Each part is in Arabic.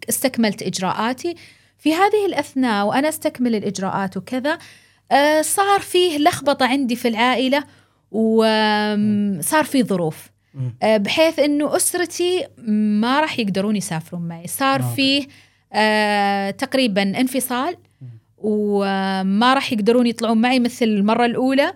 استكملت إجراءاتي. في هذه الأثناء وأنا استكمل الإجراءات وكذا صار فيه لخبطة عندي في العائلة، وصار فيه ظروف بحيث أنه أسرتي ما راح يقدرون يسافرون معي. صار فيه تقريبا انفصال، وما راح يقدرون يطلعون معي مثل المرة الأولى.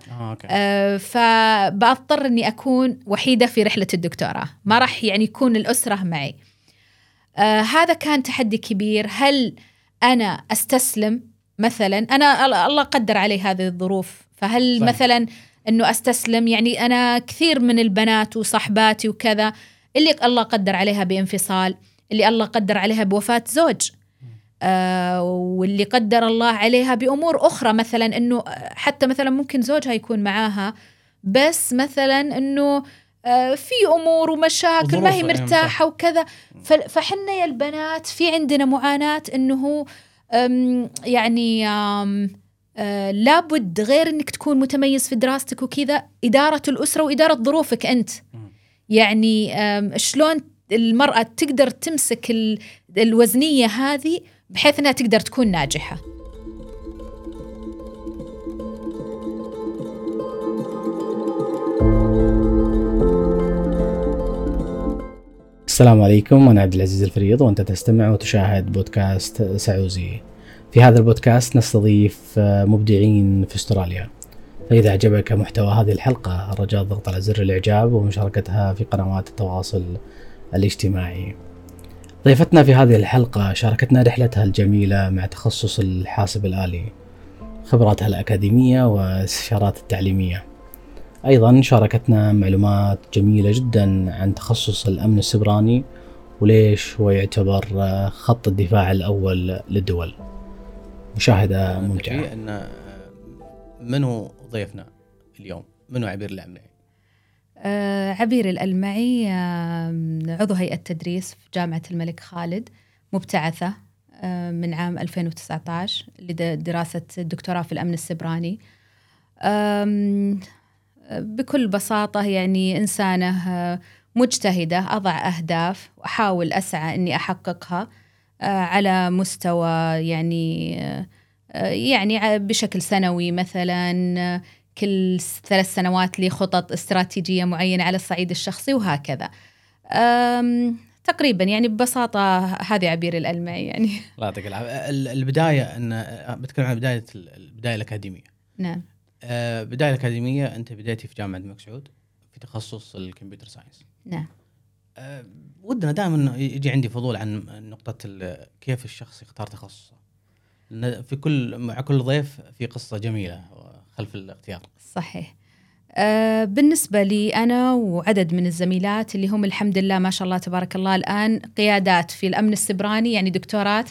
فبأضطر أني أكون وحيدة في رحلة الدكتوراه، ما راح يعني يكون الأسرة معي. هذا كان تحدي كبير. هل أنا أستسلم مثلا؟ أنا الله قدر علي هذه الظروف، فهل صحيح. مثلا أنه أستسلم؟ يعني أنا كثير من البنات وصحباتي وكذا اللي الله قدر عليها بانفصال، اللي الله قدر عليها بوفاة زوج، واللي قدر الله عليها بأمور أخرى، مثلا أنه حتى مثلا ممكن زوجها يكون معاها بس مثلا أنه في أمور ومشاكل ما هي مرتاحة وكذا. فحنا يا البنات في عندنا معاناة أنه يعني لابد غير أنك تكون متميز في دراستك وكذا، إدارة الأسرة وإدارة ظروفك أنت. يعني شلون المرأة تقدر تمسك الوزنية هذه بحيث أنها تقدر تكون ناجحة. السلام عليكم، أنا عبد العزيز الفريض، وأنت تستمع وتشاهد بودكاست سعوزي. في هذا البودكاست نستضيف مبدعين في أستراليا، فإذا أعجبك محتوى هذه الحلقة رجاء الضغط على زر الإعجاب ومشاركتها في قنوات التواصل الاجتماعي. ضيفتنا في هذه الحلقة شاركتنا رحلتها الجميلة مع تخصص الحاسب الآلي، خبراتها الأكاديمية واستشارات التعليمية. أيضا شاركتنا معلومات جميلة جدا عن تخصص الأمن السبراني وليش هو يعتبر خط الدفاع الأول للدول. مشاهدة ممتعة. منو ضيفنا اليوم؟ منو عبير الألمعي؟ عبير الألمعي عضو هيئة تدريس في جامعة الملك خالد، مبتعثة من عام 2019 لدراسة الدكتوراه في الأمن السبراني. بكل بساطة يعني إنسانة مجتهدة، أضع أهداف وأحاول أسعى أني أحققها على مستوى يعني بشكل سنوي. مثلا كل 3 سنوات لي خطط استراتيجية معينة على الصعيد الشخصي وهكذا. تقريبا يعني ببساطة هذه عبير الألمعي. يعني الله يعطيك العافية. البداية بتكلم عن البداية الأكاديمية. نعم. بداية الأكاديمية أنت بدايتي في جامعة الملك سعود في تخصص الكمبيوتر ساينس. نعم. ودنا دائما يجي عندي فضول عن نقطة كيف الشخص يختار تخصصه. مع كل ضيف في قصة جميلة خلف الاختيار. صحيح. بالنسبة لي أنا وعدد من الزميلات اللي هم الحمد لله ما شاء الله تبارك الله الآن قيادات في الأمن السبراني، يعني دكتورات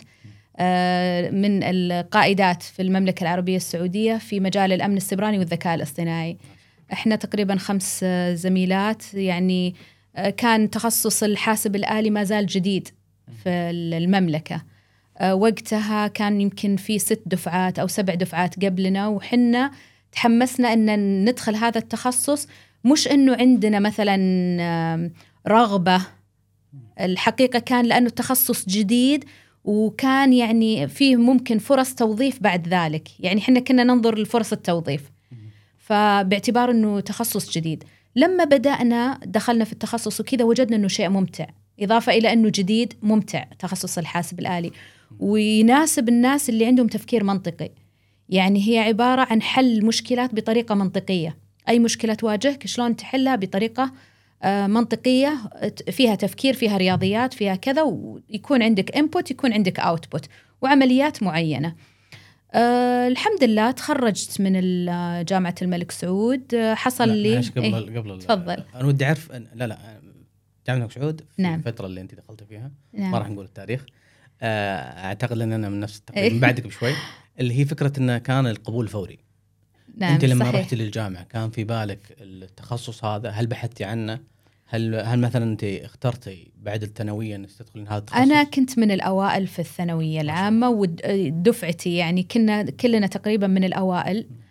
من القائدات في المملكة العربية السعودية في مجال الأمن السبراني والذكاء الاصطناعي. احنا تقريبا 5 زميلات. يعني كان تخصص الحاسب الآلي ما زال جديد في المملكة. وقتها كان يمكن في 6 دفعات أو 7 دفعات قبلنا، وحنا تحمسنا أن ندخل هذا التخصص. مش أنه عندنا مثلا رغبة، الحقيقة كان لأنه التخصص جديد وكان يعني فيه ممكن فرص توظيف بعد ذلك. يعني حنا كنا ننظر لفرص التوظيف، فباعتبار أنه تخصص جديد لما بدأنا دخلنا في التخصص وكذا وجدنا أنه شيء ممتع، إضافة إلى أنه جديد ممتع تخصص الحاسب الآلي، ويناسب الناس اللي عندهم تفكير منطقي. يعني هي عبارة عن حل مشكلات بطريقة منطقية. أي مشكلة تواجهك شلون تحلها بطريقة منطقية، فيها تفكير، فيها رياضيات، فيها كذا، ويكون عندك input يكون عندك output وعمليات معينة. الحمد لله تخرجت من جامعة الملك سعود. حصل لي قبل تفضل. أنا ودي أعرف جامعة الملك سعود في نعم. الفترة اللي أنت دخلت فيها. نعم. ما راح نقول التاريخ. أعتقد أننا من نفس التقريب من بعدك بشوي، اللي هي فكرة أنه كان القبول فوري. نعم. أنت لما صحيح. رحت للجامعة كان في بالك التخصص هذا؟ هل بحثتي عنه؟ هل مثلا أنت اخترتي بعد الثانوية أن تدخلين هذا التخصص؟ أنا كنت من الأوائل في الثانوية العامة ودفعتي يعني كلنا تقريبا من الأوائل.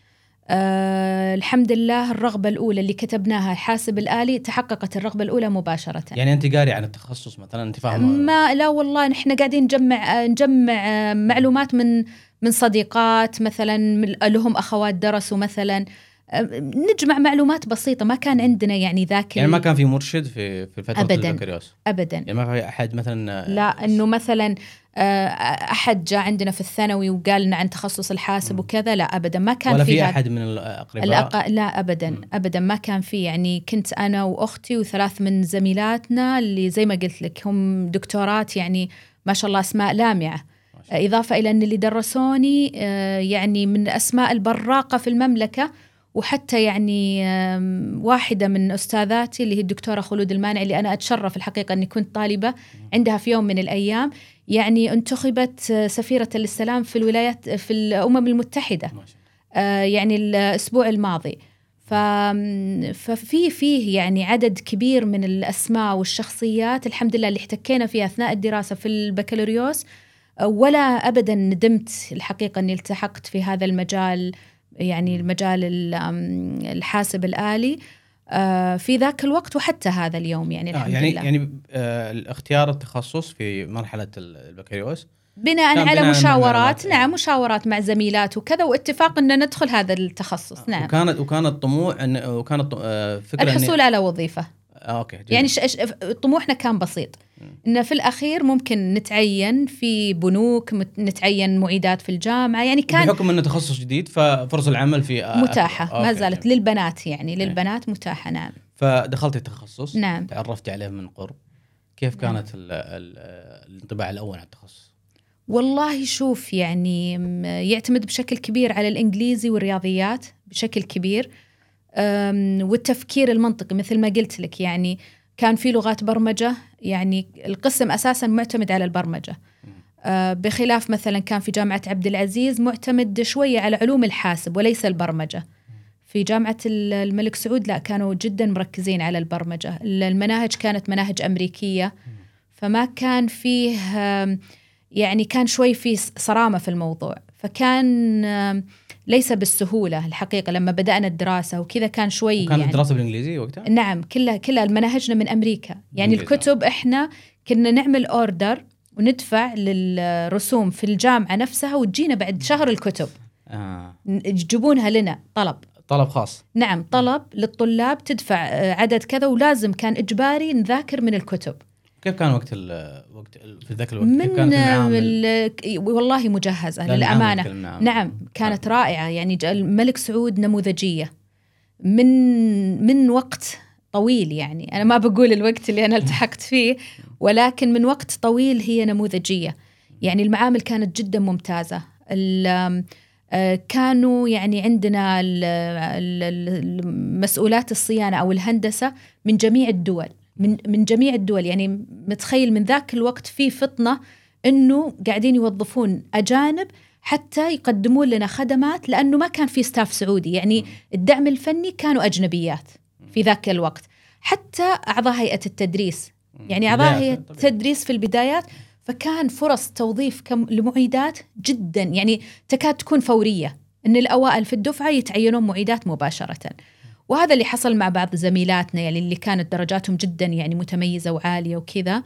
الحمد لله الرغبة الأولى اللي كتبناها حاسب الآلي تحققت الرغبة الأولى مباشرة. يعني أنت قاري عن التخصص مثلا، أنت فاهمة؟ لا والله نحن قاعدين نجمع معلومات من صديقات مثلا لهم أخوات درسوا مثلا، نجمع معلومات بسيطة. ما كان عندنا يعني ذاك يعني ما كان في مرشد في فترة البكالوريوس أبدا. يعني ما في أحد مثلا لا إنه مثلا أحد جاء عندنا في الثانوي وقال لنا عن تخصص الحاسب وكذا، لا أبدا ما كان ولا في أحد من الأقرباء لا أبدا أبدا ما كان في. يعني كنت أنا وأختي و3 من زميلاتنا اللي زي ما قلت لك هم دكتورات، يعني ما شاء الله أسماء لامعة، إضافة إلى أن اللي درسوني يعني من الأسماء البراقة في المملكة. وحتى يعني واحدة من أستاذاتي اللي هي الدكتورة خلود المانع، اللي أنا أتشرف الحقيقة أني كنت طالبة عندها في يوم من الأيام، يعني انتخبت سفيرة للسلام في الولايات في الأمم المتحدة يعني الأسبوع الماضي. فيه يعني عدد كبير من الأسماء والشخصيات الحمد لله اللي احتكينا فيها أثناء الدراسة في البكالوريوس، ولا أبدا ندمت الحقيقة أني التحقت في هذا المجال، يعني المجال الحاسب الآلي في ذاك الوقت وحتى هذا اليوم يعني الحمد لله. يعني اختيار التخصص في مرحلة البكالوريوس بناء على مشاورات، نعم مشاورات مع زميلات وكذا، واتفاق أن ندخل هذا التخصص. نعم. وكانت طموح وكانت فكرة الحصول على وظيفة. أوكي جميل. يعني طموحنا كان بسيط، إن في الأخير ممكن نتعين في بنوك، نتعين معيدات في الجامعة، يعني كان بحكم أنه تخصص جديد ففرص العمل في متاحة ما زالت للبنات، يعني للبنات متاحة. نعم. فدخلت التخصص. نعم. تعرفت عليه من قرب. كيف كانت الانطباع الأول على التخصص؟ والله شوف، يعني يعتمد بشكل كبير على الإنجليزي والرياضيات بشكل كبير، والتفكير المنطقي مثل ما قلت لك. يعني كان في لغات برمجة، يعني القسم أساساً معتمد على البرمجة، بخلاف مثلاً كان في جامعة عبد العزيز معتمد شوية على علوم الحاسب وليس البرمجة. في جامعة الملك سعود لا، كانوا جداً مركزين على البرمجة. المناهج كانت مناهج أمريكية، فما كان فيه يعني كان شوي في صرامة في الموضوع، فكان ليس بالسهولة الحقيقة. لما بدأنا الدراسة وكذا كان شوي كانت يعني الدراسة بالإنجليزي وقتها؟ نعم، كلها المناهجنا من أمريكا. يعني الكتب إحنا كنا نعمل أوردر وندفع للرسوم في الجامعة نفسها، وتجينا بعد شهر الكتب. يجيبونها لنا طلب خاص. نعم، طلب للطلاب، تدفع عدد كذا، ولازم كان إجباري نذاكر من الكتب. كيف كان وقت في ذاك الوقت؟ كيف كانت المعامل؟ والله مجهزة للأمانة. نعم كانت رائعة. يعني الملك سعود نموذجية من وقت طويل. يعني أنا ما بقول الوقت اللي أنا التحقت فيه، ولكن من وقت طويل هي نموذجية. يعني المعامل كانت جدا ممتازة. كانوا يعني عندنا مسؤولات الصيانة أو الهندسة من جميع الدول، من جميع الدول. يعني متخيل من ذاك الوقت في فطنة إنه قاعدين يوظفون أجانب حتى يقدمون لنا خدمات، لأنه ما كان في ستاف سعودي. يعني الدعم الفني كانوا أجنبيات في ذاك الوقت. حتى أعضاء هيئة التدريس، يعني أعضاء هيئة التدريس في البدايات، فكان فرص توظيف لمعيدات جدا يعني تكاد تكون فورية، إن الأوائل في الدفعة يتعينون معيدات مباشرة. وهذا اللي حصل مع بعض زميلاتنا يعني اللي كانت درجاتهم جدا يعني متميزة وعالية وكذا.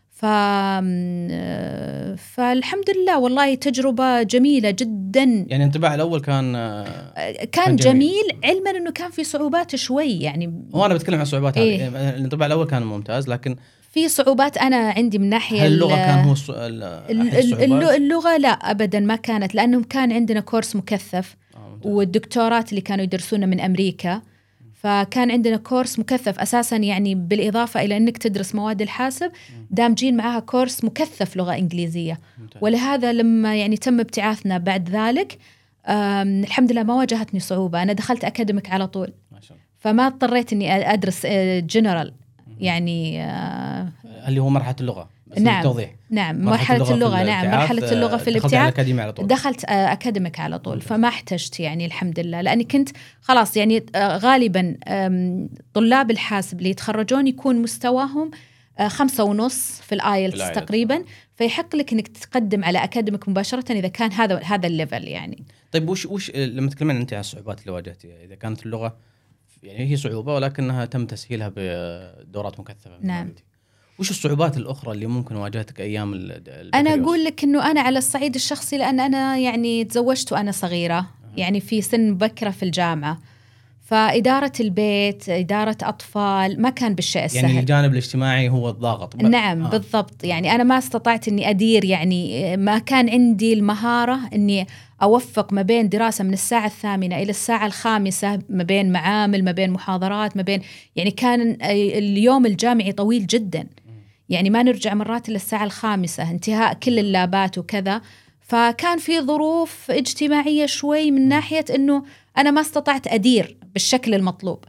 فالحمد لله والله تجربة جميلة جدا. يعني انطباع الأول كان جميل، علما أنه كان في صعوبات شوي. يعني وأنا بتكلم عن الصعوبات هذه. الانطباع الأول كان ممتاز، لكن في صعوبات أنا عندي من ناحية اللغة. كان هو اللغة لا أبدا ما كانت، لأنهم كان عندنا كورس مكثف، والدكتورات اللي كانوا يدرسونا من أمريكا، فكان عندنا كورس مكثف أساساً. يعني بالإضافة إلى أنك تدرس مواد الحاسب، دامجين معها كورس مكثف لغة إنجليزية. ولهذا لما يعني تم ابتعاثنا بعد ذلك الحمد لله ما واجهتني صعوبة. أنا دخلت أكاديميك على طول، فما اضطريت أني أدرس جنرال. يعني اللي هو مرحلة اللغة. نعم التوضيح. نعم مرحلة اللغة. نعم مرحلة اللغة في الابتعاث دخلت أكاديميك على طول. فما احتجت يعني الحمد لله، لأني كنت خلاص يعني غالبا طلاب الحاسب اللي يتخرجون يكون مستواهم 5.5 في الآيلتس تقريبا، فيحق لك انك تقدم على اكاديميك مباشره اذا كان هذا الليفل يعني. طيب وش لما تكلمين انت عن الصعوبات اللي واجهتيها، اذا كانت اللغه يعني هي صعوبه ولكنها تم تسهيلها بدورات مكثفه؟ نعم. وش الصعوبات الاخرى اللي ممكن واجهتك ايام انا اقول لك انه انا على الصعيد الشخصي، لان انا يعني تزوجت وانا صغيره يعني في سن مبكره في الجامعه، فإدارة البيت، إدارة أطفال ما كان بالشيء السهل. يعني الجانب الاجتماعي هو الضاغط. نعم بالضبط. يعني أنا ما استطعت أني أدير، يعني ما كان عندي المهارة أني أوفق ما بين دراسة من الساعة 8 إلى الساعة 5، ما بين معامل، ما بين محاضرات، ما بين يعني كان اليوم الجامعي طويل جدا، يعني ما نرجع مرات إلى الساعة 5 انتهاء كل اللابات وكذا. فكان في ظروف اجتماعية شوي من ناحية أنه أنا ما استطعت أدير بالشكل المطلوب.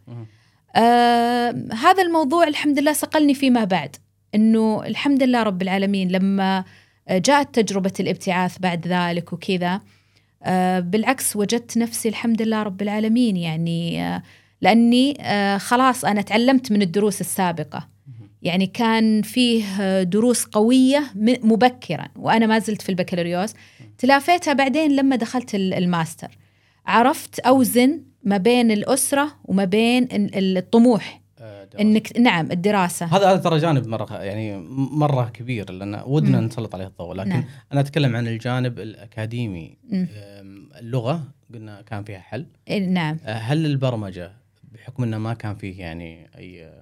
هذا الموضوع الحمد لله صقلني فيما بعد، أنه الحمد لله رب العالمين لما جاءت تجربة الابتعاث بعد ذلك وكذا، بالعكس وجدت نفسي الحمد لله رب العالمين يعني لأني خلاص أنا تعلمت من الدروس السابقة، يعني كان فيه دروس قوية مبكرا وأنا ما زلت في البكالوريوس، تلافيتها بعدين لما دخلت الماستر. عرفت أوزن ما بين الأسرة وما بين الطموح إنك نعم الدراسة. هذا ترى جانب مرة كبير لأن ودنا نسلط عليه الضوء، لكن نعم. أنا أتكلم عن الجانب الأكاديمي. اللغة قلنا كان فيها حل. نعم. هل البرمجة بحكم أنه ما كان فيه يعني أي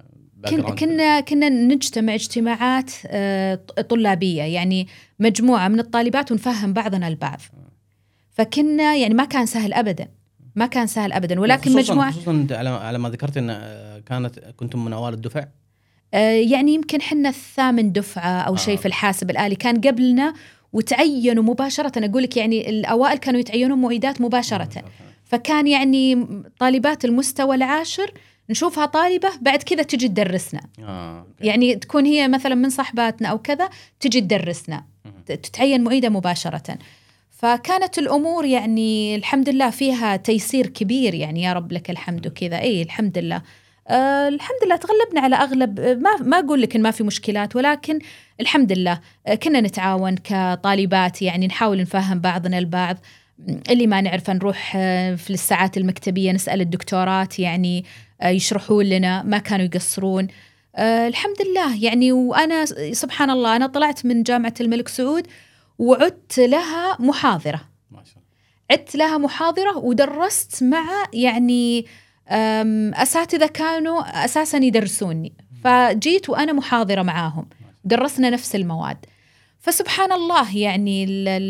كنا نجتمع اجتماعات طلابية، يعني مجموعة من الطالبات ونفهم بعضنا البعض، فكنا يعني ما كان سهل أبدا، ما كان سهل أبدا، ولكن مجموعة خصوصا على ما ذكرت أن كنتم من أوائل الدفع. يعني يمكن حنا 8 دفعة أو شيء في الحاسب الآلي، كان قبلنا وتعينوا مباشرة. أقول لك يعني الأوائل كانوا يتعينون معيدات مباشرة، فكان يعني طالبات المستوى العاشر نشوفها طالبة بعد كذا تجي تدرسنا. يعني تكون هي مثلا من صحباتنا أو كذا تجي تدرسنا، تتعين معيدة مباشرة. فكانت الأمور يعني الحمد لله فيها تيسير كبير، يعني يا رب لك الحمد وكذا. أي الحمد لله. الحمد لله تغلبنا على أغلب، ما أقول لك إن ما في مشكلات، ولكن الحمد لله كنا نتعاون كطالبات، يعني نحاول نفهم بعضنا البعض. اللي ما نعرف نروح في الساعات المكتبية نسأل الدكتورات، يعني يشرحون لنا، ما كانوا يقصرون. الحمد لله يعني. وأنا سبحان الله أنا طلعت من جامعة الملك سعود وعدت لها محاضرة، ما شاء الله. عدت لها محاضرة ودرست مع يعني أساتذة كانوا أساساً يدرسوني، فجيت وأنا محاضرة معاهم، درسنا نفس المواد. فسبحان الله يعني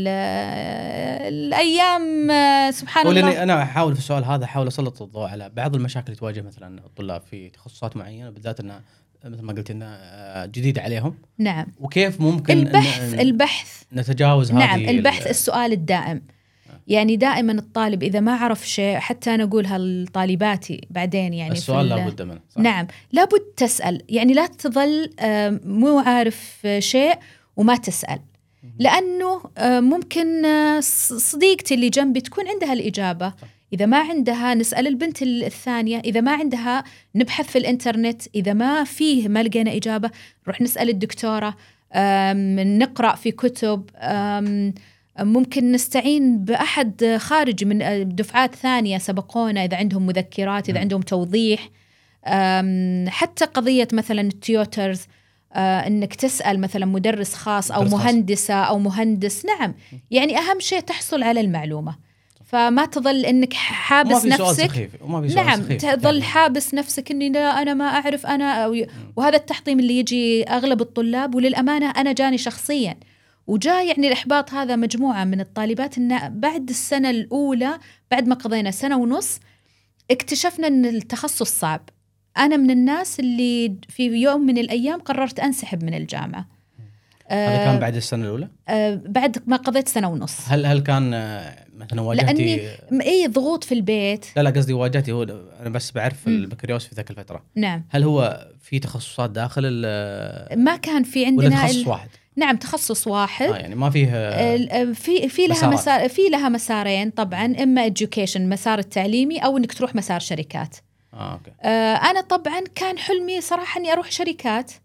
الأيام سبحان الله. أنا أحاول في السؤال هذا أحاول أسلط الضوء على بعض المشاكل اللي تواجه مثلا الطلاب في تخصصات معينة، بالذات أنها مثل ما قلت أنها جديدة عليهم. نعم. وكيف ممكن البحث نتجاوز هذه. نعم البحث، السؤال الدائم. يعني دائما الطالب إذا ما عرف شيء، حتى أنا أقولها لطالباتي بعدين، يعني السؤال لابد منه. نعم لابد تسأل، يعني لا تظل مو عارف شيء وما تسأل، لأنه ممكن صديقتي اللي جنبي تكون عندها الإجابة، إذا ما عندها نسأل البنت الثانية، إذا ما عندها نبحث في الإنترنت، إذا ما لقينا إجابة نروح نسأل الدكتورة، نقرأ في كتب، ممكن نستعين بأحد خارجي من دفعات ثانية سبقونا إذا عندهم مذكرات، إذا عندهم توضيح. حتى قضية مثلا التيوترز، أنك تسأل مثلا مدرس خاص أو مهندسة أو مهندس. نعم يعني أهم شيء تحصل على المعلومة، فما تظل أنك حابس نفسك. نعم تظل حابس نفسك أني لا أنا ما أعرف وهذا التحطيم اللي يجي أغلب الطلاب. وللأمانة أنا جاني شخصيا، وجاء يعني الإحباط هذا مجموعة من الطالبات، إن بعد السنة الأولى بعد ما قضينا 1.5 سنة اكتشفنا أن التخصص صعب. أنا من الناس اللي في يوم من الأيام قررت أنسحب من الجامعة. هذا كان بعد السنة الأولى؟ بعد ما قضيت 1.5 سنة. هل كان مثلا واجهتي أي ضغوط في البيت؟ لا قصدي واجهتي، هو أنا بس بعرف البكالوريوس في ذاك الفترة. نعم. هل هو في تخصصات داخل ما كان في عندنا ولا تخصص واحد؟ نعم تخصص واحد. يعني ما فيه في لها في لها مسارين طبعا، إما education مسار التعليمي أو إنك تروح مسار شركات. أوكي. أنا طبعا كان حلمي صراحة إني أروح شركات.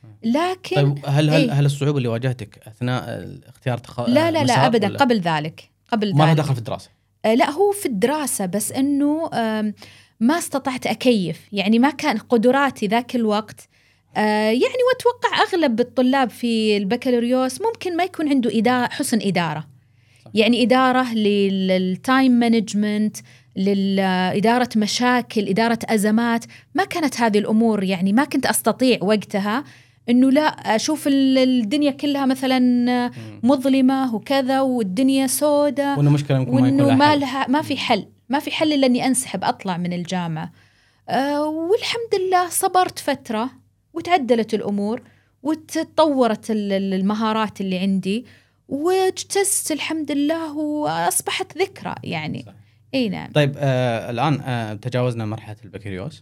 لكن طيب هل الصعوبة اللي واجهتك أثناء اختيار لا أبدا قبل ذلك ما له دخل في الدراسة؟ لا هو في الدراسة، بس إنه ما استطعت أكيف، يعني ما كان قدراتي ذاك الوقت. يعني وأتوقع أغلب الطلاب في البكالوريوس ممكن ما يكون عنده حسن إدارة، يعني إدارة للتايم مانجمنت، لإدارة مشاكل، إدارة أزمات. ما كانت هذه الأمور، يعني ما كنت أستطيع وقتها إنه لا أشوف الدنيا كلها مثلا مظلمة وكذا والدنيا سوداء وإنه ما في حل إلا أني أنسحب أطلع من الجامعة. والحمد لله صبرت فترة وتعدلت الأمور وتطورت المهارات اللي عندي واجتزت الحمد لله وأصبحت ذكرى يعني. اي نعم. طيب الآن تجاوزنا مرحلة البكالوريوس.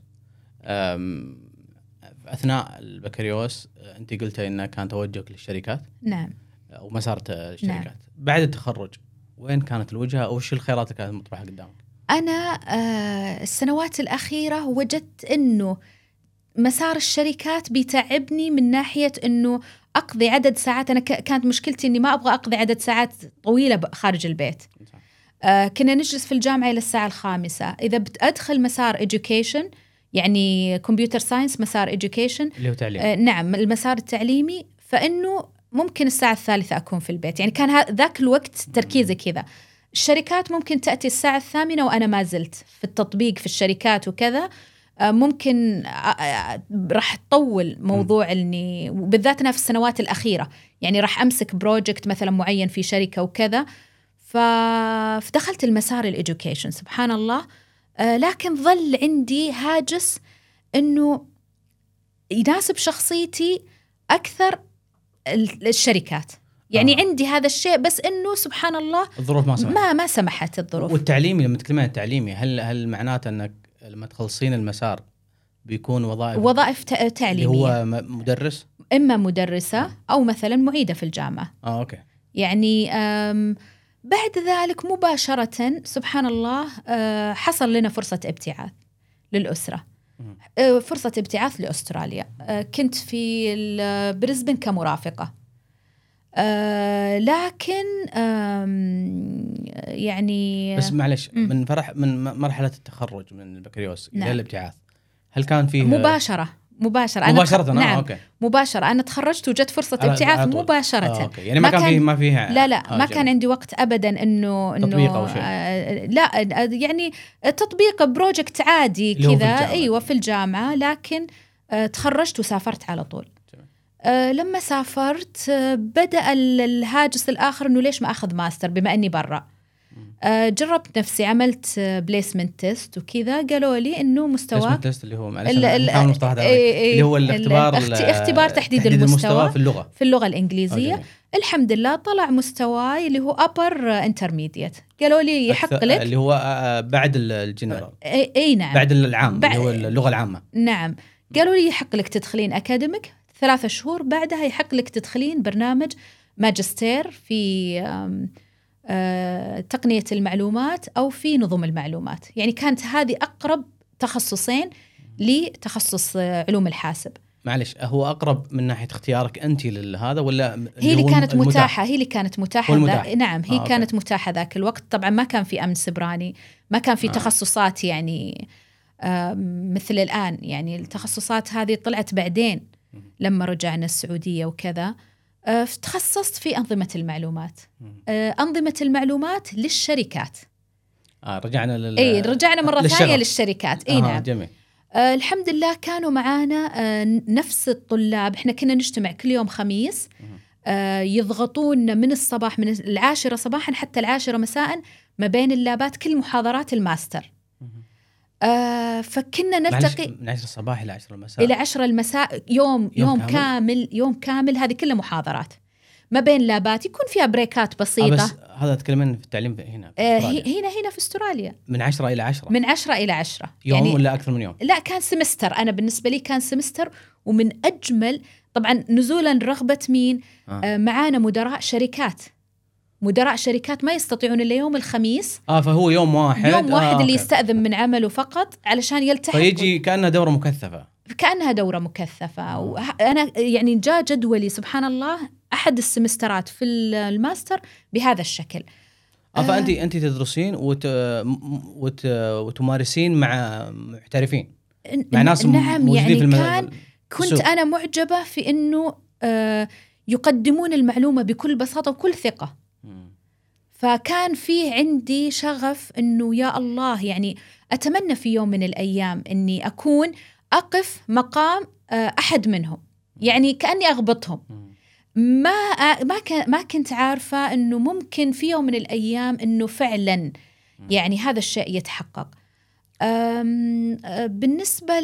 أثناء البكالوريوس أنت قلت إنه كان توجهك للشركات. نعم. أو مسار الشركات. نعم. بعد التخرج وين كانت الوجهة أو وش الخيارات اللي كانت مطروحة قدامك؟ أنا السنوات الأخيرة وجدت إنه مسار الشركات بيتعبني من ناحية إنه أقضي عدد ساعات. أنا كانت مشكلتي إني ما أبغى أقضي عدد ساعات طويلة خارج البيت. كنا نجلس في الجامعة إلى الساعة 5. إذا بتأدخل مسار education يعني كمبيوتر ساينس، مسار education اللي هو تعليم. نعم المسار التعليمي، فإنه ممكن الساعة 3 أكون في البيت. يعني كان ذاك الوقت تركيزي كذا. الشركات ممكن تأتي الساعة 8 وأنا ما زلت في التطبيق في الشركات وكذا. ممكن راح تطول موضوع إني وبالذات أنا في السنوات الأخيرة يعني راح أمسك بروجكت مثلا معين في شركة وكذا. فدخلت المسار الإدوكيشن سبحان الله. لكن ظل عندي هاجس إنه يناسب شخصيتي أكثر الشركات. يعني عندي هذا الشيء، بس إنه سبحان الله الظروف ما سمحت الظروف. والتعليمي لما تتكلمين عن التعليمي هل معناته أنك لما تخلصين المسار بيكون وظائف تعليمية، هو مدرس، إما مدرسة أو مثلا معيدة في الجامعة. أوكي. يعني بعد ذلك مباشرة سبحان الله حصل لنا فرصة ابتعاث للأسرة. فرصة ابتعاث لأستراليا. كنت في بريسبن كمرافقة. لكن يعني بس معلش من مرحلة التخرج من البكالوريوس إلى الابتعاث هل كان فيه مباشرة؟ نعم. أوكي. مباشرة أنا تخرجت وجدت فرصة ابتعاث مباشرة. أوكي. يعني ما فيها لا ما كان عندي وقت أبدا إنه تطبيق أو شيء. لا يعني تطبيق بروجكت عادي كذا. أيوة في الجامعة. لكن تخرجت وسافرت على طول. لما سافرت بدأ الهاجس الآخر إنه ليش ما أخذ ماستر بما أني برا. جربت نفسي، عملت بليسمنت تيست وكذا، قالوا لي إنه مستواك اللي هو اللي هو اختبار تحديد المستوى في اللغة الإنجليزية. الحمد لله طلع مستواي اللي هو upper intermediate. قالوا لي يحق لك اللي هو بعد الجنرال. أي نعم، بعد العام اللي هو اللغة العامة. نعم. قالوا لي يحق لك تدخلين أكاديميك 3 شهور، بعدها يحق لك تدخلين برنامج ماجستير في تقنية المعلومات أو في نظم المعلومات. يعني كانت هذه أقرب تخصصين لتخصص علوم الحاسب. معلش هو أقرب من ناحية اختيارك أنت لهذا ولا هي اللي كانت متاحة؟ هي اللي كانت متاحة. نعم هي كانت أوكي. متاحة ذاك الوقت. طبعا ما كان في أمن سبراني، ما كان في تخصصات يعني مثل الآن. يعني التخصصات هذه طلعت بعدين لما رجعنا السعودية وكذا. تخصصت في أنظمة المعلومات. أنظمة المعلومات للشركات. رجعنا مرة ثانية للشركات. نعم. جميل. الحمد لله كانوا معانا نفس الطلاب. احنا كنا نجتمع كل يوم خميس. يضغطون من الصباح من 10 صباحا حتى 10 مساء ما بين اللابات كل محاضرات الماستر. فكنا نلتقي من 10 الصباح إلى 10 المساء. إلى 10 المساء يوم كامل. هذه كلها محاضرات ما بين لابات، يكون فيها بريكات بسيطة. بس هذا تكلمين في التعليم هنا هنا في استراليا من 10 إلى 10. من 10 إلى 10 يوم يعني ولا أكثر من يوم؟ لا كان سمستر. أنا بالنسبة لي كان سمستر. ومن أجمل طبعا نزولا رغبة مين معانا مدراء شركات ما يستطيعون إلا يوم الخميس. فهو يوم واحد اللي يستأذن من عمله فقط علشان يلتحق. فيجي كأنها دورة مكثفة. كأنها دورة مكثفة. وأنا يعني جاء جدولي سبحان الله أحد السمسترات في الماستر بهذا الشكل. فأنت تدرسين وتمارسين مع محترفين، مع ناس نعم موجودين يعني في كنت أنا معجبة في أنه يقدمون المعلومة بكل بساطة وكل ثقة. فكان فيه عندي شغف أنه يا الله يعني أتمنى في يوم من الأيام أني أكون أقف مقام أحد منهم، يعني كأني أغبطهم. ما كنت عارفة أنه ممكن في يوم من الأيام أنه فعلا يعني هذا الشيء يتحقق. بالنسبة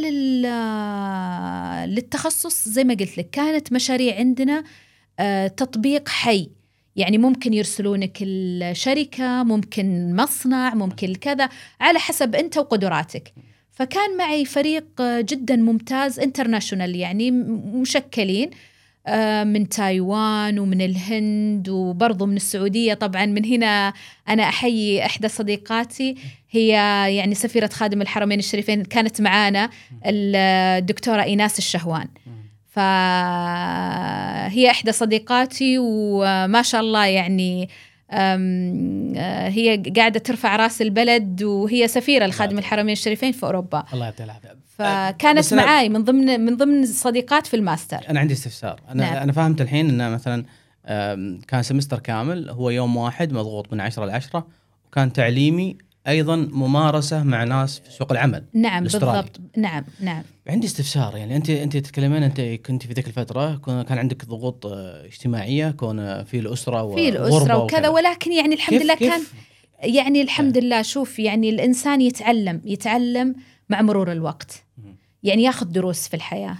للتخصص زي ما قلت لك كانت مشاريع عندنا تطبيق حي، يعني ممكن يرسلونك الشركة، ممكن مصنع، ممكن كذا على حسب أنت وقدراتك. فكان معي فريق جدا ممتاز انترناشونال، يعني مشكلين من تايوان ومن الهند وبرضو من السعودية. طبعا من هنا أنا أحيي إحدى صديقاتي، هي يعني سفيرة خادم الحرمين الشريفين، كانت معانا الدكتورة إيناس الشهوان. فهي إحدى صديقاتي وما شاء الله يعني هي قاعدة ترفع راس البلد، وهي سفيرة الخادم الحرمين الشريفين في أوروبا. الله يعطيها العافية. فكانت معاي من ضمن الصديقات في الماستر. أنا عندي استفسار. أنا فهمت الحين إنه مثلا كان سمستر كامل، هو يوم واحد مضغوط من 10 ل10، وكان تعليمي أيضا ممارسة مع ناس في سوق العمل. نعم بالضبط. نعم. عندي استفسار، يعني أنت تتكلمين، أنت كنت في ذيك الفترة كان عندك ضغوط اجتماعية، كون في الأسرة وكذا، ولكن يعني الحمد لله كان يعني الحمد لله. شوف يعني الإنسان يتعلم مع مرور الوقت، يعني ياخذ دروس في الحياة.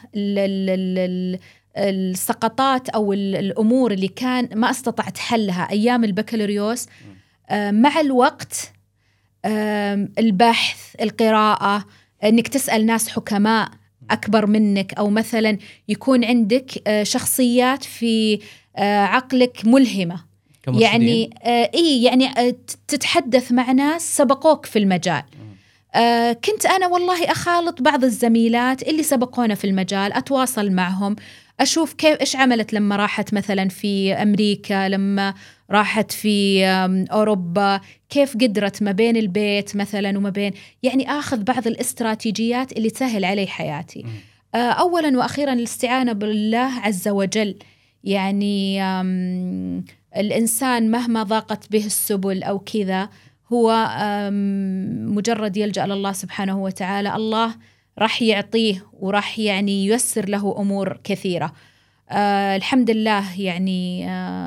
السقطات أو الأمور اللي كان ما استطعت حلها أيام البكالوريوس، مع الوقت البحث، القراءة، أنك تسأل ناس حكماء أكبر منك، أو مثلا يكون عندك شخصيات في عقلك ملهمة، يعني يعني تتحدث مع ناس سبقوك في المجال. كنت أنا والله أخالط بعض الزميلات اللي سبقونا في المجال، أتواصل معهم، أشوف إيش عملت لما راحت مثلا في أمريكا، لما راحت في أوروبا، كيف قدرت ما بين البيت مثلا وما بين، يعني أخذ بعض الاستراتيجيات اللي تسهل علي حياتي. أولا وأخيرا الاستعانة بالله عز وجل. يعني الإنسان مهما ضاقت به السبل أو كذا، هو مجرد يلجأ لله سبحانه وتعالى، الله راح يعطيه وراح يعني ييسر له أمور كثيرة. الحمد لله يعني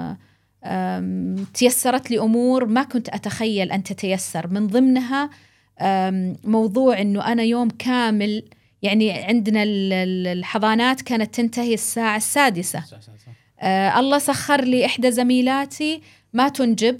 تيسرت لي أمور ما كنت أتخيل أن تتيسر. من ضمنها موضوع أنه أنا يوم كامل، يعني عندنا الحضانات كانت تنتهي الساعة 6. الله سخر لي إحدى زميلاتي ما تنجب،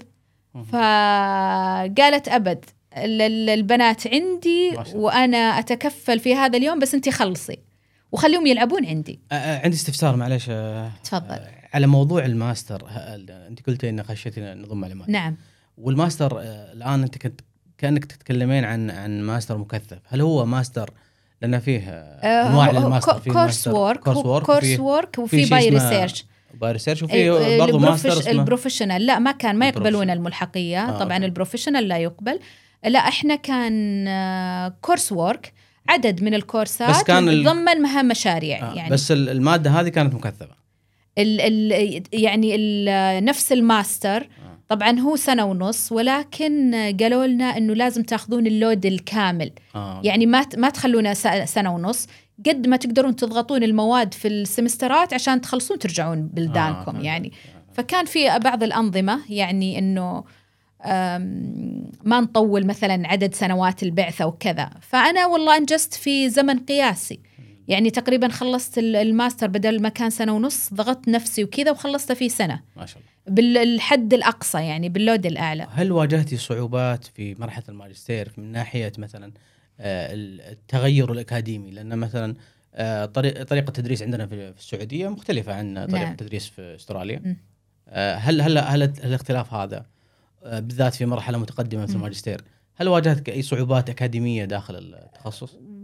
فقالت أبد البنات عندي وأنا أتكفل في هذا اليوم، بس أنتي خلصي وخليهم يلعبون عندي. عندي استفسار معلش. تفضل. على موضوع الماستر، أنت قلتي إن خشيتي نظم معلومات. نعم. والماستر الآن أنت كأنك تتكلمين عن ماستر مكثف. هل هو ماستر لأن فيه أنواع للماستر؟ في كورس وورك وفي باي ريسيرش وفي برضو ماستر البروفيشنال. لا ما يقبلون الملحقية. طبعا البروفيشنال لا يقبل. لا احنا كان كورس وورك، عدد من الكورسات ضمن مهام مشاريع. يعني بس المادة هذه كانت مكثفة. يعني نفس الماستر طبعا هو 1.5 سنة، ولكن قالوا لنا انه لازم تاخذون اللود الكامل. يعني ما تخلونا 1.5 سنة، قد ما تقدرون تضغطون المواد في السمسترات عشان تخلصون ترجعون بلدانكم. يعني فكان في بعض الأنظمة يعني انه ما نطول مثلا عدد سنوات البعثة وكذا. فأنا والله أنجزت في زمن قياسي، يعني تقريبا خلصت الماستر بدل ما كان 1.5 سنة، ضغطت نفسي وكذا وخلصت فيه 1 سنة ما شاء الله، بالحد الأقصى يعني باللود الأعلى. هل واجهتي صعوبات في مرحلة الماجستير من ناحية مثلا التغير الأكاديمي؟ لأن مثلا طريقة التدريس عندنا في السعودية مختلفة عن طريقة التدريس في أستراليا. هل الاختلاف هذا بالذات في مرحلة متقدمة في الماجستير، هل واجهتك أي صعوبات أكاديمية داخل التخصص؟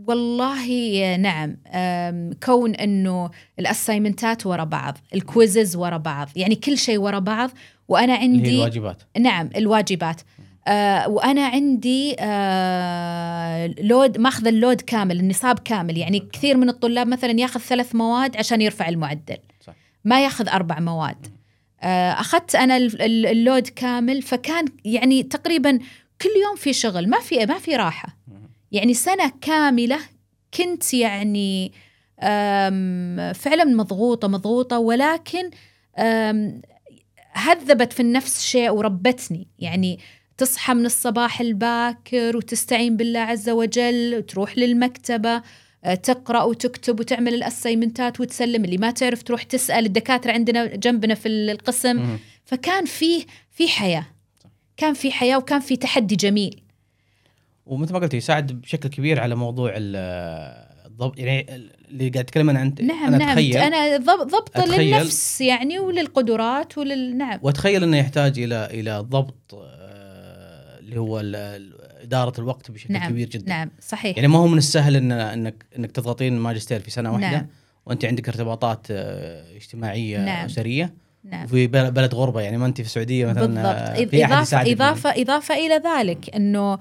والله نعم، كون أنه الأسايمنتات ورا بعض، الكويزز ورا بعض، يعني كل شيء ورا بعض، وأنا عندي الواجبات. نعم الواجبات. وأنا عندي لود، ماخذ اللود كامل، النصاب كامل. يعني كثير من الطلاب مثلا ياخذ 3 مواد عشان يرفع المعدل، صح. ما ياخذ 4 مواد. أخذت أنا اللود كامل، فكان يعني تقريبا كل يوم في شغل، ما في راحة. يعني سنة كاملة كنت يعني فعلا مضغوطة، ولكن هذبت في النفس شيء وربتني. يعني تصحى من الصباح الباكر وتستعين بالله عز وجل، وتروح للمكتبة تقرأ وتكتب وتعمل الأسايمنتات وتسلم. اللي ما تعرف تروح تسأل الدكاترة عندنا جنبنا في القسم. فكان في حياة، كان في حياة، وكان في تحدي جميل. ومثل ما قلتي يساعد بشكل كبير على موضوع الضبط، يعني اللي قاعد اتكلم انا انت. نعم، انا ضبط للنفس يعني وللقدرات نعم. واتخيل انه يحتاج الى ضبط اللي هو اداره الوقت بشكل كبير جدا. نعم صحيح. يعني ما هو من السهل انك تضغطين الماجستير في سنه واحده. وانت عندك ارتباطات اجتماعيه اسريه. وفي بلد غربه، يعني ما انت في السعوديه مثلا. بالضبط. اضافه الى ذلك انه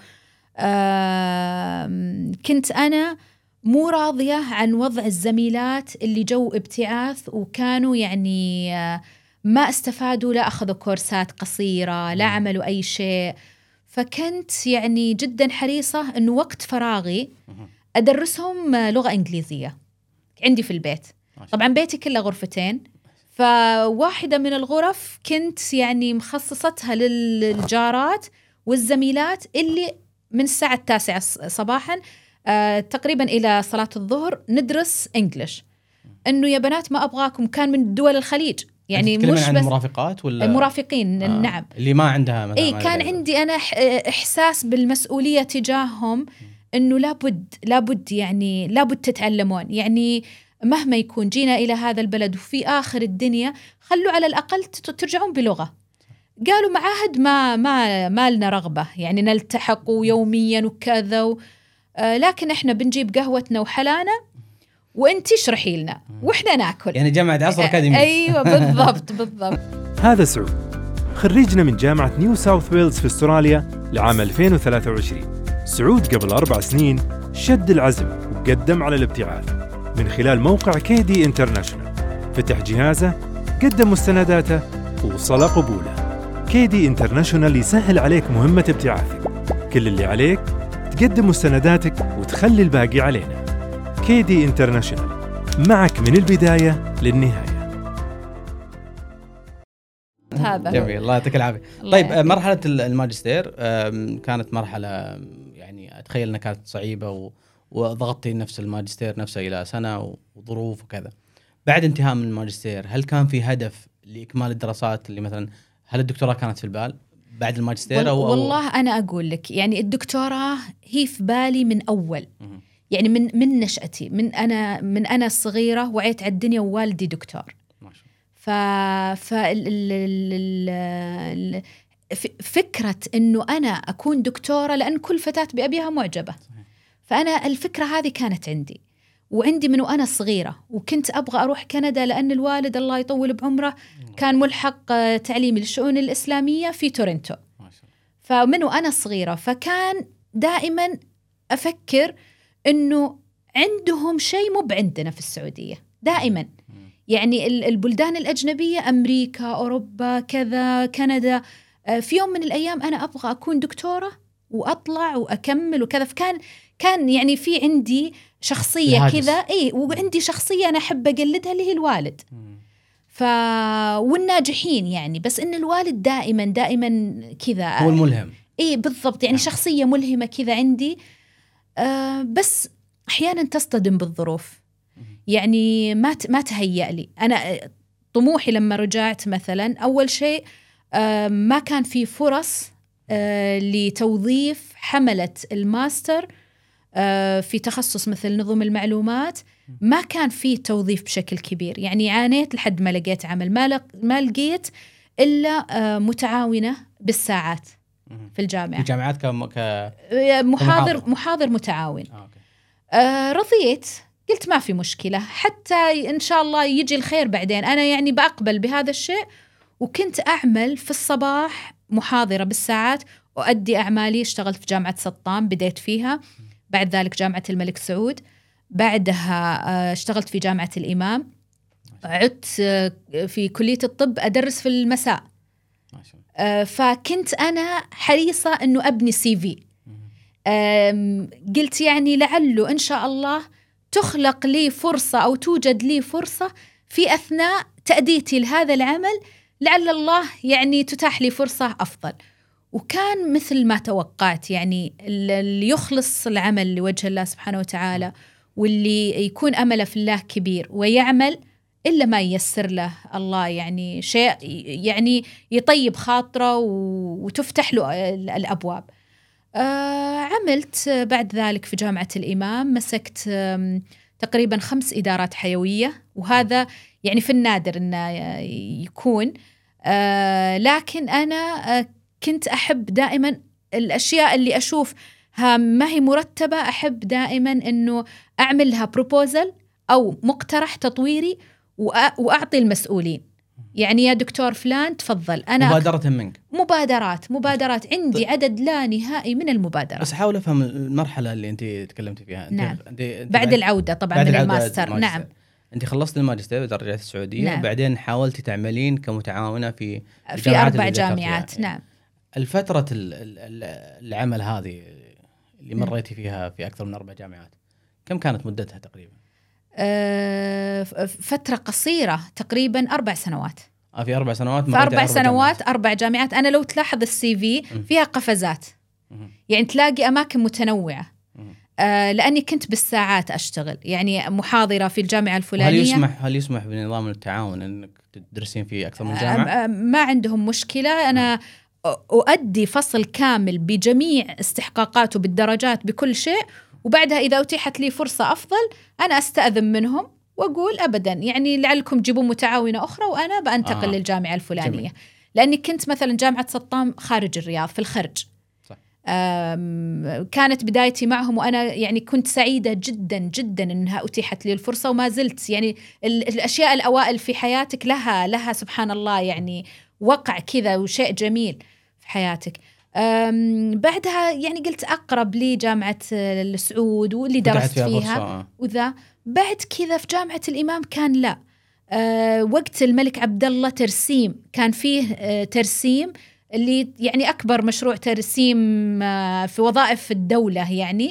كنت أنا مو راضية عن وضع الزميلات اللي جو ابتعاث، وكانوا يعني ما استفادوا، لا أخذوا كورسات قصيرة، لا عملوا أي شيء. فكنت يعني جدا حريصة أنه وقت فراغي أدرسهم لغة إنجليزية عندي في البيت. طبعا بيتي كله غرفتين، فواحدة من الغرف كنت يعني مخصصتها للجارات والزميلات اللي من الساعة 9 صباحا تقريبا إلى صلاة الظهر ندرس إنجليش. إنه يا بنات ما أبغاكم، كان من دول الخليج يعني، مش عن بس المرافقات ولا المرافقين. نعم، اللي ما عندها مثلا. أي كان عندي أنا إحساس بالمسؤولية تجاههم، إنه لابد يعني لابد تتعلمون. يعني مهما يكون جينا إلى هذا البلد وفي آخر الدنيا، خلوا على الأقل ترجعون بلغة. قالوا معاهد ما لنا رغبة، يعني نلتحق يوميا وكذا لكن احنا بنجيب قهوتنا وحلانا وانتي اشرحي لنا واحنا ناكل. يعني جامعة عصر أكاديمية. ايوه بالضبط. هذا سعود، خريجنا من جامعة نيو ساوث ويلز في استراليا لعام 2023. سعود قبل 4 سنين شد العزم وقدم على الابتعاث من خلال موقع KD International. فتح جهازه، قدم مستنداته، ووصل قبوله. KD International يسهل عليك مهمة ابتعاثك. كل اللي عليك تقدم مستنداتك وتخلي الباقي علينا. KD International، معك من البداية للنهاية. هذا جميل، الله يعطيك العافية. طيب مرحلة الماجستير كانت مرحلة يعني أتخيل أنها كانت صعيبة وضغطتي نفس الماجستير نفسه إلى سنة وظروف وكذا. بعد انتهاء من الماجستير هل كان في هدف لإكمال الدراسات اللي مثلا هل الدكتوراه كانت في البال بعد الماجستير والله أنا أقول لك يعني الدكتوراه هي في بالي من أول. يعني من نشأتي، من أنا صغيرة وعيت على الدنيا ووالدي دكتور. فكرة إنه أنا أكون دكتورة، لأن كل فتاة بأبيها معجبة. فأنا الفكرة هذه كانت عندي وعندي من وأنا صغيرة، وكنت أبغى أروح كندا لأن الوالد الله يطول بعمره كان ملحق تعليمي للشؤون الإسلامية في تورنتو. فمن وأنا صغيرة فكان دائما أفكر إنه عندهم شيء مو بعندنا في السعودية دائما. يعني البلدان الأجنبية، أمريكا، أوروبا، كذا، كندا، في يوم من الأيام أنا أبغى أكون دكتورة وأطلع وأكمل وكذا. كان يعني في عندي شخصية كذا، وعندي شخصية أنا أحب أقلدها اللي هي الوالد. والناجحين يعني، بس إن الوالد دائما كذا هو الملهم. بالضبط، يعني شخصية ملهمة كذا عندي. بس أحيانا تصطدم بالظروف، يعني ما تهيأ لي. أنا طموحي لما رجعت مثلا أول شيء ما كان في فرص لتوظيف حملة الماستر في تخصص مثل نظم المعلومات. ما كان في توظيف بشكل كبير، يعني عانيت لحد ما لقيت عمل. ما لقيت إلا متعاونة بالساعات في الجامعة، في جامعات محاضر متعاون. رضيت، قلت ما في مشكلة، حتى إن شاء الله يجي الخير بعدين، أنا يعني بأقبل بهذا الشيء. وكنت أعمل في الصباح محاضرة بالساعات، وأدي أعمالي. اشتغلت في جامعة سطام بديت فيها، بعد ذلك جامعة الملك سعود، بعدها اشتغلت في جامعة الإمام، عدت في كلية الطب أدرس في المساء. فكنت أنا حريصة أنه أبني CV. قلت يعني لعله إن شاء الله تخلق لي فرصة أو توجد لي فرصة في أثناء تأديتي لهذا العمل، لعل الله يعني تتاح لي فرصة أفضل. وكان مثل ما توقعت، يعني اللي يخلص العمل لوجه الله سبحانه وتعالى، واللي يكون أمله في الله كبير ويعمل إلا ما ييسر له الله، يعني شيء يعني يطيب خاطره وتفتح له الأبواب. عملت بعد ذلك في جامعة الإمام، مسكت تقريبا 5 إدارات حيوية، وهذا يعني في النادر أنه يكون. لكن أنا كنت أحب دائما الأشياء اللي أشوفها ما هي مرتبة، أحب دائما أنه أعمل لها بروبوزل أو مقترح تطويري وأعطي المسؤولين، يعني يا دكتور فلان تفضل. أنا مبادرة منك؟ مبادرات عندي عدد لا نهائي من المبادرات. بس حاول أفهم المرحلة اللي أنت تكلمت فيها. نعم. بعد العودة طبعا من الماستر. نعم. أنت خلصت الماجستير بدرجة السعودية. نعم. بعدين حاولتي تعملين كمتعاونة في 4 جامعات. نعم. الفترة العمل هذه اللي مريتي فيها في أكثر من 4 جامعات، كم كانت مدتها تقريبا؟ فترة قصيرة، تقريبا 4 سنوات. في 4 سنوات. في 4 سنوات 4 جامعات. أنا لو تلاحظ الCV فيها قفزات، يعني تلاقي أماكن متنوعة. لأني كنت بالساعات أشتغل، يعني محاضرة في الجامعة الفلانية. هل يسمح بنظام التعاون أنك تدرسين في أكثر من جامعة؟ ما عندهم مشكلة. أنا أؤدي فصل كامل بجميع استحقاقاته بالدرجات بكل شيء، وبعدها إذا أتيحت لي فرصة أفضل أنا أستأذن منهم وأقول أبدا يعني لعلكم تجيبون متعاونة أخرى وأنا بأنتقل للجامعة الفلانية. جميل. لأني كنت مثلا جامعة سطام خارج الرياض في الخرج. صح. كانت بدايتي معهم، وأنا يعني كنت سعيدة جدا جدا أنها أتيحت لي الفرصة، وما زلت يعني الأشياء الأوائل في حياتك لها سبحان الله يعني وقع كذا وشيء جميل في حياتك. بعدها يعني قلت أقرب لي جامعة السعود واللي درست فيها وذا. بعد كذا في جامعة الإمام كان لا، وقت الملك عبد الله ترسيم، كان فيه ترسيم اللي يعني أكبر مشروع ترسيم في وظائف الدولة، يعني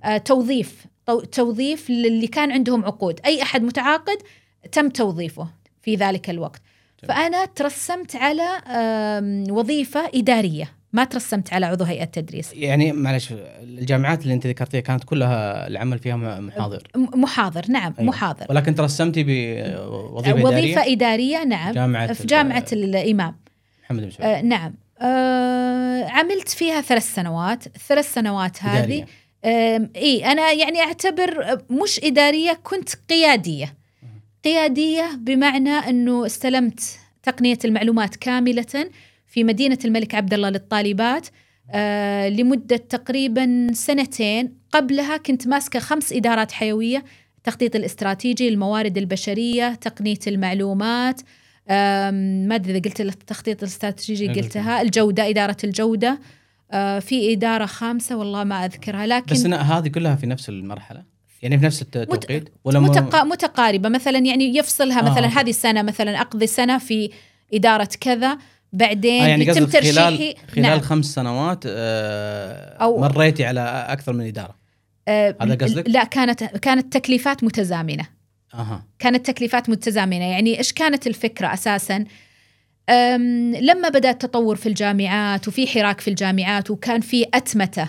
توظيف اللي كان عندهم عقود، أي أحد متعاقد تم توظيفه في ذلك الوقت. فأنا ترسمت على وظيفة إدارية، ما ترسمت على عضو هيئة تدريس. يعني معلش، الجامعات اللي أنت ذكرتيها كانت كلها العمل فيها محاضر. نعم. أيوة. محاضر. ولكن ترسمتي بوظيفة إدارية. نعم. في جامعة الإمام محمد بن سعود. نعم. عملت فيها 3 سنوات. 3 سنوات هذه أنا يعني أعتبر مش إدارية، كنت قيادية بمعنى أنه استلمت تقنية المعلومات كاملة في مدينة الملك عبد الله للطالبات لمدة تقريبا 2 سنين. قبلها كنت ماسكة 5 إدارات حيوية: التخطيط الاستراتيجي، الموارد البشرية، تقنية المعلومات، ما أدري إذا قلت التخطيط الاستراتيجي قلتها، الجودة، إدارة الجودة، في إدارة 5 والله ما أذكرها. لكن بس هذه كلها في نفس المرحلة، يعني في نفس التوقيت ولا متقاربة؟ مثلا يعني يفصلها مثلا هذه السنة مثلا أقضي سنة في إدارة كذا، بعدين يعني يتم ترشيحي خلال نعم. 5 سنوات مريتي على أكثر من إدارة. هذا قصدك؟ لا، كانت تكليفات متزامنة. كانت تكليفات متزامنة. يعني إيش كانت الفكرة أساساً؟ لما بدأ التطور في الجامعات وفي حراك في الجامعات وكان في أتمتة،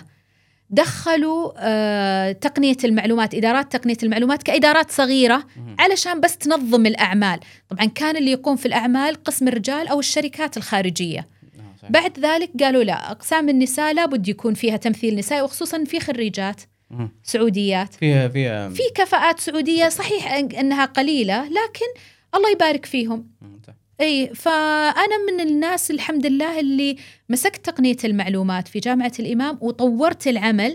دخلوا تقنية المعلومات، إدارات تقنية المعلومات كإدارات صغيرة علشان بس تنظم الأعمال. طبعا كان اللي يقوم في الأعمال قسم الرجال أو الشركات الخارجية. بعد ذلك قالوا لا، أقسام النساء لابد يكون فيها تمثيل نسائي، وخصوصا في خريجات سعوديات، في كفاءات سعودية. صحيح أنها قليلة لكن الله يبارك فيهم. فأنا من الناس الحمد لله اللي مسكت تقنية المعلومات في جامعة الإمام وطورت العمل،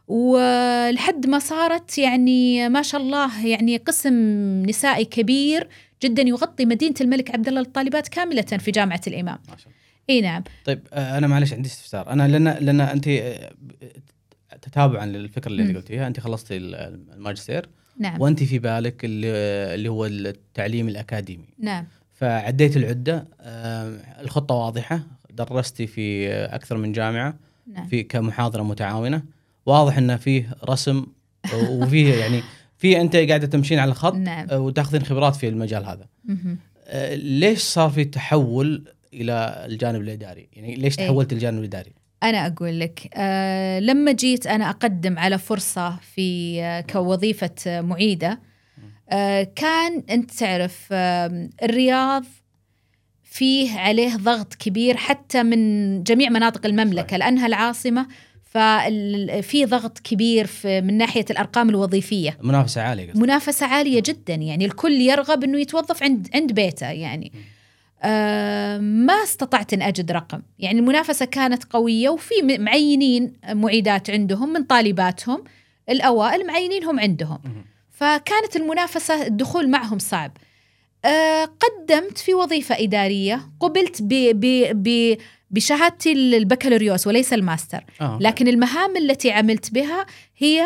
ولحد ما صارت يعني ما شاء الله يعني قسم نسائي كبير جدا يغطي مدينة الملك عبد الله للطالبات كاملة في جامعة الإمام. ما شاء الله. اي نعم. طيب انا معلش عندي استفسار، انا لان انت تتابعا للفكره اللي قلتيها، انت خلصتي الماجستير. نعم. وانت في بالك اللي هو التعليم الاكاديمي. نعم. فعديت العده، الخطه واضحه، درستي في اكثر من جامعه. نعم. في كمحاضره متعاونه، واضح انه فيه رسم وفيه يعني في انت قاعده تمشين على الخط. نعم. وتاخذين خبرات في المجال هذا. ليش صار في تحول الى الجانب الاداري؟ يعني ليش تحولت الجانب الاداري؟ أنا أقول لك، لما جيت أنا أقدم على فرصة في كوظيفة معيدة، كان أنت تعرف الرياض فيه عليه ضغط كبير حتى من جميع مناطق المملكة. صحيح. لأنها العاصمة، ففي ضغط كبير من ناحية الأرقام الوظيفية. منافسة عالية. منافسة عالية جدا، يعني الكل يرغب أنه يتوظف عند بيته يعني. ما استطعت أن أجد رقم، يعني المنافسة كانت قوية، وفي معينين معيدات عندهم من طالباتهم الأوائل معينينهم عندهم، فكانت المنافسة الدخول معهم صعب. قدمت في وظيفة إدارية، قبلت بشهادتي البكالوريوس وليس الماستر. لكن المهام التي عملت بها هي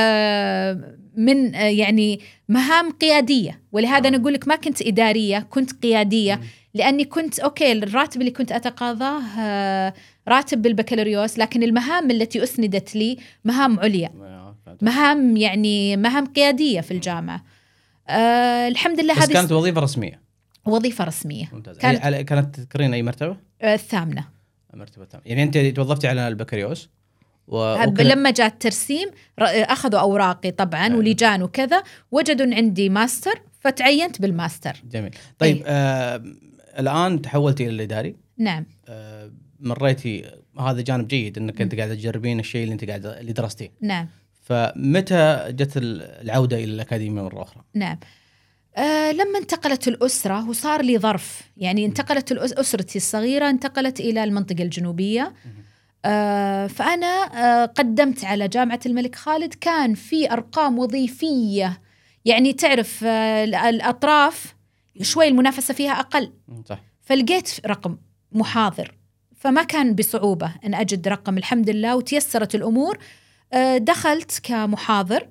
من يعني مهام قيادية، ولهذا أنا أقول لك ما كنت إدارية، كنت قيادية. لأني كنت أوكي، الراتب اللي كنت أتقاضاه راتب بالبكالوريوس، لكن المهام التي أسندت لي مهام عليا، مهام يعني مهام قيادية في الجامعة. الحمد لله. بس كانت وظيفة رسمية. وظيفة رسمية. ممتاز. كانت تذكرين أي مرتبة؟ الثامنة. مرتبة ثامنة. يعني أنت توظفتي على البكالوريوس لما جاء الترسيم أخذوا أوراقي طبعا ولجان وكذا، وجدوا أن عندي ماستر فتعينت بالماستر. جميل. طيب الآن تحولتي إلى الإداري. نعم. مريتي، هذا جانب جيد أنك أنت قاعدة تجربين الشيء اللي أنت قاعدة اللي درستيه. نعم. فمتى جت العودة إلى الأكاديمية مرة أخرى؟ نعم. لما انتقلت الأسرة وصار لي ظرف، يعني انتقلت أسرتي الصغيرة انتقلت إلى المنطقة الجنوبية. فأنا قدمت على جامعة الملك خالد، كان في أرقام وظيفية يعني تعرف الأطراف شوي المنافسة فيها أقل. صح. فلقيت رقم محاضر، فما كان بصعوبة أن أجد رقم الحمد لله، وتيسرت الأمور. دخلت كمحاضر.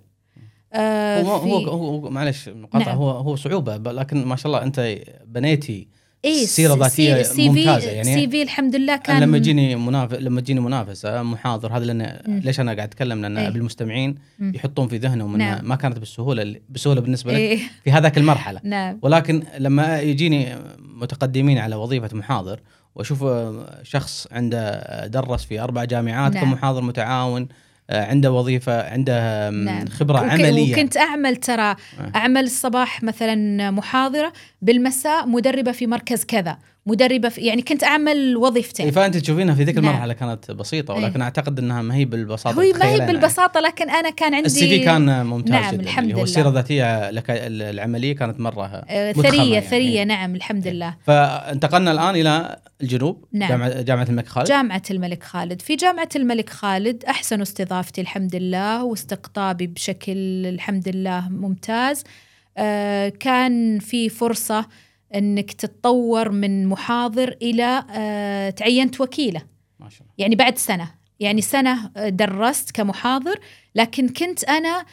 هو معلش مقاطعة. نعم. هو صعوبة، لكن ما شاء الله أنت بنيتي سيرة ذاتية ممتازة. يعني CV الحمد لله كان. لما تجيني منافسة محاضر هذا، لأن ليش أنا قاعد أتكلم، لأن بالمستمعين يحطون في ذهنهم أنها ما كانت بالسهولة بالنسبة لك في هذاك المرحلة. نعم. ولكن لما يجيني متقدمين على وظيفة محاضر وأشوف شخص عنده درس في 4 جامعات كمحاضر متعاون، عنده وظيفة، عنده خبرة عملية. وكنت أعمل أعمل الصباح مثلا محاضرة، بالمساء مدربة في مركز كذا، مدربة في يعني كنت أعمل وظيفتين. فأنت تشوفينها في ذيك المرحلة كانت بسيطة، ولكن أعتقد أنها ما هي بالبساطة. ما هي بالبساطة، لكن أنا كان عندي السي كان ممتاز. نعم جدا. الحمد لله. السيرة الذاتية العملية كانت مرة ثرية. يعني. نعم الحمد لله. فانتقلنا الآن إلى الجنوب. نعم. جامعة الملك خالد. جامعة الملك خالد. في جامعة الملك خالد أحسن استضافتي الحمد لله، واستقطابي بشكل الحمد لله ممتاز. كان في فرصة أنك تتطور من محاضر إلى تعينت وكيلة. ما شاء الله. يعني بعد سنة، يعني سنة درست كمحاضر، لكن كنت أنا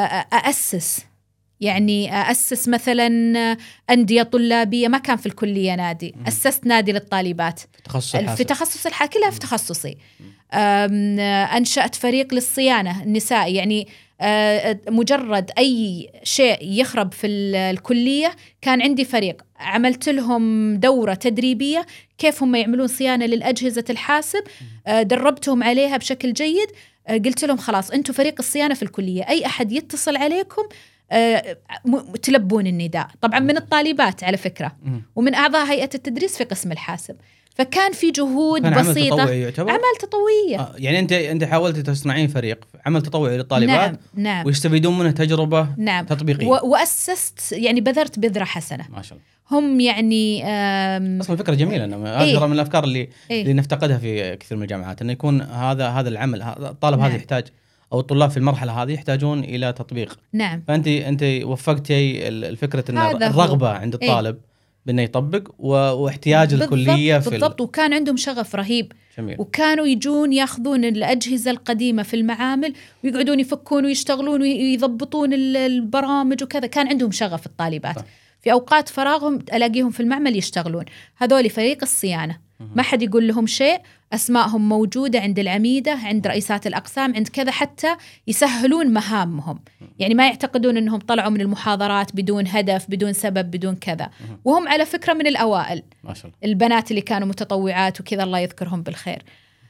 أسس مثلا أندية طلابية، ما كان في الكلية نادي. أسست نادي للطالبات في تخصص كلها في تخصصي. أنشأت فريق للصيانة النسائي، يعني مجرد أي شيء يخرب في الكلية كان عندي فريق. عملت لهم دورة تدريبية كيف هم يعملون صيانة للأجهزة الحاسب، دربتهم عليها بشكل جيد. قلت لهم خلاص أنتوا فريق الصيانة في الكلية، أي أحد يتصل عليكم تلبون النداء. طبعا من الطالبات على فكرة، ومن أعضاء هيئة التدريس في قسم الحاسب. فكان في جهود بسيطة. عمل تطوعية. يعني أنت حاولت تصنعين فريق عمل تطوعي للطالبات. نعم. ويستفيدون منه تجربة. نعم. تطبيقية. وأسست يعني بذرت بذرة حسنة. ما شاء الله. هم يعني أصلا فكرة جميلة. هذه من الأفكار اللي نفتقدها في كثير من الجامعات، أن يكون هذا العمل الطالب هذا يحتاج او الطلاب في المرحله هذه يحتاجون الى تطبيق. نعم. فانت وفقتي الفكره ان الرغبه عند الطالب بانه يطبق واحتياج الكليه بالضبط. وكان عندهم شغف رهيب. جميل. وكانوا يجون ياخذون الاجهزه القديمه في المعامل ويقعدون يفكون ويشتغلون ويضبطون البرامج وكذا. كان عندهم شغف الطالبات. في اوقات فراغهم الاقيهم في المعمل يشتغلون. هذول فريق الصيانه، ما حد يقول لهم شيء، أسمائهم موجودة عند العميدة، عند رئيسات الأقسام، عند كذا، حتى يسهلون مهامهم. يعني ما يعتقدون أنهم طلعوا من المحاضرات بدون هدف، بدون سبب، بدون كذا. وهم على فكرة من الأوائل ما شاء الله. البنات اللي كانوا متطوعات وكذا، الله يذكرهم بالخير.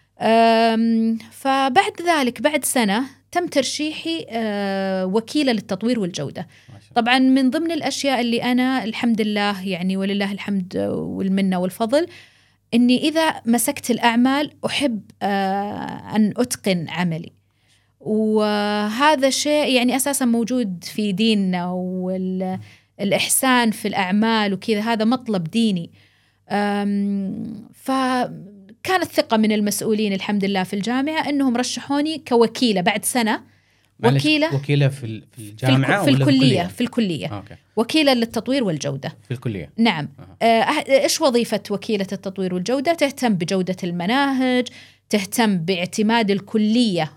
فبعد ذلك بعد سنة تم ترشيحي وكيلة للتطوير والجودة. طبعا من ضمن الأشياء اللي أنا الحمد لله يعني ولله الحمد والمنة والفضل إني إذا مسكت الأعمال أحب أن أتقن عملي، وهذا شيء يعني أساسا موجود في ديننا، والإحسان في الأعمال وكذا هذا مطلب ديني. فكانت ثقة من المسؤولين الحمد لله في الجامعة أنهم رشحوني كوكيلة بعد سنة. وكيلة في الجامعة في الكلية؟ في الكلية. أوكي. وكيلة للتطوير والجودة في الكلية. نعم. إيش وظيفة وكيلة التطوير والجودة؟ تهتم بجودة المناهج، تهتم باعتماد الكلية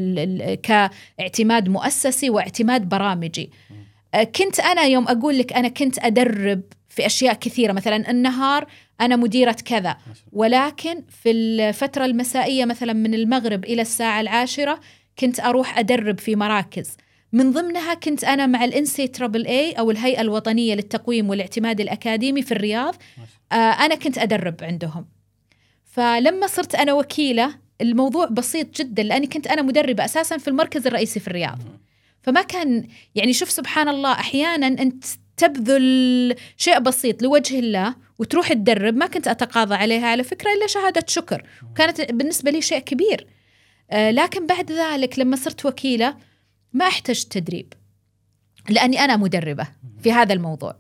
كاعتماد مؤسسي واعتماد برامجي. كنت أنا يوم أقول لك أنا كنت أدرب في أشياء كثيرة، مثلا النهار أنا مديرة كذا، ولكن في الفترة المسائية مثلا من المغرب إلى الساعة 10 كنت أروح أدرب في مراكز. من ضمنها كنت أنا مع NCAA أو الهيئة الوطنية للتقويم والاعتماد الأكاديمي في الرياض. أنا كنت أدرب عندهم. فلما صرت أنا وكيلة الموضوع بسيط جدا، لأني كنت أنا مدربة أساسا في المركز الرئيسي في الرياض. فما كان يعني، شوف سبحان الله، أحيانا أنت تبذل شيء بسيط لوجه الله وتروح تدرب، ما كنت أتقاضى عليها على فكرة إلا شهادة شكر، كانت بالنسبة لي شيء كبير. لكن بعد ذلك لما صرت وكيلة ما احتجت تدريب، لأني أنا مدربة في هذا الموضوع.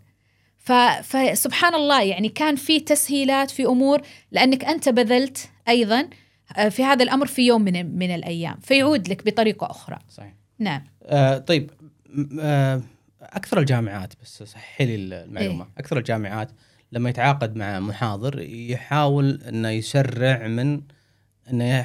فسبحان الله يعني كان في تسهيلات في أمور، لأنك أنت بذلت أيضا في هذا الأمر في يوم من الأيام فيعود لك بطريقة أخرى. صحيح. نعم. طيب أكثر الجامعات، بس صحي لي المعلومة، أكثر الجامعات لما يتعاقد مع محاضر يحاول أنه يسرع من أنه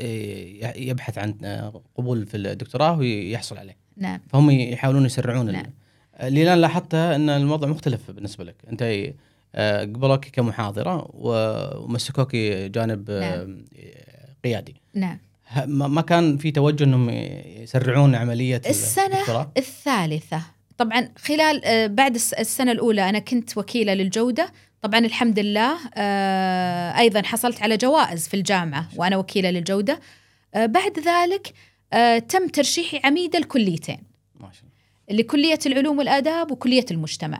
يبحث عن قبول في الدكتوراه ويحصل عليه. نعم. فهم يحاولون يسرعون. نعم. اللي أنا لاحظتها أن الوضع مختلف بالنسبة لك. أنت قبلوك كمحاضرة ومسكوك جانب نعم. قيادي. نعم. ما كان في توجه أنهم يسرعون عملية السنة الدكتوراه؟ الثالثة طبعا خلال بعد السنة الأولى أنا كنت وكيلة للجودة. طبعا الحمد لله أيضا حصلت على جوائز في الجامعة وأنا وكيلة للجودة. بعد ذلك تم ترشيحي عميدة الكليتين، ما شاء الله، لكلية العلوم والآداب وكلية المجتمع.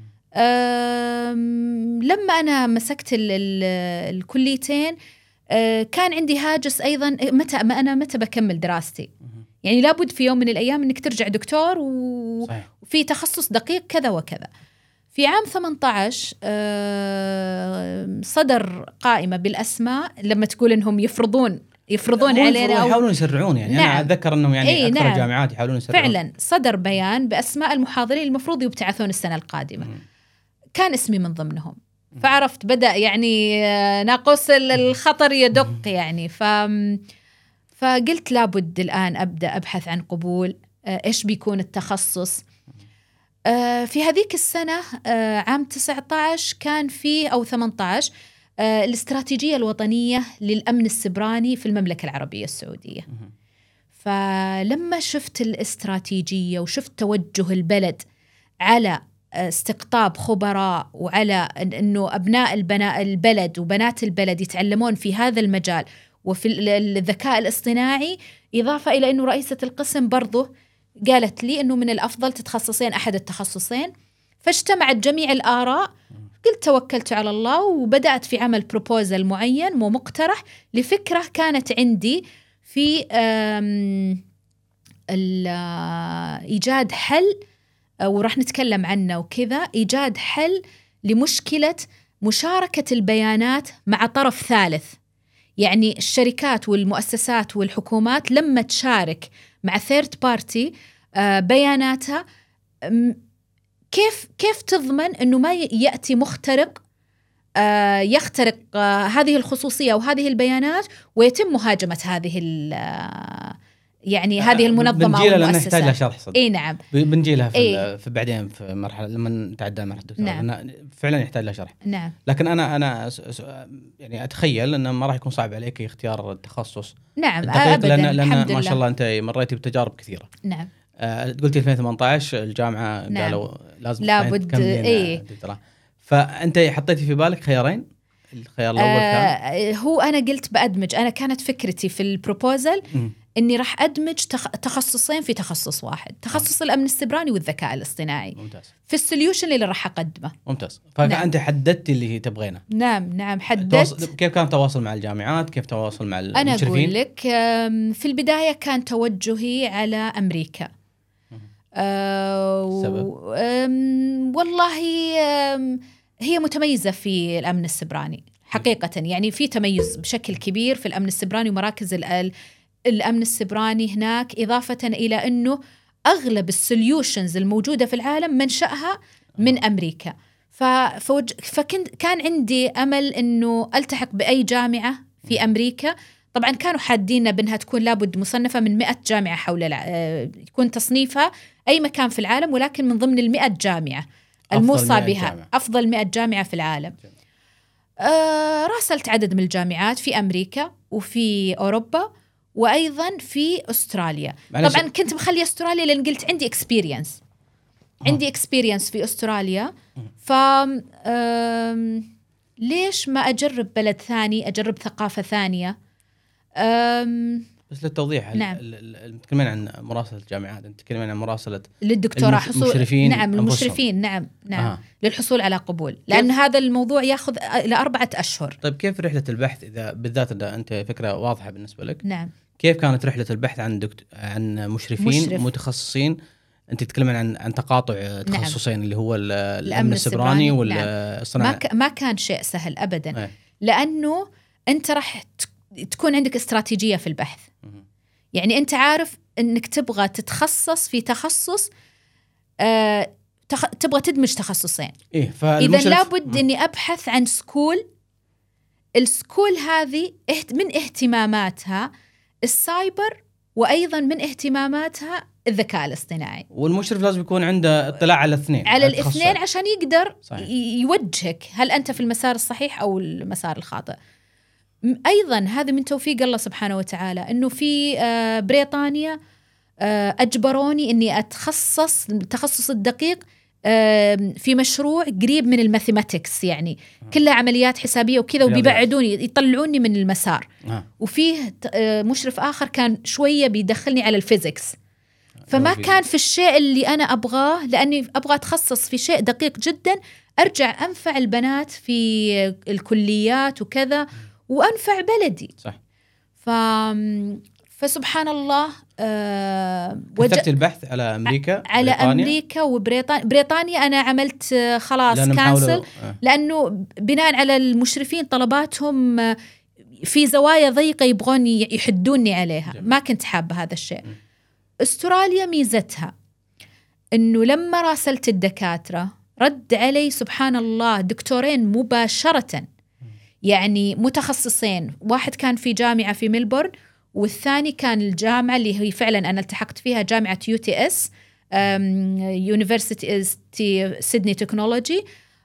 لما أنا مسكت الكليتين كان عندي هاجس أيضا، متى بكمل دراستي؟ يعني لابد في يوم من الأيام أنك ترجع دكتور وفي تخصص دقيق كذا وكذا. في عام 18 صدر قائمة بالأسماء، لما تقول إنهم يفرضون علينا أو يحاولون يسرعون يعني. نعم. أنا أتذكر أنهم يعني أكثر الجامعات يحاولون يسرعون. فعلا صدر بيان بأسماء المحاضرين المفروض يبتعثون السنة القادمة. كان اسمي من ضمنهم. فعرفت بدأ يعني ناقوس الخطر يدق يعني. فقلت لابد الآن أبدأ أبحث عن قبول، إيش بيكون التخصص. في هذيك السنة عام 19 كان في أو 18 الاستراتيجية الوطنية للأمن السبراني في المملكة العربية السعودية. فلما شفت الاستراتيجية وشفت توجه البلد على استقطاب خبراء وعلى أنه أبناء البلد وبنات البلد يتعلمون في هذا المجال وفي الذكاء الاصطناعي، إضافة إلى أنه رئيسة القسم برضه قالت لي أنه من الأفضل تتخصصين أحد التخصصين، فاجتمعت جميع الآراء. قلت توكلت على الله وبدأت في عمل بروبوزل معين ومقترح لفكرة كانت عندي في إيجاد حل، وراح نتكلم عنه وكذا، إيجاد حل لمشكلة مشاركة البيانات مع طرف ثالث. يعني الشركات والمؤسسات والحكومات لما تشارك مع ثيرد بارتي بياناتها، كيف تضمن أنه ما يأتي مخترق يخترق هذه الخصوصية وهذه البيانات ويتم مهاجمة هذه يعني هذه المنظمة أو المؤسسة. نحتاج لها شرح صدق. إي نعم، بنجي في بعدين في مرحلة لما نتعدى مرحلة الدكتوراه. نعم. فعلا يحتاج لها شرح. نعم. لكن أنا يعني أتخيل أنه ما راح يكون صعب عليك اختيار التخصص. نعم أبدا، لأن ما شاء الله أنت مريتي بتجارب كثيرة. نعم. قلتي 2018 الجامعة نعم. قالوا لازم لابد دكتوراه. فأنت حطيتي في بالك خيارين، الخيار الأول كان هو أنا قلت بأدمج، أنا كانت فكرتي في البروبوزل إني راح أدمج تخصصين في تخصص واحد، تخصص الأمن السيبراني والذكاء الاصطناعي. ممتاز. في السوليوشن اللي راح أقدمه. ممتاز. فأنت حددتي اللي تبغينه. نعم حددت. كيف كان التواصل مع الجامعات؟ كيف تواصل مع المشرفين؟ أنا أقول لك في البداية كان توجهي على أمريكا. والله هي متميزة في الأمن السيبراني حقيقة، يعني في تميز بشكل كبير في الأمن السيبراني ومراكز الأمن السيبراني هناك، إضافة إلى أنه أغلب السوليوشنز الموجودة في العالم منشأها من أمريكا. كان عندي أمل أنه ألتحق بأي جامعة في أمريكا. طبعا كانوا حادين بأنها تكون لابد مصنفة من 100 جامعة يكون تصنيفها أي مكان في العالم، ولكن من ضمن 100 جامعة الموصى بها أفضل 100 جامعة في العالم. راسلت عدد من الجامعات في أمريكا وفي أوروبا وأيضا في أستراليا. طبعا كنت مخلي أستراليا لأن قلت عندي experience في أستراليا، ليش ما أجرب بلد ثاني، أجرب ثقافة ثانية. بس للتوضيح، نعم. نتكلمين عن مراسلة الجامعات، نتكلمين عن مراسلة للدكتوراه المشرفين. نعم المشرفين. نعم. للحصول على قبول، لأن هذا الموضوع يأخذ إلى 4 أشهر. طيب كيف رحلة البحث إذا بالذات إذا أنت فكرة واضحة بالنسبة لك؟ نعم. كيف كانت رحلة البحث عن مشرفين متخصصين؟ أنت تتكلمين عن تقاطع تخصصين. نعم. اللي هو الأمن السيبراني والصناعة. ما كان شيء سهل أبدا. لأنه أنت راح تكون عندك استراتيجية في البحث. يعني أنت عارف أنك تبغى تتخصص في تخصص، تبغى تدمج تخصصين. إذا لابد أني أبحث عن السكول هذه من اهتماماتها السايبر، وأيضا من اهتماماتها الذكاء الاصطناعي. والمشرف لازم يكون عنده اطلاع على الاثنين عشان يقدر يوجهك هل أنت في المسار الصحيح أو المسار الخاطئ. أيضا هذا من توفيق الله سبحانه وتعالى، أنه في بريطانيا أجبروني أني أتخصص التخصص الدقيق في مشروع قريب من الماثيماتكس، يعني كلها عمليات حسابية وكذا، وبيبعدوني يطلعوني من المسار. وفيه مشرف آخر كان شوية بيدخلني على الفيزيكس، فما كان في الشيء اللي أنا أبغاه، لأني أبغى أتخصص في شيء دقيق جدا أرجع أنفع البنات في الكليات وكذا وأنفع بلدي. صح. فسبحان الله كتبت البحث على أمريكا، على أمريكا بريطانيا أنا عملت خلاص كانسل، لأنه بناء على المشرفين طلباتهم في زوايا ضيقة يبغون يحدوني عليها. ما كنت حابة هذا الشيء. أستراليا ميزتها أنه لما راسلت الدكاترة رد علي سبحان الله دكتورين مباشرة، يعني متخصصين. واحد كان في جامعة في ميلبورن، والثاني كان الجامعة اللي هي فعلا أنا التحقت فيها جامعة UTS University Sydney Technology.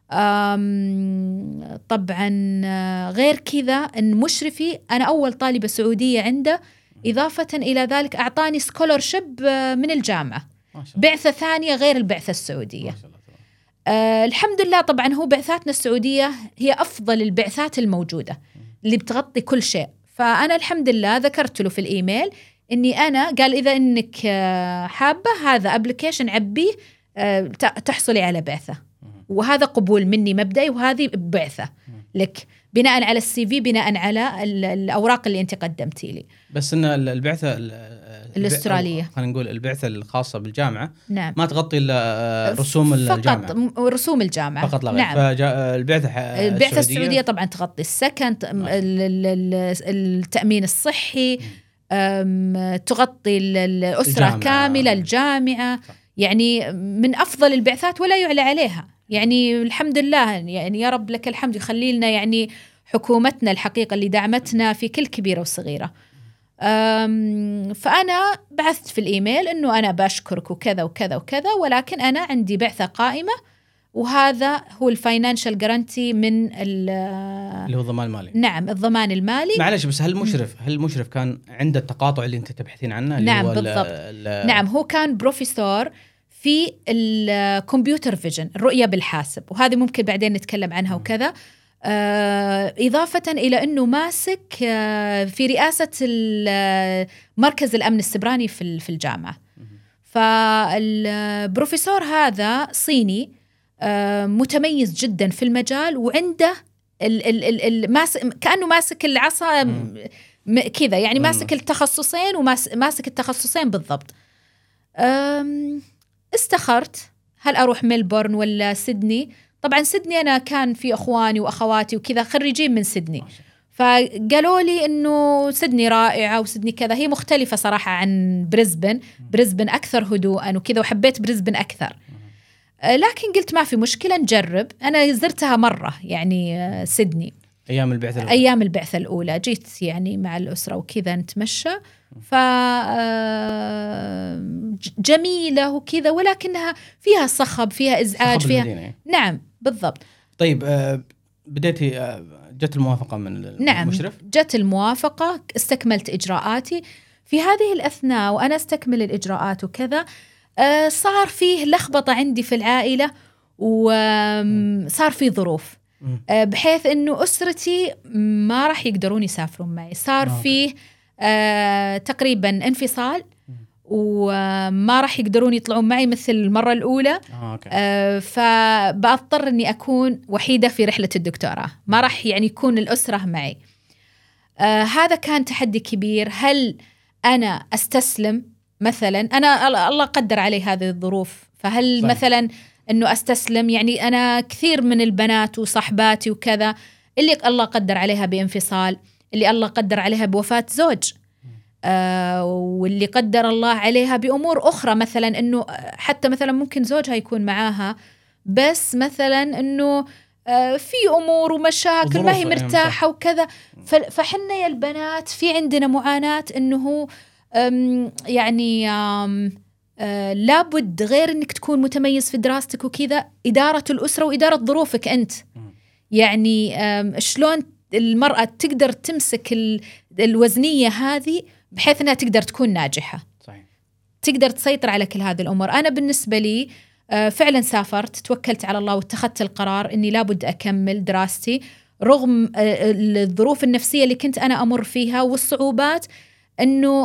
طبعا غير كذا أن مشرفي أنا أول طالبة سعودية عنده، إضافة إلى ذلك أعطاني سكولرشيب من الجامعة، بعثة ثانية غير البعثة السعودية. الحمد لله. طبعا هو بعثاتنا السعودية هي أفضل البعثات الموجودة اللي بتغطي كل شيء. فأنا الحمد لله ذكرت له في الإيميل إني أنا قال إذا إنك حابة هذا أبليكيشن عبيه تحصلي على بعثة، وهذا قبول مني مبدئي، وهذه بعثة لك. بناء على السي في، بناء على الأوراق اللي أنت قدمتي لي. بس إن البعثة الأسترالية، خلينا نقول البعثة الخاصة بالجامعة نعم، ما تغطي إلا رسوم الجامعة فقط، رسوم الجامعة فقط لا غير. نعم. البعثة السعودية طبعا تغطي السكن، التأمين الصحي، تغطي الأسرة كاملة، الجامعة، يعني من أفضل البعثات ولا يعلى عليها. يعني الحمد لله، يعني يا رب لك الحمد، يخلي لنا يعني حكومتنا الحقيقة اللي دعمتنا في كل كبيرة وصغيرة. فأنا بعثت في الإيميل إنه أنا بشكرك وكذا وكذا وكذا، ولكن أنا عندي بعثة قائمة، وهذا هو الفاينانشال جارانتي من اللي هو الضمان المالي. نعم، الضمان المالي. معلش بس هل المشرف كان عنده التقاطع اللي انت تبحثين عنه؟ نعم هو بالضبط. نعم، هو كان بروفيسور في الكمبيوتر فيجن، الرؤية بالحاسب، وهذه ممكن بعدين نتكلم عنها وكذا. إضافة إلى أنه ماسك في رئاسة مركز الأمن السبراني في الجامعة. فالبروفيسور هذا صيني متميز جدا في المجال، وعنده كأنه ماسك العصا كذا، يعني ماسك التخصصين وماسك التخصصين بالضبط. استخرت هل أروح ملبورن ولا سيدني. طبعا سيدني أنا كان في أخواني وأخواتي وكذا خريجين من سيدني، فقالوا لي إنه سيدني رائعة وسيدني كذا، هي مختلفة صراحة عن بريسبن أكثر هدوءا وكذا، وحبيت بريسبن أكثر. لكن قلت ما في مشكلة نجرب. أنا زرتها مرة يعني سيدني أيام البعثة الأولى جيت يعني مع الأسرة وكذا نتمشى، جميلة وكذا، ولكنها فيها صخب، فيها إزعاج، فيها نعم بالضبط. طيب بديتي جت الموافقة من المشرف؟ نعم جت الموافقة، استكملت إجراءاتي. في هذه الأثناء وأنا استكمل الإجراءات وكذا صار فيه لخبطة عندي في العائلة، وصار فيه ظروف بحيث أنه أسرتي ما راح يقدرون يسافرون معي. صار فيه تقريبا انفصال، وما راح يقدرون يطلعون معي مثل المرة الأولى. فبأضطر أني أكون وحيدة في رحلة الدكتوراه، ما راح يعني يكون الأسرة معي. هذا كان تحدي كبير. هل أنا أستسلم مثلا؟ أنا الله قدر علي هذه الظروف، فهل صحيح. مثلا أنه أستسلم؟ يعني أنا كثير من البنات وصحباتي وكذا اللي الله قدر عليها بانفصال، اللي الله قدر عليها بوفاة زوج، واللي قدر الله عليها بأمور أخرى، مثلا أنه حتى مثلا ممكن زوجها يكون معاها، بس مثلا أنه في أمور ومشاكل ما هي مرتاحة وكذا. فحنا يا البنات في عندنا معاناة أنه يعني لابد غير أنك تكون متميز في دراستك وكذا، إدارة الأسرة وإدارة ظروفك أنت. يعني شلون المرأة تقدر تمسك الوزنية هذه بحيث أنها تقدر تكون ناجحة، صحيح. تقدر تسيطر على كل هذه الأمور. أنا بالنسبة لي فعلا سافرت، توكلت على الله واتخذت القرار أني لابد أكمل دراستي رغم الظروف النفسية اللي كنت أنا أمر فيها والصعوبات. أنه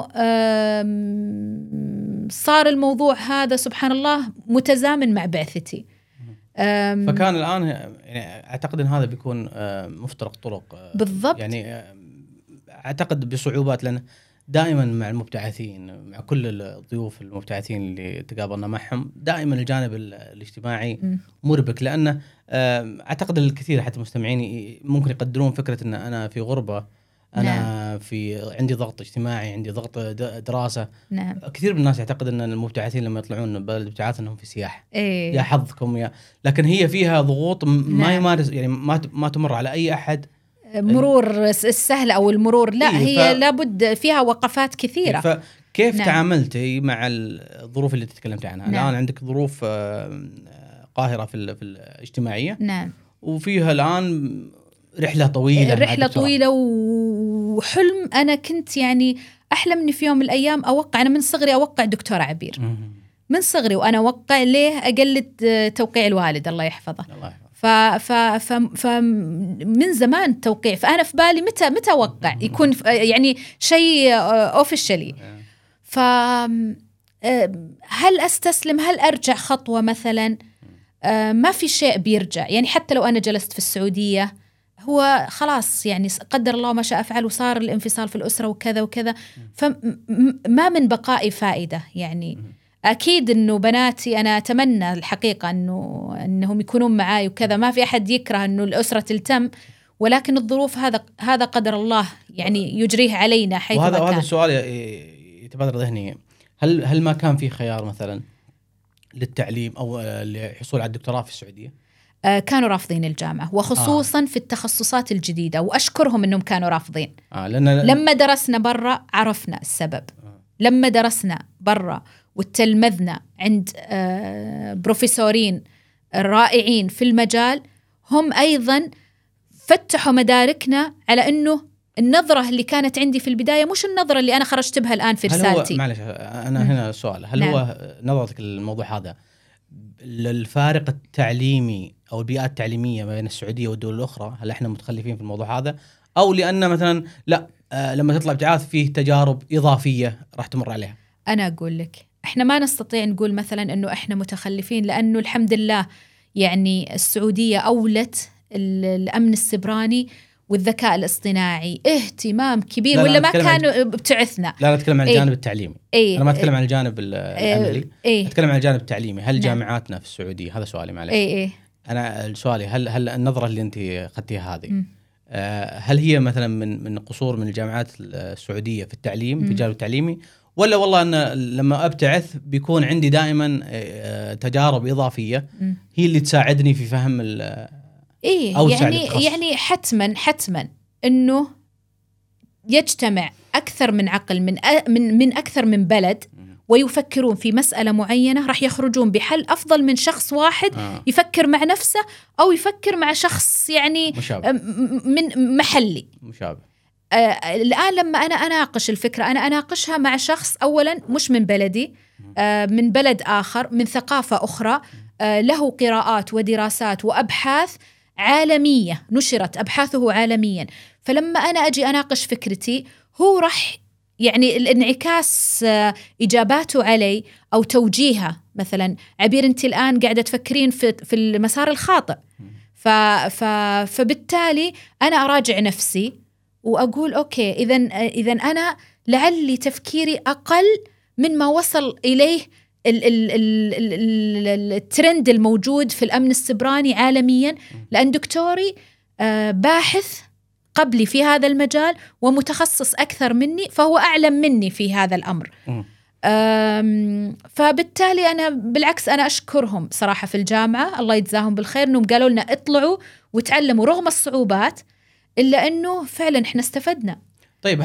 صار الموضوع هذا سبحان الله متزامن مع بعثتي. فكان الآن يعني أعتقد أن هذا بيكون مفترق طرق بالضبط. يعني أعتقد بصعوبات، لأن دائما مع المبتعثين، مع كل الضيوف المبتعثين اللي تقابلنا معهم، دائما الجانب الاجتماعي مربك، لأنه أعتقد الكثير حتى مستمعين ممكن يقدرون فكرة أن أنا في غربة، أنا عندي ضغط اجتماعي، عندي ضغط دراسة. نعم. كثير من الناس يعتقد أن المبتعثين لما يطلعون بلد الابتعاث أنهم في سياحة، إيه. يا حظكم لكن هي فيها ضغوط ما يمارس، يعني ما تمر على أي أحد مرور السهل أو المرور، لا هي لابد فيها وقفات كثيرة. فكيف تعاملتي مع الظروف اللي تتكلمت عنها؟ الآن عندك ظروف قاهرة في الاجتماعية، نعم، وفيها الآن رحلة طويلة وحلم. أنا كنت يعني أحلم أني في يوم من الأيام أوقع، أنا من صغري أوقع دكتورة عبير، من صغري وأنا أوقع. ليه؟ أقلد توقيع الوالد الله يحفظه. فمن زمان توقيع، فأنا في بالي متى أوقع يكون يعني شيء أوفيشلي. فهل أستسلم؟ هل أرجع خطوة مثلا؟ ما في شيء بيرجع. يعني حتى لو أنا جلست في السعودية، هو خلاص يعني قدر الله ما شاء فعل وصار الانفصال في الأسرة وكذا وكذا، فما من بقائي فائدة يعني. أكيد إنه بناتي أنا أتمنى الحقيقة إنهم يكونون معاي وكذا، ما في أحد يكره إنه الأسرة تلتم، ولكن الظروف هذا قدر الله يعني يجريه علينا حيث ما كان. وهذا السؤال يتبادر ذهني، هل ما كان في خيار مثلا للتعليم أو للحصول على الدكتوراه في السعودية؟ كانوا رافضين الجامعة، وخصوصا في التخصصات الجديدة، وأشكرهم أنهم كانوا رافضين. لما درسنا برا عرفنا السبب. لما درسنا برا وتلمذنا عند بروفيسورين رائعين في المجال، هم أيضا فتحوا مداركنا على أنه النظرة اللي كانت عندي في البداية مش النظرة اللي أنا خرجت بها الآن في رسالتي. معلش أنا هنا سؤال، هل هو نظرتك للموضوع هذا الفارق التعليمي أو البيئات التعليمية بين السعودية والدول الأخرى، هل إحنا متخلفين في الموضوع هذا، أو لأن مثلا لا لما تطلع ابتعاث فيه تجارب إضافية راح تمر عليها؟ أنا أقول لك إحنا ما نستطيع نقول مثلا إنه إحنا متخلفين، لأنه الحمد لله يعني السعودية أولت الأمن السيبراني والذكاء الاصطناعي اهتمام كبير، ولا ما كانوا بتعثنا. لا نتكلم عن الجانب التعليمي. أنا ما أتكلم عن الجانب العملي. أتكلم عن الجانب التعليمي. هل جامعاتنا في السعودية، هذا سؤالي معلش. أنا سؤالي هل النظرة اللي أنت أخذتيها هذه هل هي مثلا من قصور من الجامعات السعودية في التعليم في الجانب التعليمي، ولا والله أن لما أبتعث بيكون عندي دائما تجارب إضافية هي اللي تساعدني في فهم يعني حتما إنه يجتمع أكثر من عقل من أكثر من بلد ويفكرون في مسألة معينة، راح يخرجون بحل أفضل من شخص واحد يفكر مع نفسه أو يفكر مع شخص يعني من محلي مشابه. الآن لما أنا أناقش الفكرة، أنا أناقشها مع شخص أولا مش من بلدي، من بلد آخر، من ثقافة أخرى، له قراءات ودراسات وأبحاث عالمية، نشرت أبحاثه عالميا. فلما أنا أجي أناقش فكرتي، هو راح يعني الانعكاس إجاباته علي أو توجيهها، مثلا عبير أنت الآن قاعدة تفكرين في المسار الخاطئ، فبالتالي أنا أراجع نفسي وأقول أوكي إذن أنا لعلي تفكيري أقل من ما وصل إليه الترند الموجود في الأمن السيبراني عالميا، لأن دكتوري باحث قبلي في هذا المجال ومتخصص أكثر مني، فهو أعلم مني في هذا الأمر. فبالتالي أنا بالعكس أنا أشكرهم صراحة في الجامعة، الله يجزاهم بالخير، أنهم قالوا لنا اطلعوا وتعلموا رغم الصعوبات، إلا أنه فعلا إحنا استفدنا. طيب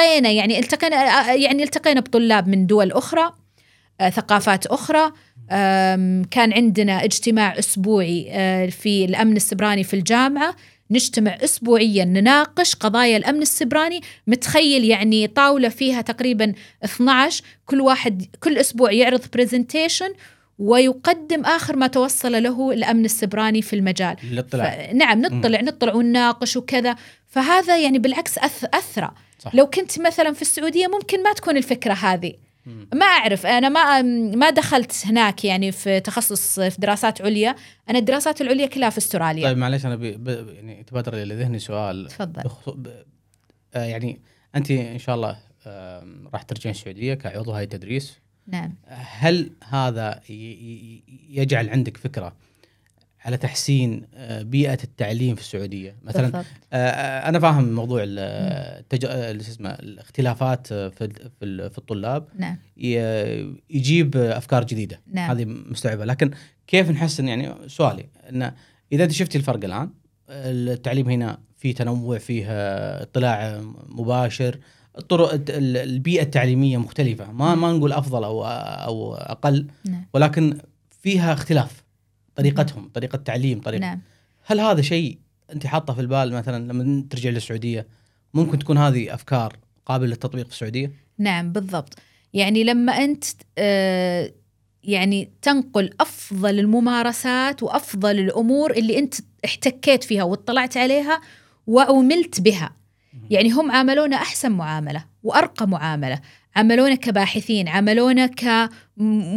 التقينا بطلاب من دول أخرى، ثقافات أخرى. كان عندنا اجتماع أسبوعي في الأمن السيبراني في الجامعة، نجتمع أسبوعيا نناقش قضايا الأمن السيبراني. متخيل يعني طاولة فيها تقريبا 12، كل أسبوع يعرض بريزنتيشن ويقدم آخر ما توصل له الأمن السيبراني في المجال. نعم نطلع ونناقش وكذا. فهذا يعني بالعكس أثرى. لو كنت مثلا في السعودية ممكن ما تكون الفكرة هذه. ما أعرف، أنا ما دخلت هناك يعني في تخصص في دراسات عليا، أنا الدراسات العليا كلها في استراليا. طيب معليش أنا يعني يتبادر إلى ذهني سؤال. تفضل. يعني أنت إن شاء الله راح ترجعين السعودية كعضو هيئة تدريس. نعم. هل هذا يجعل عندك فكرة على تحسين بيئة التعليم في السعودية مثلا؟ أنا فاهم موضوع الاختلافات في الطلاب. نعم. يجيب أفكار جديدة. نعم. هذه مستوعبة، لكن كيف نحسن؟ يعني سؤالي إن إذا أنت شفتي الفرق الآن، التعليم هنا فيه تنوع، فيه اطلاع مباشر، الطرق البيئة التعليمية مختلفة، ما نقول أفضل أو أقل. نعم. ولكن فيها اختلاف طريقتهم، طريقة تعليم، نعم. هل هذا شيء أنت حاطه في البال مثلا لما ترجع للسعودية ممكن تكون هذه أفكار قابلة للتطبيق في السعودية؟ نعم بالضبط. يعني لما أنت يعني تنقل أفضل الممارسات وأفضل الأمور اللي أنت احتكيت فيها واطلعت عليها وعملت بها، يعني هم عاملونا أحسن معاملة وأرقى معاملة، عملونا كباحثين، عملونا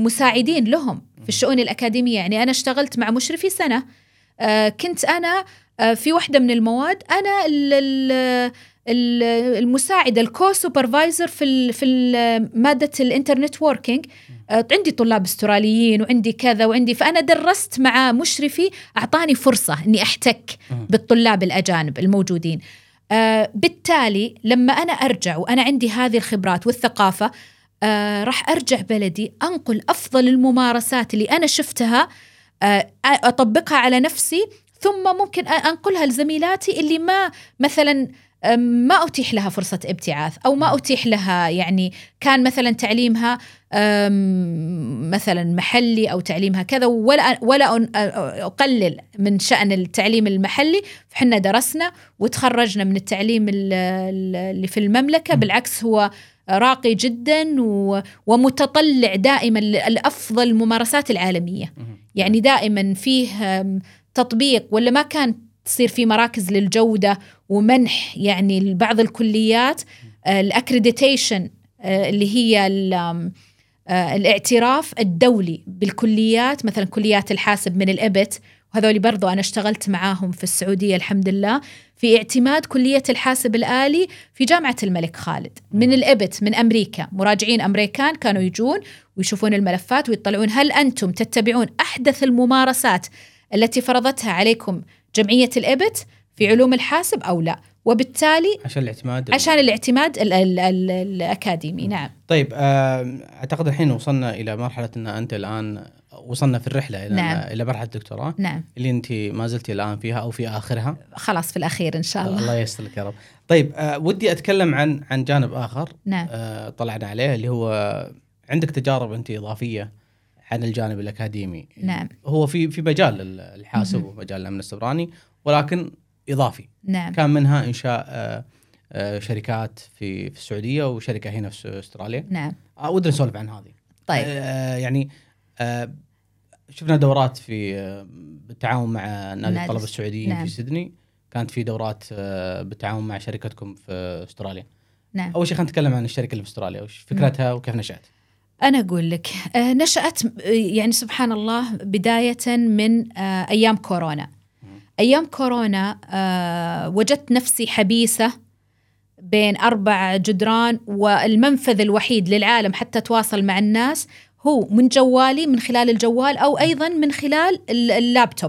كمساعدين لهم في الشؤون الأكاديمية. يعني أنا اشتغلت مع مشرفي سنة، كنت أنا في واحدة من المواد أنا المساعدة الكو-سوبرفايزر في مادة الإنترنت ووركينج. عندي طلاب استراليين وعندي كذا وعندي، فأنا درست مع مشرفي أعطاني فرصة أني أحتك بالطلاب الأجانب الموجودين. بالتالي لما أنا أرجع وأنا عندي هذه الخبرات والثقافة، راح أرجع بلدي أنقل أفضل الممارسات اللي أنا شفتها، أطبقها على نفسي، ثم ممكن أنقلها لزميلاتي اللي مثلا ما أتيح لها فرصة ابتعاث، أو ما أتيح لها يعني كان مثلا تعليمها مثلا محلي أو تعليمها كذا، ولا أقلل من شأن التعليم المحلي. فحنا درسنا وتخرجنا من التعليم اللي في المملكة، بالعكس هو راقي جدا ومتطلع دائما لأفضل الممارسات العالمية. يعني دائما فيه تطبيق، ولا ما كان تصير في مراكز للجودة ومنح يعني بعض الكليات الأكريديتيشن اللي هي الاعتراف الدولي بالكليات، مثلا كليات الحاسب من الإبت، وهذول برضو أنا اشتغلت معاهم في السعودية الحمد لله في اعتماد كلية الحاسب الآلي في جامعة الملك خالد من الإبت من أمريكا. مراجعين أمريكان كانوا يجون ويشوفون الملفات ويطلعون هل أنتم تتبعون أحدث الممارسات التي فرضتها عليكم جمعية الإبت في علوم الحاسب أو لا، وبالتالي عشان الاعتماد الأكاديمي. نعم. طيب أعتقد الحين وصلنا إلى مرحلة أن أنت الآن وصلنا في الرحلة إلى نعم. إلى مرحلة الدكتوراه. نعم. اللي أنت ما زلتي الآن فيها أو في آخرها؟ خلاص في الأخير إن شاء الله. الله ييسر لك يا رب. طيب ودي أتكلم عن جانب آخر. نعم. طلعنا عليه، اللي هو عندك تجارب أنت إضافية عن الجانب الأكاديمي. نعم. هو في مجال الحاسب ومجال الأمن السيبراني، ولكن إضافي. نعم. كان منها إنشاء شركات في السعودية وشركة هنا في أستراليا. نعم. ودنا نسولف عن هذه. طيب. يعني شفنا دورات في بالتعاون مع نادي الطلبة السعوديين. نعم. في سيدني كانت في دورات بالتعاون مع شركتكم في أستراليا. نعم. أول شيء خلينا نتكلم عن الشركة اللي في أستراليا، وش فكرتها وكيف نشأت؟ أنا أقول لك نشأت يعني سبحان الله بداية من أيام كورونا. أيام كورونا وجدت نفسي حبيسة بين 4 جدران، والمنفذ الوحيد للعالم حتى تواصل مع الناس هو من جوالي، من خلال الجوال، أو أيضا من خلال اللابتوب.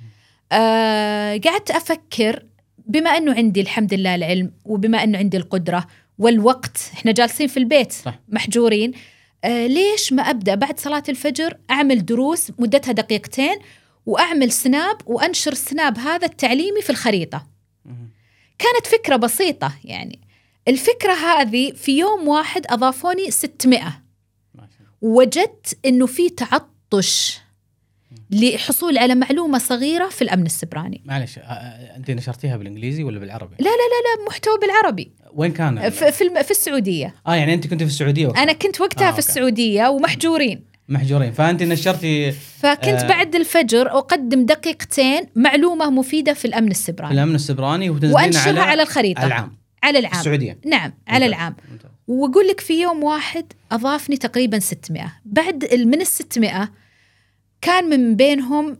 قعدت أفكر بما أنه عندي الحمد لله العلم، وبما أنه عندي القدرة والوقت، إحنا جالسين في البيت صح. محجورين، ليش ما أبدأ بعد صلاة الفجر أعمل دروس مدتها 2 دقيقة وأعمل سناب وأنشر السناب هذا التعليمي في الخريطة. كانت فكرة بسيطة يعني. الفكرة هذه في يوم واحد أضافوني 600. وجدت أنه في تعطش لحصول على معلومة صغيرة في الأمن السيبراني. معلش أنت نشرتيها بالإنجليزي ولا بالعربي؟ لا محتوى بالعربي. وين كان؟ في السعودية. يعني أنت كنت في السعودية وقتها؟ أنا كنت وقتها في السعودية ومحجورين، فأنت نشرتي. فكنت بعد الفجر أقدم 2 دقيقة معلومة مفيدة في الأمن السيبراني وأنشرها على الخريطة على العام السعودية. نعم على العام. وأقول لك في يوم واحد أضافني تقريبا 600. بعد من 600 كان من بينهم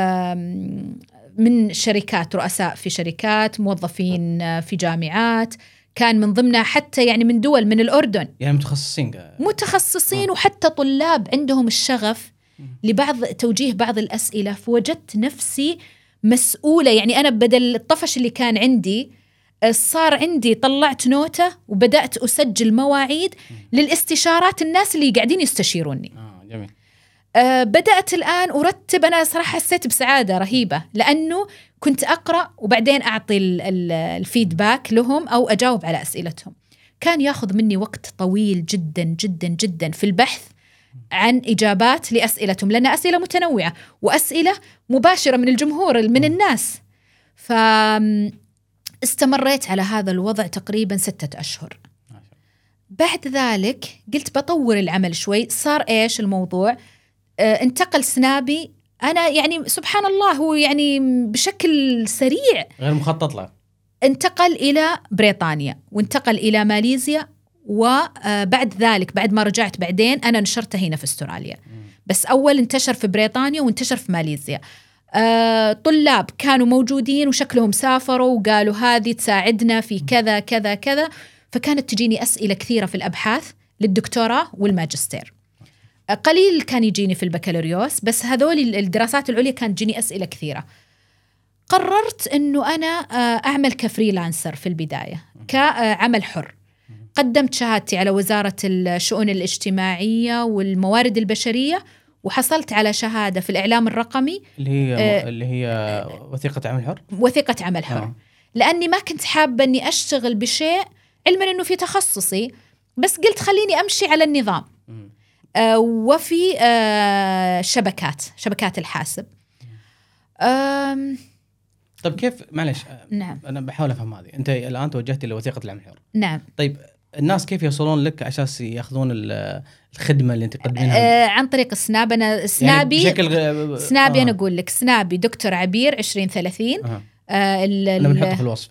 من شركات، رؤساء في شركات، موظفين في جامعات، كان من ضمنها حتى يعني من دول من الأردن، يعني متخصصين وحتى طلاب عندهم الشغف توجيه بعض الأسئلة. فوجدت نفسي مسؤولة، يعني أنا بدل الطفش اللي كان عندي صار عندي، طلعت نوتة وبدأت أسجل مواعيد للاستشارات الناس اللي قاعدين يستشيروني. جميل. بدأت الآن أرتب. أنا صراحة حسيت بسعادة رهيبة، لأنه كنت أقرأ وبعدين أعطي الفيدباك لهم أو أجاوب على أسئلتهم. كان يأخذ مني وقت طويل جدا جدا جدا في البحث عن إجابات لأسئلتهم، لأن أسئلة متنوعة وأسئلة مباشرة من الجمهور من الناس. فاستمريت على هذا الوضع تقريبا 6 أشهر. بعد ذلك قلت بطور العمل شوي. صار إيش الموضوع؟ انتقل سنابي أنا يعني سبحان الله هو يعني بشكل سريع غير مخطط له، انتقل إلى بريطانيا وانتقل إلى ماليزيا. وبعد ذلك بعد ما رجعت بعدين أنا نشرته هنا في أستراليا، بس أول انتشر في بريطانيا وانتشر في ماليزيا. طلاب كانوا موجودين وشكلهم سافروا وقالوا هذه تساعدنا في كذا كذا كذا، فكانت تجيني أسئلة كثيرة في الأبحاث للدكتوراه والماجستير. قليل كان يجيني في البكالوريوس، بس هذول الدراسات العليا كانت تجيني أسئلة كثيرة. قررت أنه أنا أعمل كفريلانسر في البداية كعمل حر. قدمت شهادتي على وزارة الشؤون الاجتماعية والموارد البشرية، وحصلت على شهادة في الإعلام الرقمي اللي هي وثيقة عمل حر. وثيقة عمل حر. لأني ما كنت حابة أني أشتغل بشيء علما أنه في تخصصي، بس قلت خليني أمشي على النظام. وفي شبكات الحاسب. طيب كيف، معلش نعم. أنا بحاول أفهم هذه. أنت الآن توجهت لوثيقة العمل الحر. نعم. طيب الناس كيف يوصلون لك عشان ياخذون الخدمة اللي أنت تقدمينها؟ عن طريق السناب. أنا سنابي يعني سنابي أنا أقول لك سنابي دكتور عبير 2030. أنا بنحطه في الوصف.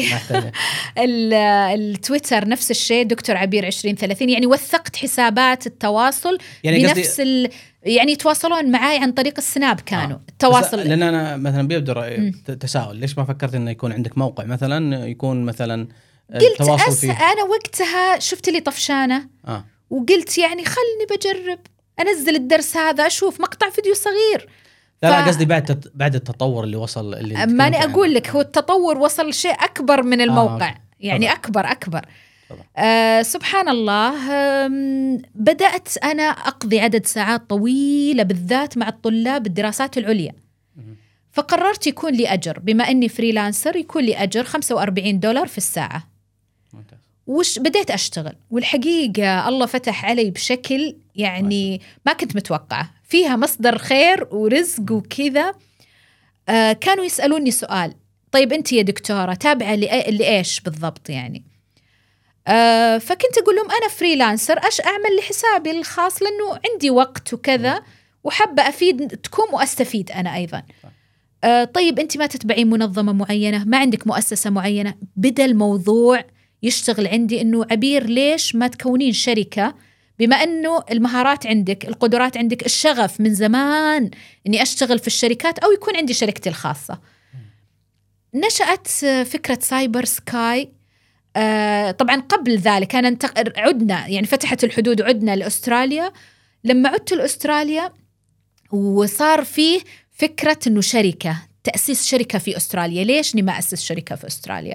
التويتر نفس الشيء دكتور عبير 2030. يعني وثقت حسابات التواصل يعني بنفس يعني يتواصلون معي عن طريق السناب كانوا التواصل. لأن أنا مثلا بيبدأ تساؤل ليش ما فكرت إنه يكون عندك موقع مثلا يكون مثلا قلت فيه. أنا وقتها شفت لي طفشانة وقلت يعني خلني بجرب أنزل الدرس هذا أشوف مقطع فيديو صغير. لا قصدي بعد التطور اللي وصل اللي ماني أقول لك هو التطور وصل شيء أكبر من الموقع. يعني أكبر. سبحان الله. بدأت أنا أقضي عدد ساعات طويلة بالذات مع الطلاب الدراسات العليا. فقررت يكون لي أجر، بما أني فريلانسر يكون لي أجر $45 في الساعة. وش بديت أشتغل، والحقيقة الله فتح علي بشكل يعني ما كنت متوقعة، فيها مصدر خير ورزق وكذا. كانوا يسألوني سؤال، طيب أنت يا دكتورة تابعة لإيش بالضبط يعني؟ فكنت أقول لهم أنا فريلانسر أعمل لحسابي الخاص لأنه عندي وقت وكذا وحابة أفيدكم وأستفيد أنا أيضا. طيب أنت ما تتبعين منظمة معينة، ما عندك مؤسسة معينة؟ بدأ الموضوع يشتغل عندي إنه عبير ليش ما تكونين شركة، بما أنه المهارات عندك، القدرات عندك، الشغف من زمان إني أشتغل في الشركات أو يكون عندي شركتي الخاصة. نشأت فكرة سايبر سكاي. طبعا قبل ذلك أنا عدنا يعني فتحت الحدود وعدنا لأستراليا. لما عدت لأستراليا وصار فيه فكرة إنه شركة، تأسيس شركة في أستراليا. ليش ما أسس شركة في أستراليا؟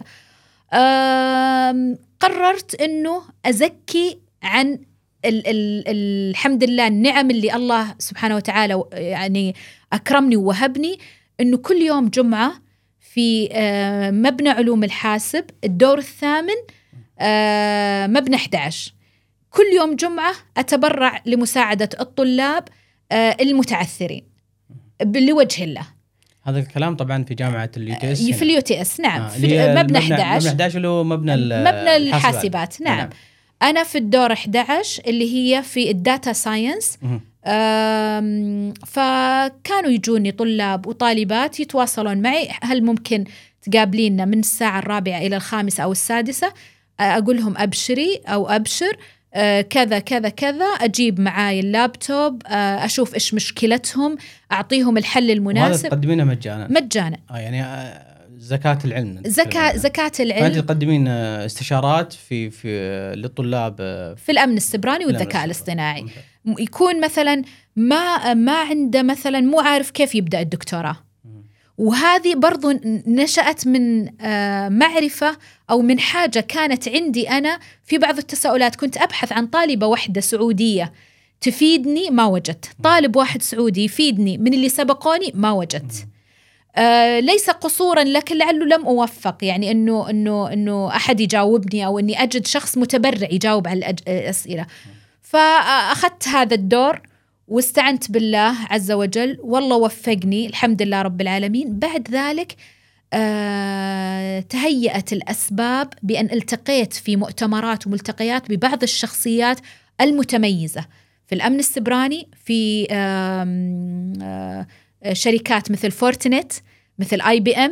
قررت إنه أزكي عن الحمد لله النعم اللي الله سبحانه وتعالى يعني أكرمني ووهبني، إنه كل يوم جمعة في مبنى علوم الحاسب الدور الثامن مبنى 11 كل يوم جمعة أتبرع لمساعدة الطلاب المتعثرين لوجه الله. هذا الكلام طبعا في جامعة اليوتيس. في اليوتيس نعم. في مبنى 11. مبنى 11 اللي هو مبنى الحاسبات. نعم. أنا في الدور 11 اللي هي في الداتا ساينس. فكانوا يجوني طلاب وطالبات يتواصلون معي، هل ممكن تقابلينا من الساعة 4 إلى 5 أو 6؟ أقول لهم أبشري أو أبشر، كذا كذا كذا، أجيب معاي اللابتوب، أشوف إيش مشكلتهم، أعطيهم الحل المناسب. وهذا تقدمينه مجانا. يعني زكاة العلم. زكاة العلم. فأنت تقدمين استشارات في للطلاب في الأمن السبراني والذكاء الاصطناعي. يكون مثلا ما عنده مثلا مو عارف كيف يبدأ الدكتوراه، وهذه برضو نشأت من معرفة أو من حاجة كانت عندي أنا في بعض التساؤلات. كنت أبحث عن طالبة واحدة سعودية تفيدني، ما وجدت. طالب واحد سعودي يفيدني من اللي سبقوني، ما وجدت. ليس قصورا لكن لعله لم أوفق، يعني إنه أحد يجاوبني أو إني أجد شخص متبرع يجاوب على الأسئلة. فأخذت هذا الدور واستعنت بالله عز وجل، والله وفقني الحمد لله رب العالمين. بعد ذلك تهيأت الأسباب بأن التقيت في مؤتمرات وملتقيات ببعض الشخصيات المتميزة في الأمن السبراني، في شركات مثل فورتنت، مثل IBM،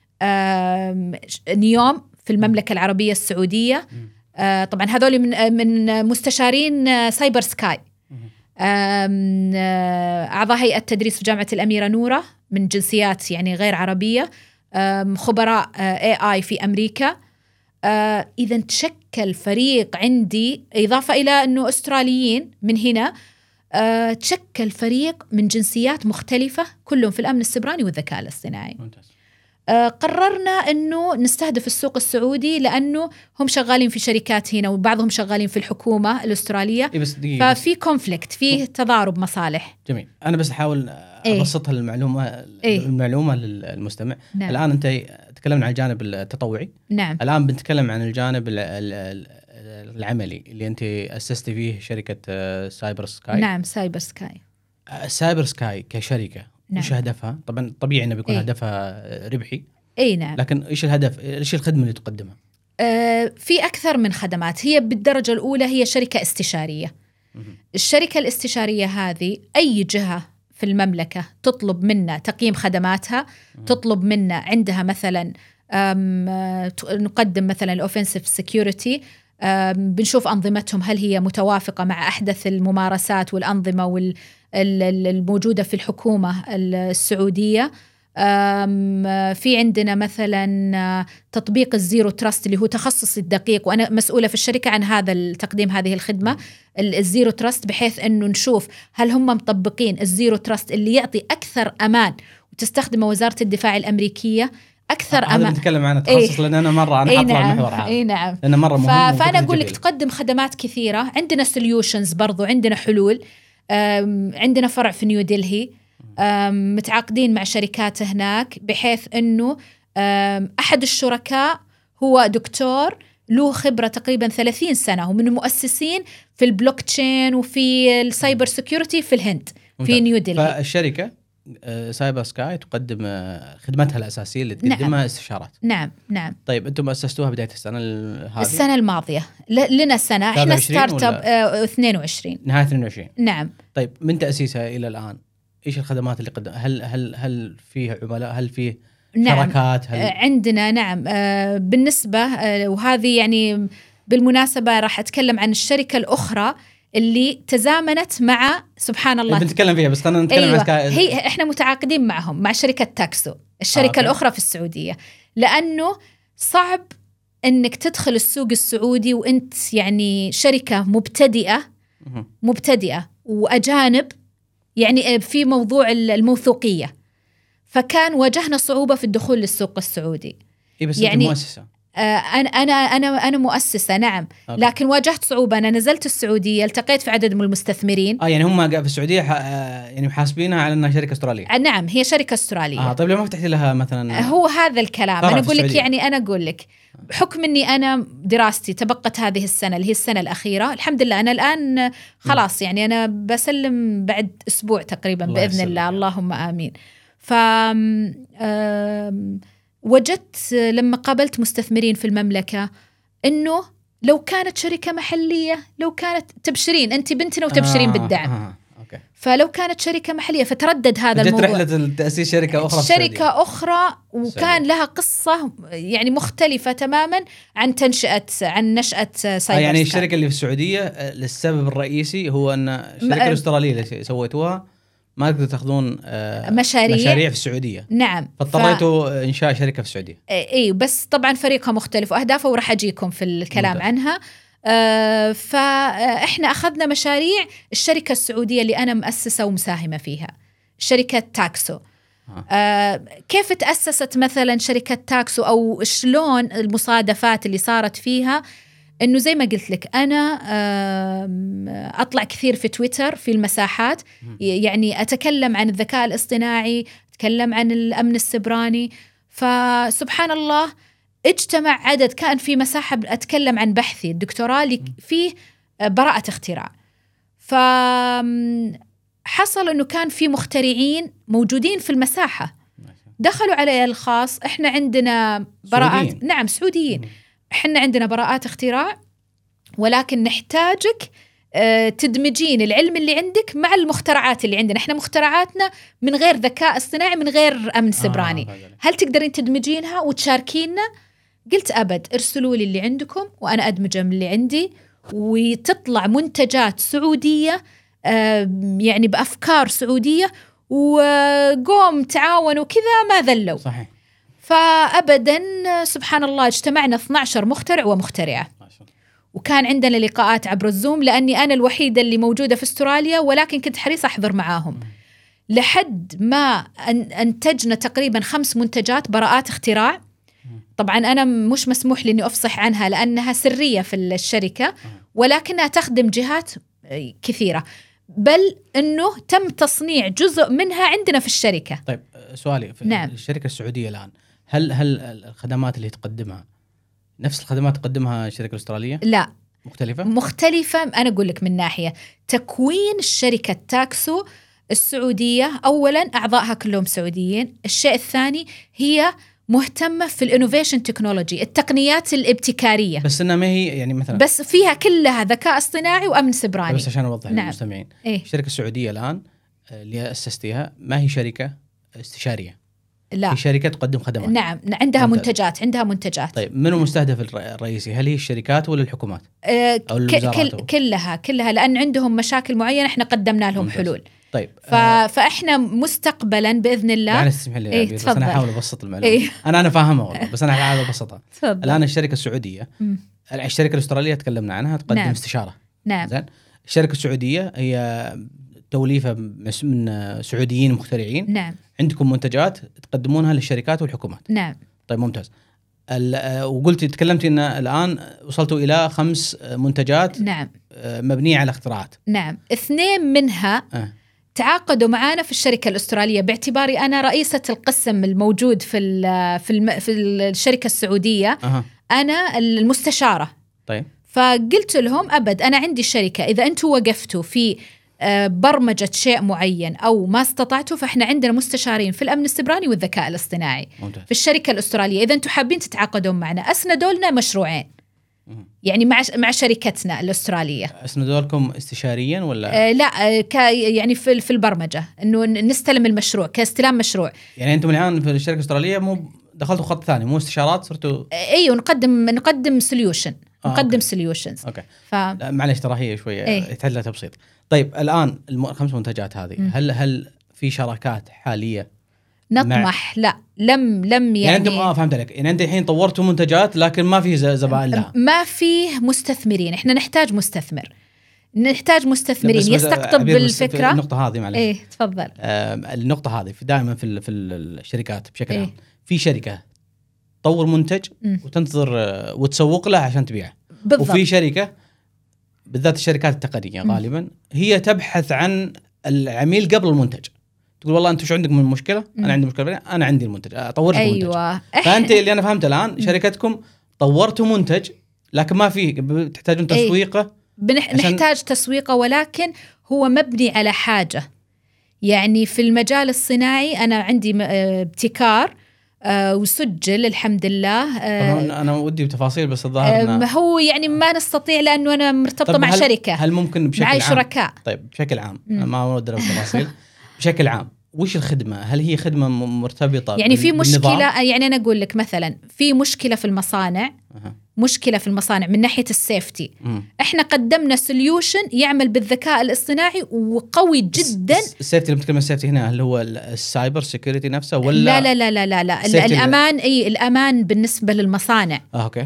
نيوم في المملكة العربية السعودية. طبعا هذول من مستشارين سايبر سكاي. أعضاء هيئة تدريس في جامعة الأميرة نورة من جنسيات يعني غير عربية، خبراء AI في أمريكا. إذا تشكل فريق عندي، إضافة إلى أنه أستراليين من هنا، تشكل فريق من جنسيات مختلفة كلهم في الأمن السبراني والذكاء الاصطناعي. قررنا أنه نستهدف السوق السعودي لأنه هم شغالين في شركات هنا وبعضهم شغالين في الحكومة الأسترالية، ففي كونفليكت، فيه تضارب مصالح. جميل. أنا بس أحاول أبسطها المعلومة للمستمع. نعم. الآن أنت تكلمنا عن الجانب التطوعي. نعم. الآن بنتكلم عن الجانب العملي اللي أنت أسستي فيه شركة سايبر سكاي. نعم، سايبر سكاي. سايبر سكاي كشركة نعم. وش هدفها؟ طبعا طبيعي انه بيكون هدفها ربحي. نعم. لكن ايش الهدف؟ ايش الخدمه اللي تقدمها؟ في اكثر من خدمات. هي بالدرجه الاولى هي شركه استشاريه. الشركه الاستشاريه هذه اي جهه في المملكه تطلب منا تقييم خدماتها، تطلب منا، عندها مثلا نقدم مثلا الاوفنسيف سيكيورتي، بنشوف انظمتهم هل هي متوافقه مع احدث الممارسات والانظمه الموجودة في الحكومة السعودية. في عندنا مثلا تطبيق الزيرو تراست اللي هو تخصصي الدقيق، وأنا مسؤولة في الشركة عن هذا تقديم هذه الخدمة الزيرو تراست، بحيث أنه نشوف هل هم مطبقين الزيرو تراست اللي يعطي أكثر أمان، وتستخدم وزارة الدفاع الأمريكية أكثر أمان. نتكلم عن التخصص لأن أنا مرة حاطة المحور هذا. نعم. لأنه مرة مهم. فأنا أقول لك تقدم خدمات كثيرة. عندنا سوليوشنز برضو، عندنا حلول. عندنا فرع في نيو دلهي، متعاقدين مع شركات هناك، بحيث أنه أحد الشركاء هو دكتور له خبرة تقريبا 30 سنة، ومن المؤسسين في البلوك تشين وفي السايبر سيكيورتي في الهند في نيو دلهي. فالشركة سايبر سكاي تقدم خدماتها الأساسية اللي تقدمها. نعم. استشارات. نعم نعم. طيب أنتم أسستوها بداية السنة هذه؟ السنة الماضية لنا سنة، إحنا ستارت اب 22. نهاية 22. نعم. طيب من تأسيسها إلى الآن إيش الخدمات اللي قدم؟ هل فيه عملاء؟ هل فيه شركات؟ عندنا نعم. بالنسبة وهذه يعني بالمناسبة راح أتكلم عن الشركة الأخرى اللي تزامنت مع، سبحان الله بنتكلم فيها، بس خلينا نتكلم. أيوة. احنا متعاقدين معهم مع شركة تاكسو، الشركة الأخرى في السعودية، لأنه صعب أنك تدخل السوق السعودي وأنت يعني شركة مبتدئة وأجانب، يعني في موضوع الموثوقية، فكان واجهنا صعوبة في الدخول للسوق السعودي. بس يعني مؤسسة. أنا مؤسسة نعم. أوكي. لكن واجهت صعوبة. أنا نزلت السعودية، التقيت في عدد من المستثمرين. يعني هم في السعودية يعني محاسبينها على أنها شركة أسترالية. نعم، هي شركة أسترالية. طيب ليه ما فتحت لها مثلا؟ هو هذا الكلام أنا أقول لك. يعني أنا أقول لك بحكم أني أنا دراستي تبقت هذه السنة اللي هي السنة الأخيرة، الحمد لله أنا الآن خلاص يعني أنا بسلم بعد أسبوع تقريبا بإذن الله. اللهم آمين. وجدت لما قابلت مستثمرين في المملكة أنه لو كانت شركة محلية، لو كانت تبشرين أنت بنتنا وتبشرين بالدعم. أوكي. فلو كانت شركة محلية، فتردد هذا الموضوع. جت رحلة تأسيس شركة أخرى وكان لها قصة يعني مختلفة تماما عن نشأة سايبر. يعني الشركة اللي في السعودية السبب الرئيسي هو أن الشركة الأسترالية اللي سويتوها ما تقدروا تاخذون مشاريع في السعودية. نعم. فاضطريتوا إنشاء شركة في السعودية. إيه، بس طبعا فريقها مختلف وأهدافه، وراح أجيكم في الكلام عنها. فإحنا أخذنا مشاريع الشركة السعودية اللي أنا مؤسسة ومساهمة فيها، شركة تاكسو. كيف تأسست مثلا شركة تاكسو، أو شلون المصادفات اللي صارت فيها؟ إنه زي ما قلت لك أنا أطلع كثير في تويتر في المساحات، يعني أتكلم عن الذكاء الاصطناعي، أتكلم عن الأمن السبراني. فسبحان الله اجتمع عدد، كان في مساحة أتكلم عن بحثي الدكتوراه اللي فيه براءة اختراع. فحصل أنه كان في مخترعين موجودين في المساحة، دخلوا علي الخاص. إحنا عندنا براءات سعوديين. نعم سعوديين. إحنا عندنا براءات اختراع، ولكن نحتاجك تدمجين العلم اللي عندك مع المخترعات اللي عندنا. إحنا مخترعاتنا من غير ذكاء اصطناعي، من غير أمن سبراني. هل تقدرين تدمجينها وتشاركيننا؟ قلت أبد، ارسلوا لي اللي عندكم وأنا أدمجه من اللي عندي، وتطلع منتجات سعودية يعني بأفكار سعودية، وقوم تعاونوا كذا ما ذلوا. صحيح. فأبدا سبحان الله اجتمعنا 12 مخترع ومخترعة، وكان عندنا لقاءات عبر الزوم، لأني أنا الوحيدة اللي موجودة في أستراليا، ولكن كنت حريصة أحضر معاهم لحد ما أنتجنا تقريبا 5 منتجات براءات اختراع. طبعا أنا مش مسموح لي أني أفصح عنها لأنها سرية في الشركة، ولكنها تخدم جهات كثيرة، بل أنه تم تصنيع جزء منها عندنا في الشركة. طيب سؤالي في نعم. الشركة السعودية الآن، هل الخدمات اللي تقدمها نفس الخدمات تقدمها الشركة الأسترالية؟ لا، مختلفة. أنا أقول لك من ناحية تكوين الشركة تاكسو السعودية، أولا أعضائها كلهم سعوديين. الشيء الثاني هي مهتمة في الانوفيشن تكنولوجي، التقنيات الابتكارية، بس إنها ما هي يعني مثلا بس فيها كلها ذكاء اصطناعي وأمن سبراني. بس عشان أوضح نعم. للمستمعين، إيه؟ الشركة السعودية الآن اللي أسستيها ما هي شركة استشارية، لا، هي شركة تقدم خدمات. نعم، عندها منتجات. طيب من المستهدف الرئيسي؟ هل هي الشركات ولا الحكومات؟ أو كلها، لأن عندهم مشاكل معينة احنا قدمنا لهم ممتاز. حلول. طيب فإحنا مستقبلا بإذن الله. يعني تسمح لي إيه؟ بس أنا أحاول أبسط المعلومة. إيه؟ أنا فاهمها والله، بس أنا أحاول أبسطها. الآن الشركة السعودية، مم. الشركة الأسترالية تكلمنا عنها تقدم نعم. استشارة. نعم. زين. الشركة السعودية هي توليفة من سعوديين مخترعين. نعم. عندكم منتجات تقدمونها للشركات والحكومات. نعم. طيب ممتاز. وقلتي تكلمتي إن الآن وصلتوا إلى 5 منتجات. نعم. مبنية على اختراعات. نعم. 2 منها تعاقدوا معنا في الشركة الأسترالية، باعتباري أنا رئيسة القسم الموجود في الشركة السعودية. أنا المستشارة. طيب. فقلت لهم أبد، أنا عندي شركة، إذا أنتوا وقفتوا في برمجة شيء معين أو ما استطعتوا، فإحنا عندنا مستشارين في الأمن السبراني والذكاء الاصطناعي في الشركة الأسترالية. إذا أنتوا حابين تتعاقدون معنا، أسندوا لنا مشروعين يعني مع شركتنا الأسترالية. أسندوا لكم استشاريا ولا؟ لا، يعني في البرمجة، إنه نستلم المشروع كاستلام مشروع. يعني أنتم الآن في الشركة الأسترالية مو دخلتوا خط ثاني، مو استشارات، صرتوا أيوة نقدم سوليوشن. نقدم سوليوشنز. اوكي. معلش ترى هي شويه يحتاج لها تبسيط. طيب الان 5 منتجات هذه هل في شراكات حاليه نطمح؟ لا، لم يعني انتم فهمت عليك، يعني انت الحين طورتوا منتجات لكن ما في زبائن لها، ما فيه مستثمرين. احنا نحتاج مستثمرين يستقطب الفكره. النقطه هذه معلش تفضل. النقطه هذه دائما في الشركات بشكل عام، في شركه تطور منتج وتنتظر وتسوق له عشان تبيعه، وفي شركة بالذات الشركات التقنية غالبا هي تبحث عن العميل قبل المنتج. تقول والله أنتم شو عندكم من مشكلة؟ أنا عندي مشكلة، أنا عندي المنتج، أطور لكم أيوة. منتج. فأنت اللي أنا فهمت الآن شركتكم طورتوا منتج لكن ما فيه، تحتاجون تسويقه. نحتاج تسويقه، ولكن هو مبني على حاجة. يعني في المجال الصناعي أنا عندي ابتكار وسجل الحمد لله. أنا ودي بتفاصيل بس الظاهر هو يعني ما نستطيع لأنه أنا مرتبطة مع شركة. هل ممكن بشكل عام؟ معي شركاء. طيب بشكل عام ما ودي بالتفاصيل. بشكل عام وش الخدمة؟ هل هي خدمة مرتبطة يعني في مشكلة؟ يعني أنا أقول لك مثلا في مشكلة في المصانع. مشكلة في المصانع من ناحية السيفتي. احنا قدمنا سوليوشن يعمل بالذكاء الاصطناعي وقوي جدا. السيفتي اللي بتكلم السيفتي هنا هل هو السايبر سيكوريتي نفسه ولا؟ لا لا لا لا لا الأمان. الأمان بالنسبة للمصانع. اوكي.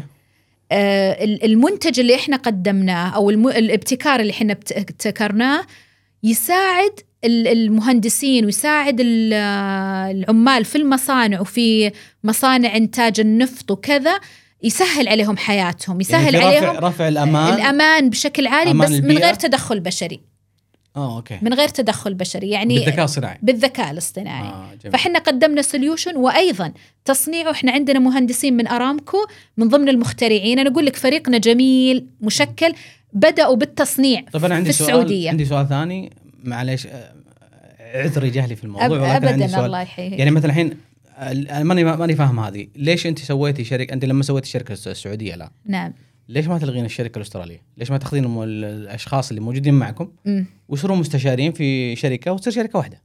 المنتج اللي احنا قدمناه او الابتكار اللي احنا ابتكرناه يساعد المهندسين ويساعد العمال في المصانع وفي مصانع إنتاج النفط وكذا، يسهل عليهم حياتهم، يسهل يعني عليهم رفع الأمان بشكل عالي، بس من غير تدخل بشري. أوكي. من غير تدخل بشري، يعني بالذكاء الاصطناعي. فإحنا قدمنا سوليوشن، وأيضا تصنيعه إحنا عندنا مهندسين من أرامكو من ضمن المخترعين. أنا أقول لك فريقنا جميل مشكل، بدأوا بالتصنيع في السعودية. عندي سؤال ثاني معليش، عذري جهلي في الموضوع. أبدا الله يحييك. يعني مثلا الحين ماني فاهم هذه، ليش أنت سويتي شركة؟ أنت لما سويتي الشركة السعودية الآن، نعم، ليش ما تلغين الشركة الأسترالية؟ ليش ما تاخذين الأشخاص اللي موجودين معكم ويصيروا مستشارين في شركة وتصير شركة واحدة؟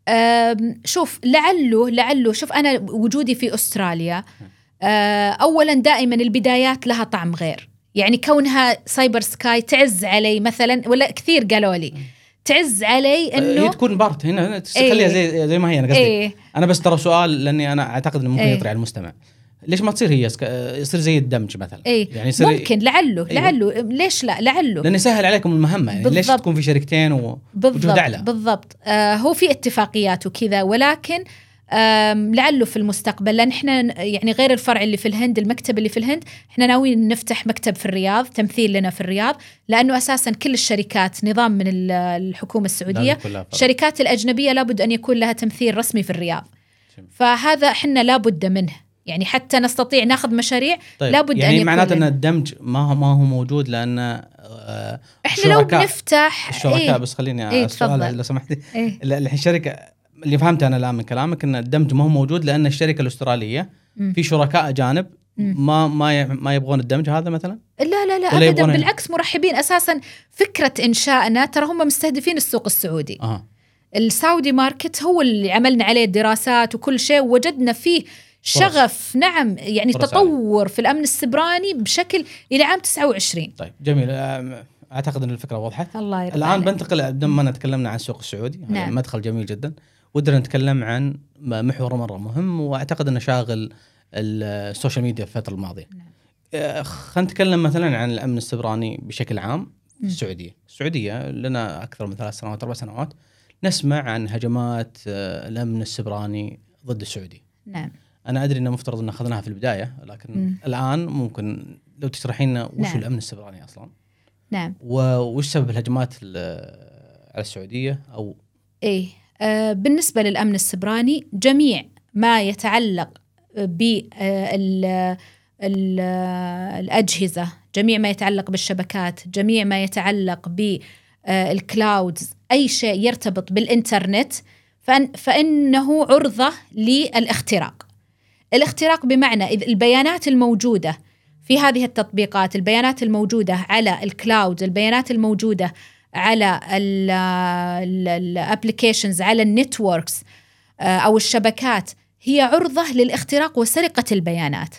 شوف، لعله شوف أنا وجودي في أستراليا، أولا دائما البدايات لها طعم غير. يعني كونها سايبر سكاي تعز علي مثلا، ولا كثير قالوا لي تعز علي انه هي تكون بارت هنا خليها زي ما هي. انا قصدي انا بس ترى سؤال لاني انا اعتقد انه ممكن يطرح على المستمع، ليش ما تصير هي يصير زي الدمج مثلا؟ يعني يصير ممكن لعله ليش لا لعله لانه يسهل عليكم المهمه يعني ليش تكون في شركتين وجهد اعلى؟ بالضبط. هو في اتفاقيات وكذا، ولكن لعله في المستقبل، لان احنا يعني غير الفرع اللي في الهند، المكتب اللي في الهند، احنا ناويين نفتح مكتب في الرياض، تمثيل لنا في الرياض، لانه اساسا كل الشركات نظام من الحكومه السعوديه، الشركات الاجنبيه لابد ان يكون لها تمثيل رسمي في الرياض. فهذا احنا لابد منه، يعني حتى نستطيع ناخذ مشاريع. طيب لابد يعني ان يكون معناته ان الدمج ما هو موجود، لان احنا لو بنفتح الشركاء بس خليني السؤال لو سمحتي. الحين الشركه اللي فهمت انا الان من كلامك ان الدمج ما هو موجود لان الشركه الاستراليه في شركاء اجانب ما يبغون الدمج هذا مثلا. لا ابدا، بالعكس مرحبين. اساسا فكره انشائنا ترى هم مستهدفين السوق السعودي. السعودي ماركت هو اللي عملنا عليه الدراسات وكل شيء، ووجدنا فيه شغف. نعم يعني تطور في الامن السبراني بشكل الى عام 29. طيب جميل، اعتقد ان الفكره وضحت. الله يرضى الان عليك. بنتقل بدل ما تكلمنا عن السوق السعودي. نعم. مدخل جميل جدا. ودنا نتكلم عن محور مره مهم، واعتقد انه شاغل السوشيال ميديا في الفتره الماضيه. نعم. خلينا نتكلم مثلا عن الامن السبراني بشكل عام في السعوديه لنا اكثر من 3 سنوات 4 سنوات نسمع عن هجمات الامن السبراني ضد السعوديه. نعم. انا ادري انه مفترض ان اخذناها في البدايه، لكن الان ممكن لو تشرحين لنا وش الامن السبراني اصلا. نعم. وش سبب الهجمات على السعوديه او بالنسبه للامن السبراني، جميع ما يتعلق بالأجهزة، جميع ما يتعلق بالشبكات، جميع ما يتعلق بالكلاودز، أي شيء يرتبط بالإنترنت فإنه عرضة للاختراق. الاختراق بمعنى إذا البيانات الموجودة في هذه التطبيقات، البيانات الموجودة على الكلاود، البيانات الموجودة على الابليكيشنز، على النتوركس أو الشبكات، هي عرضة للاختراق وسرقة البيانات.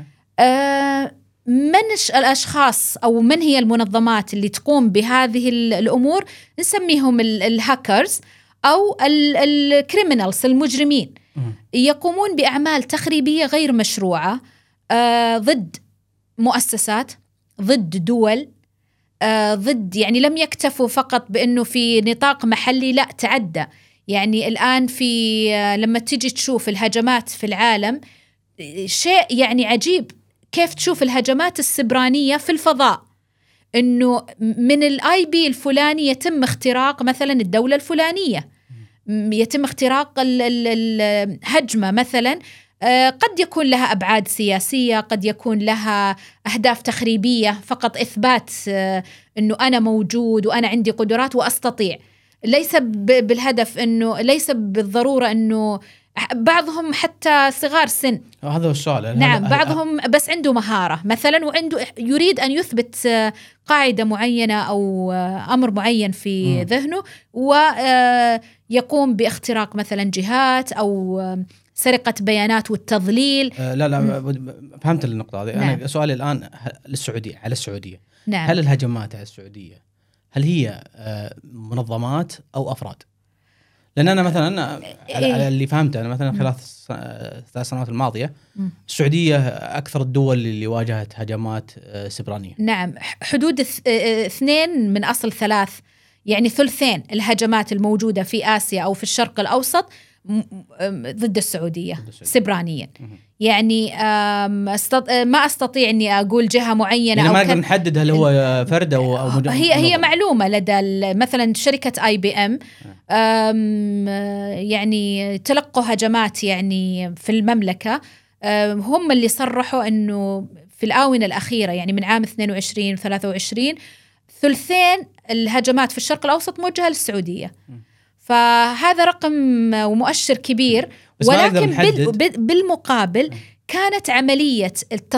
من الأشخاص أو من هي المنظمات اللي تقوم بهذه الأمور؟ نسميهم الهاكرز أو الكريمينالز، المجرمين. يقومون بأعمال تخريبية غير مشروعة ضد مؤسسات، ضد دول، ضد يعني لم يكتفوا فقط بأنه في نطاق محلي، لا تعدى. يعني الآن لما تيجي تشوف الهجمات في العالم، شيء يعني عجيب كيف تشوف الهجمات السبرانية في الفضاء، إنه من الآي بي الفلاني يتم اختراق مثلا الدولة الفلانية، يتم اختراق الهجمة مثلا، قد يكون لها أبعاد سياسية، قد يكون لها أهداف تخريبية، فقط إثبات إنه أنا موجود وأنا عندي قدرات وأستطيع. ليس بالهدف إنه، ليس بالضرورة إنه بعضهم حتى صغار سن. هذا هو السؤال. نعم، بعضهم بس عنده مهارة مثلا وعنده يريد أن يثبت قاعدة معينة أو أمر معين في ذهنه، ويقوم باختراق مثلا جهات أو سرقة بيانات والتضليل. لا فهمت النقطة هذه. نعم. أنا سؤالي الآن على السعودية. نعم. هل الهجمات على السعودية هل هي منظمات أو أفراد؟ لأن أنا مثلا اللي فهمته أنا مثلا خلال 3 سنوات الماضية السعودية أكثر الدول اللي واجهت هجمات سبرانية. نعم، حدود 2 من أصل 3، يعني ثلثين الهجمات الموجودة في آسيا أو في الشرق الأوسط ضد السعودية سبرانيا. يعني ما أستطيع أني أقول جهة معينة، يعني ما نقدر نحدد هل هو فرد أو هي معلومة لدى مثلا شركة IBM، يعني تلقوا هجمات يعني في المملكة، هم اللي صرحوا أنه في الآونة الأخيرة يعني من عام 22 23 ثلثين الهجمات في الشرق الأوسط موجهة للسعودية. فهذا رقم ومؤشر كبير، ولكن بالمقابل كانت عملية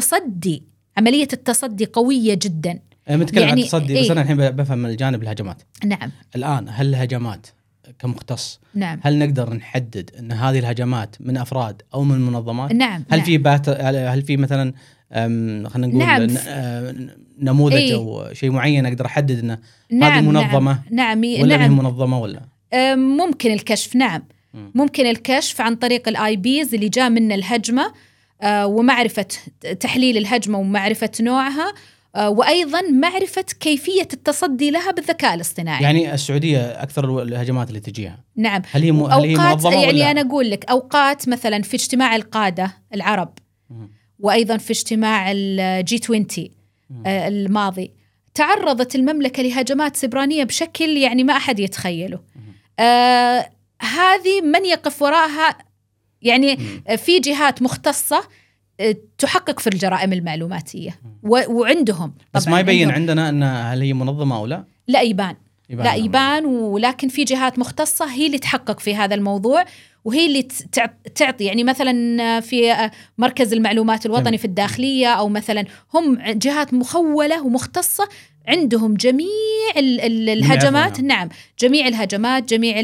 التصدي قوية جدا. متكلم يعني عن التصدي بس أنا الحين بفهم الجانب الهجمات. نعم. الآن هل الهجمات كمختص، نعم، هل نقدر نحدد أن هذه الهجمات من أفراد أو من منظمات؟ نعم. هل في مثلا خلينا نقول نعم. نموذج أو شيء معين أقدر أحدد أنه هذه منظمة نعم. ولا هي منظمة ولا ممكن الكشف. نعم ممكن الكشف عن طريق الاي بيز اللي جاء من الهجمة، ومعرفة تحليل الهجمة ومعرفة نوعها، وأيضا معرفة كيفية التصدي لها بالذكاء الاصطناعي. يعني السعودية أكثر الهجمات اللي تجيها. نعم. هل هي منظمة يعني ولا؟ أنا أقول لك أوقات مثلا في اجتماع القادة العرب وأيضا في اجتماع الجي 20 الماضي تعرضت المملكة لهجمات سبرانية بشكل يعني ما أحد يتخيله. هذه من يقف وراءها يعني في جهات مختصة تحقق في الجرائم المعلوماتية وعندهم بس ما يبين عندنا أن هل هي منظمة أو لا؟ لا يبان ولكن في جهات مختصة هي اللي تحقق في هذا الموضوع، وهي اللي تعطي يعني مثلا في مركز المعلومات الوطني في الداخلية، أو مثلا هم جهات مخولة ومختصة عندهم جميع الهجمات. نعم جميع الهجمات، جميع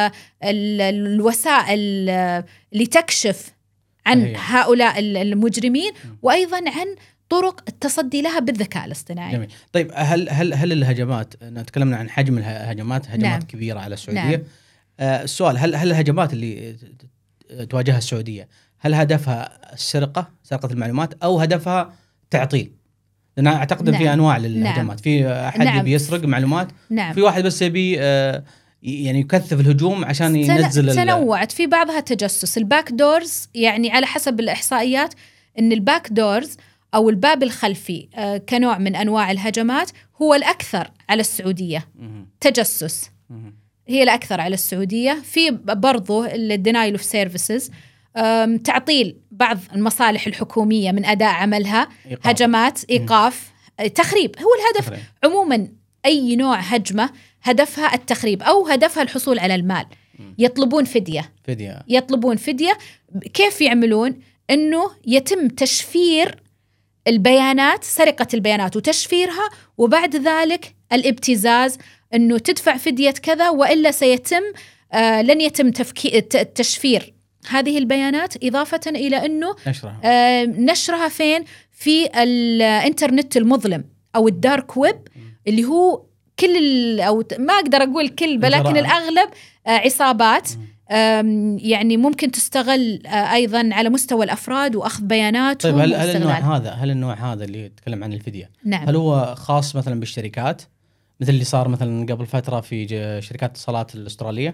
الوسائل اللي تكشف عن هؤلاء المجرمين، وأيضا عن طرق التصدي لها بالذكاء الاصطناعي. جميل. طيب هل الهجمات، تكلمنا عن حجم الهجمات، هجمات نعم. كبيرة على السعودية. نعم. السؤال هل الهجمات اللي تواجهها السعودية هل هدفها سرقة المعلومات أو هدفها تعطيل؟ لأن أعتقد نعم. في أنواع للهجمات. نعم. في أحد نعم. يبي يسرق معلومات. نعم. في واحد بس يبي يعني يكثف الهجوم عشان ينزل. تنوعت في بعضها تجسس. الباك دورز يعني على حسب الإحصائيات إن الباك دورز أو الباب الخلفي كنوع من أنواع الهجمات هو الأكثر على السعودية. تجسس هي الأكثر على السعودية. في برضو الدينايل اوف سيرفيسز، تعطيل بعض المصالح الحكومية من أداء عملها. إيقاف. هجمات إيقاف، تخريب هو الهدف. عموما أي نوع هجمة هدفها التخريب أو هدفها الحصول على المال. يطلبون فدية. يطلبون فدية. كيف يعملون؟ إنه يتم تشفير البيانات، سرقة البيانات وتشفيرها، وبعد ذلك الابتزاز أنه تدفع فدية كذا وإلا سيتم لن يتم تشفير هذه البيانات، إضافة إلى أنه نشرها فين؟ في الإنترنت المظلم أو الدارك ويب، اللي هو كل أو ما أقدر أقول كل، لكن الأغلب عصابات يعني ممكن تستغل أيضا على مستوى الأفراد وأخذ بيانات. طيب هل النوع هذا اللي يتكلم عن الفدية نعم. هل هو خاص مثلا بالشركات مثل اللي صار مثلا قبل فترة في شركات الاتصالات الأسترالية،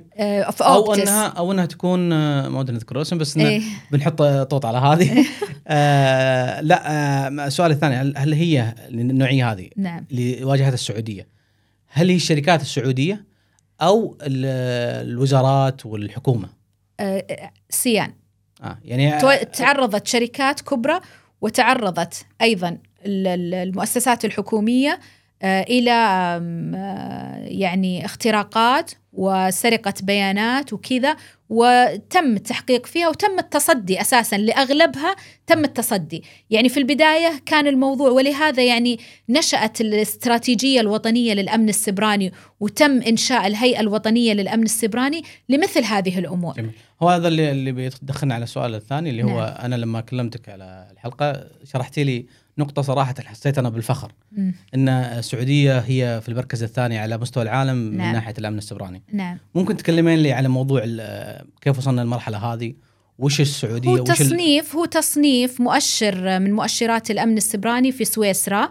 أو أنها تكون ما أدري نذكر اسم بس بنحط طوط على هذه. لا السؤال الثاني، هل هي النوعية هذه نعم. اللي واجهت السعودية هل هي الشركات السعودية أو الوزارات والحكومة؟ سيان. يعني تعرضت شركات كبرى وتعرضت أيضا المؤسسات الحكومية إلى يعني اختراقات وسرقة بيانات وكذا، وتم التحقيق فيها وتم التصدي أساساً لأغلبها. تم التصدي يعني في البداية كان الموضوع، ولهذا يعني نشأت الاستراتيجية الوطنية للأمن السبراني وتم إنشاء الهيئة الوطنية للأمن السبراني لمثل هذه الأمور. جميل. هو هذا اللي بيدخلنا على السؤال الثاني اللي هو نعم. أنا لما كلمتك على الحلقة شرحتي لي نقطة صراحة حسيت أنا بالفخر أن السعودية هي في المركز الثاني على مستوى العالم نعم. من ناحية الأمن السبراني. نعم. ممكن تكلمين لي على موضوع كيف وصلنا للمرحلة هذه؟ وش السعودية؟ هو تصنيف مؤشر من مؤشرات الأمن السبراني في سويسرا،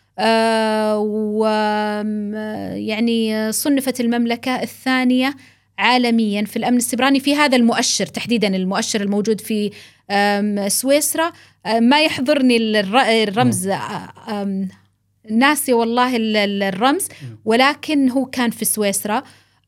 ويعني صنفت المملكة الثانية عالميا في الأمن السبراني في هذا المؤشر تحديدا، المؤشر الموجود في سويسرا. ما يحضرني الرمز، ناسي والله الرمز، ولكن هو كان في سويسرا.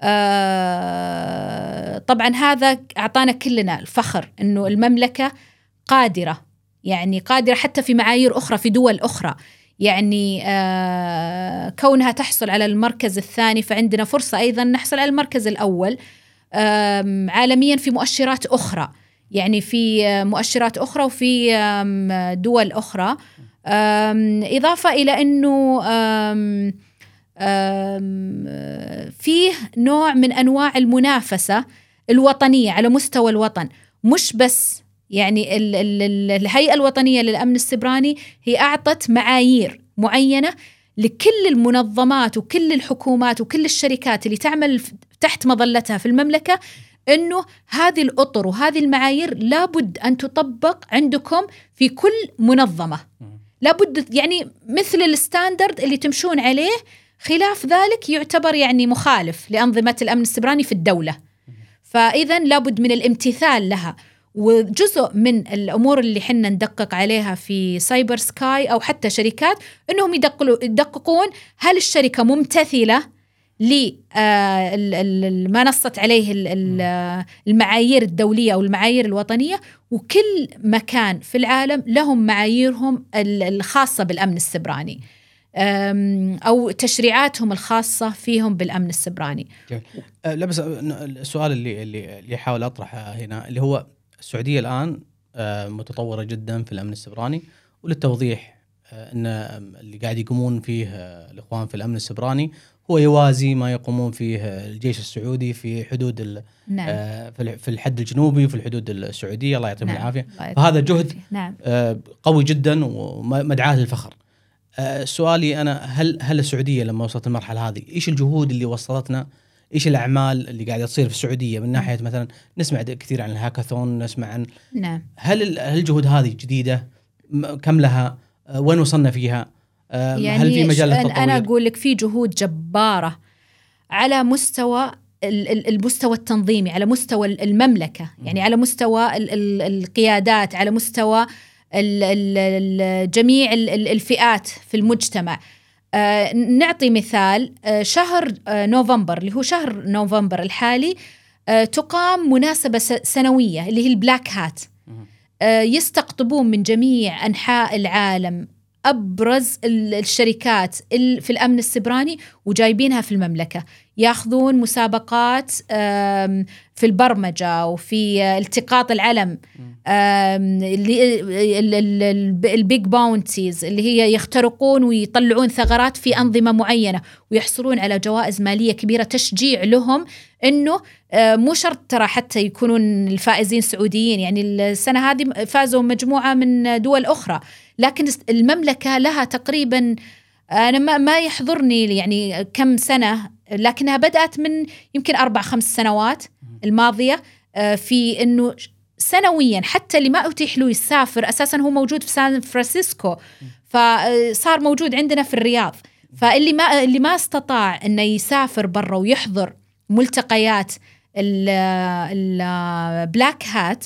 طبعا هذا أعطانا كلنا الفخر أنه المملكة قادرة، يعني قادرة حتى في معايير أخرى في دول أخرى، يعني كونها تحصل على المركز الثاني، فعندنا فرصة أيضا نحصل على المركز الأول عالميا في مؤشرات أخرى، يعني في مؤشرات أخرى وفي دول أخرى. إضافة إلى أنه فيه نوع من أنواع المنافسة الوطنية على مستوى الوطن، مش بس يعني الهيئة الوطنية للأمن السبراني هي أعطت معايير معينة لكل المنظمات وكل الحكومات وكل الشركات اللي تعمل تحت مظلتها في المملكة، أنه هذه الأطر وهذه المعايير لابد أن تطبق عندكم في كل منظمة، لابد يعني مثل الستاندرد اللي تمشون عليه، خلاف ذلك يعتبر يعني مخالف لأنظمة الأمن السبراني في الدولة. فإذا لابد من الامتثال لها. وجزء من الأمور اللي حنا ندقق عليها في سايبر سكاي أو حتى شركات أنهم يدققون هل الشركة ممتثلة لما نصت عليه المعايير الدولية أو المعايير الوطنية. وكل مكان في العالم لهم معاييرهم الخاصة بالأمن السبراني أو تشريعاتهم الخاصة فيهم بالأمن السبراني. لا بس السؤال اللي حاول أطرحه هنا اللي هو السعودية الآن متطورة جدا في الأمن السبراني، وللتوضيح أن اللي قاعد يقومون فيه الإخوان في الأمن السبراني هو يوازي ما يقومون فيه الجيش السعودي في حدود في الحد الجنوبي وفي الحدود السعودية، الله يعطيهم العافية. فهذا جهد قوي جدا ومدعاة للفخر. سؤالي أنا، هل السعودية لما وصلت المرحلة هذه إيش الجهود اللي وصلتنا؟ إيش الأعمال اللي قاعدة تصير في السعودية من ناحية مثلا نسمع كثير عن الهاكاثون، نسمع عن هل الجهود هذه جديدة؟ كم لها؟ وين وصلنا فيها؟ يعني هل في مجال للتطوير؟ أنا أقول لك في جهود جبارة على مستوى المستوى التنظيمي، على مستوى المملكة، يعني على مستوى القيادات، على مستوى جميع الفئات في المجتمع. نعطي مثال، شهر نوفمبر اللي هو شهر نوفمبر الحالي تقام مناسبة سنوية اللي هي البلاك هات. يستقطبون من جميع أنحاء العالم أبرز الشركات في الأمن السبراني وجايبينها في المملكة، ياخذون مسابقات في البرمجة وفي التقاط العلم، البيج باونتيز اللي هي يخترقون ويطلعون ثغرات في أنظمة معينة ويحصلون على جوائز مالية كبيرة تشجيع لهم إنه مو شرط ترى حتى يكونون الفائزين سعوديين، يعني السنة هذه فازوا مجموعة من دول أخرى، لكن المملكة لها تقريبا أنا ما يحضرني يعني كم سنة، لكنها بدأت من يمكن 4-5 سنوات الماضية في إنه سنويا حتى اللي ما أتيح له يسافر، أساسا هو موجود في سان فرانسيسكو فصار موجود عندنا في الرياض، اللي ما استطاع إنه يسافر برا ويحضر ملتقيات البلاك هات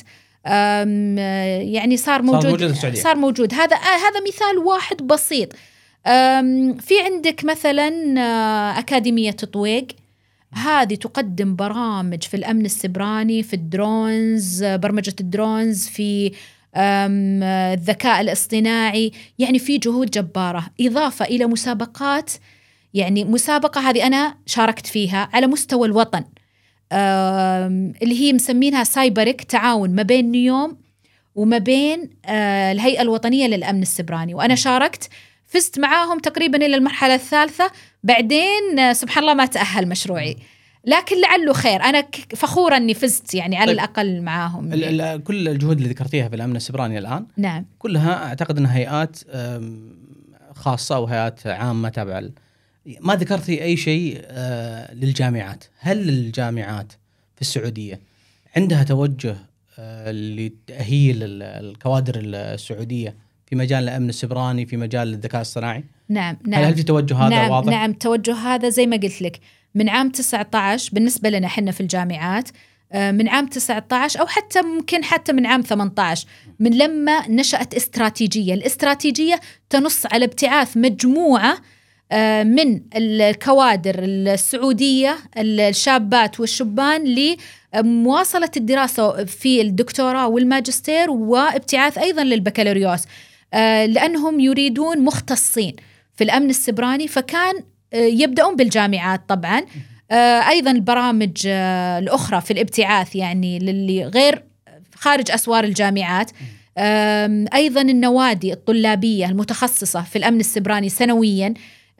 يعني صار موجود. هذا مثال واحد بسيط. في عندك مثلا أكاديمية طويق، هذه تقدم برامج في الأمن السبراني، في الدرونز، برمجة الدرونز، في الذكاء الاصطناعي، يعني في جهود جبارة، إضافة إلى مسابقات. يعني مسابقة هذه أنا شاركت فيها على مستوى الوطن، اللي هي مسمينها سايبرك، تعاون ما بين نيوم وما بين الهيئة الوطنية للأمن السبراني، وأنا شاركت، فزت معاهم تقريبا إلى المرحلة الثالثة، بعدين سبحان الله ما تأهل مشروعي، لكن لعله خير، أنا فخورة أني فزت يعني على الأقل معاهم. كل الجهود اللي ذكرتيها في الأمن السبراني الآن نعم كلها أعتقد أنها هيئات خاصة وهيئات عامة تابعة. ما ذكرتي أي شيء للجامعات. هل الجامعات في السعودية عندها توجه لتأهيل الكوادر السعودية في مجال الأمن السبراني، في مجال الذكاء الصناعي؟ نعم. هل في توجه هذا واضح؟ نعم، التوجه هذا زي ما قلت لك من عام 19 بالنسبة لنا حنا في الجامعات، من عام 19 أو حتى ممكن حتى من عام 18، من لما نشأت الاستراتيجية تنص على ابتعاث مجموعة من الكوادر السعودية الشابات والشبان لمواصلة الدراسة في الدكتوراه والماجستير، وابتعاث أيضا للبكالوريوس، لأنهم يريدون مختصين في الأمن السبراني، فكان يبدأون بالجامعات طبعا. أيضا البرامج الأخرى في الابتعاث يعني للي غير خارج أسوار الجامعات، أيضا النوادي الطلابية المتخصصة في الأمن السبراني سنويا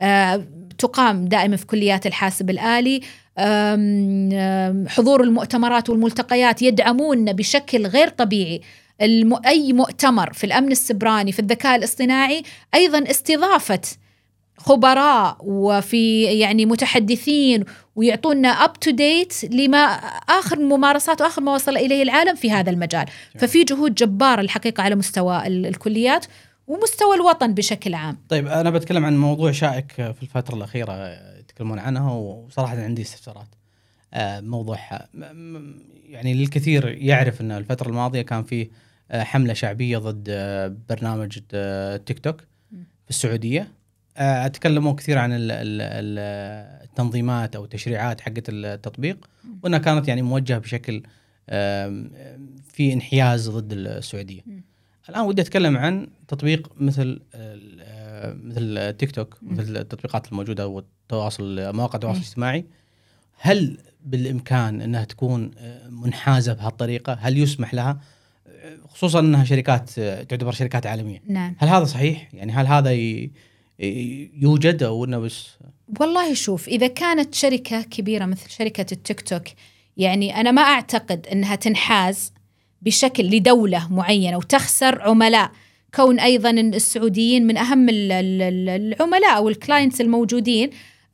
تقام دائما في كليات الحاسب الآلي. حضور المؤتمرات والملتقيات يدعمون بشكل غير طبيعي أي مؤتمر في الأمن السبراني في الذكاء الاصطناعي، أيضا استضافة خبراء وفي يعني متحدثين ويعطونا up to date لما آخر ممارسات وآخر ما وصل إليه العالم في هذا المجال. ففي جهود جبارة الحقيقة على مستوى الكليات ومستوى الوطن بشكل عام. طيب أنا بتكلم عن موضوع شائك في الفترة الأخيرة يتكلمون عنها، وصراحة عندي استفسارات موضوعها. يعني للكثير يعرف أن الفترة الماضية كان فيه حملة شعبية ضد برنامج تيك توك في السعودية. أتكلموا كثير عن التنظيمات أو التشريعات حقت التطبيق، وأنها كانت يعني موجهة بشكل في انحياز ضد السعودية. الآن ودي أتكلم عن تطبيق مثل تيك توك، مثل التطبيقات الموجودة والتواصل مواقع التواصل الاجتماعي. هل بالإمكان أنها تكون منحازة بهالطريقة؟ هل يسمح لها، خصوصا أنها شركات تعتبر شركات عالمية؟ نعم. هل هذا صحيح؟ يعني هل هذا يوجد أو إنه بس؟ والله شوف، إذا كانت شركة كبيرة مثل شركة التيك توك، يعني أنا ما أعتقد أنها تنحاز بشكل لدولة معينة وتخسر عملاء، كون أيضا السعوديين من أهم العملاء أو الكلاينتس الموجودين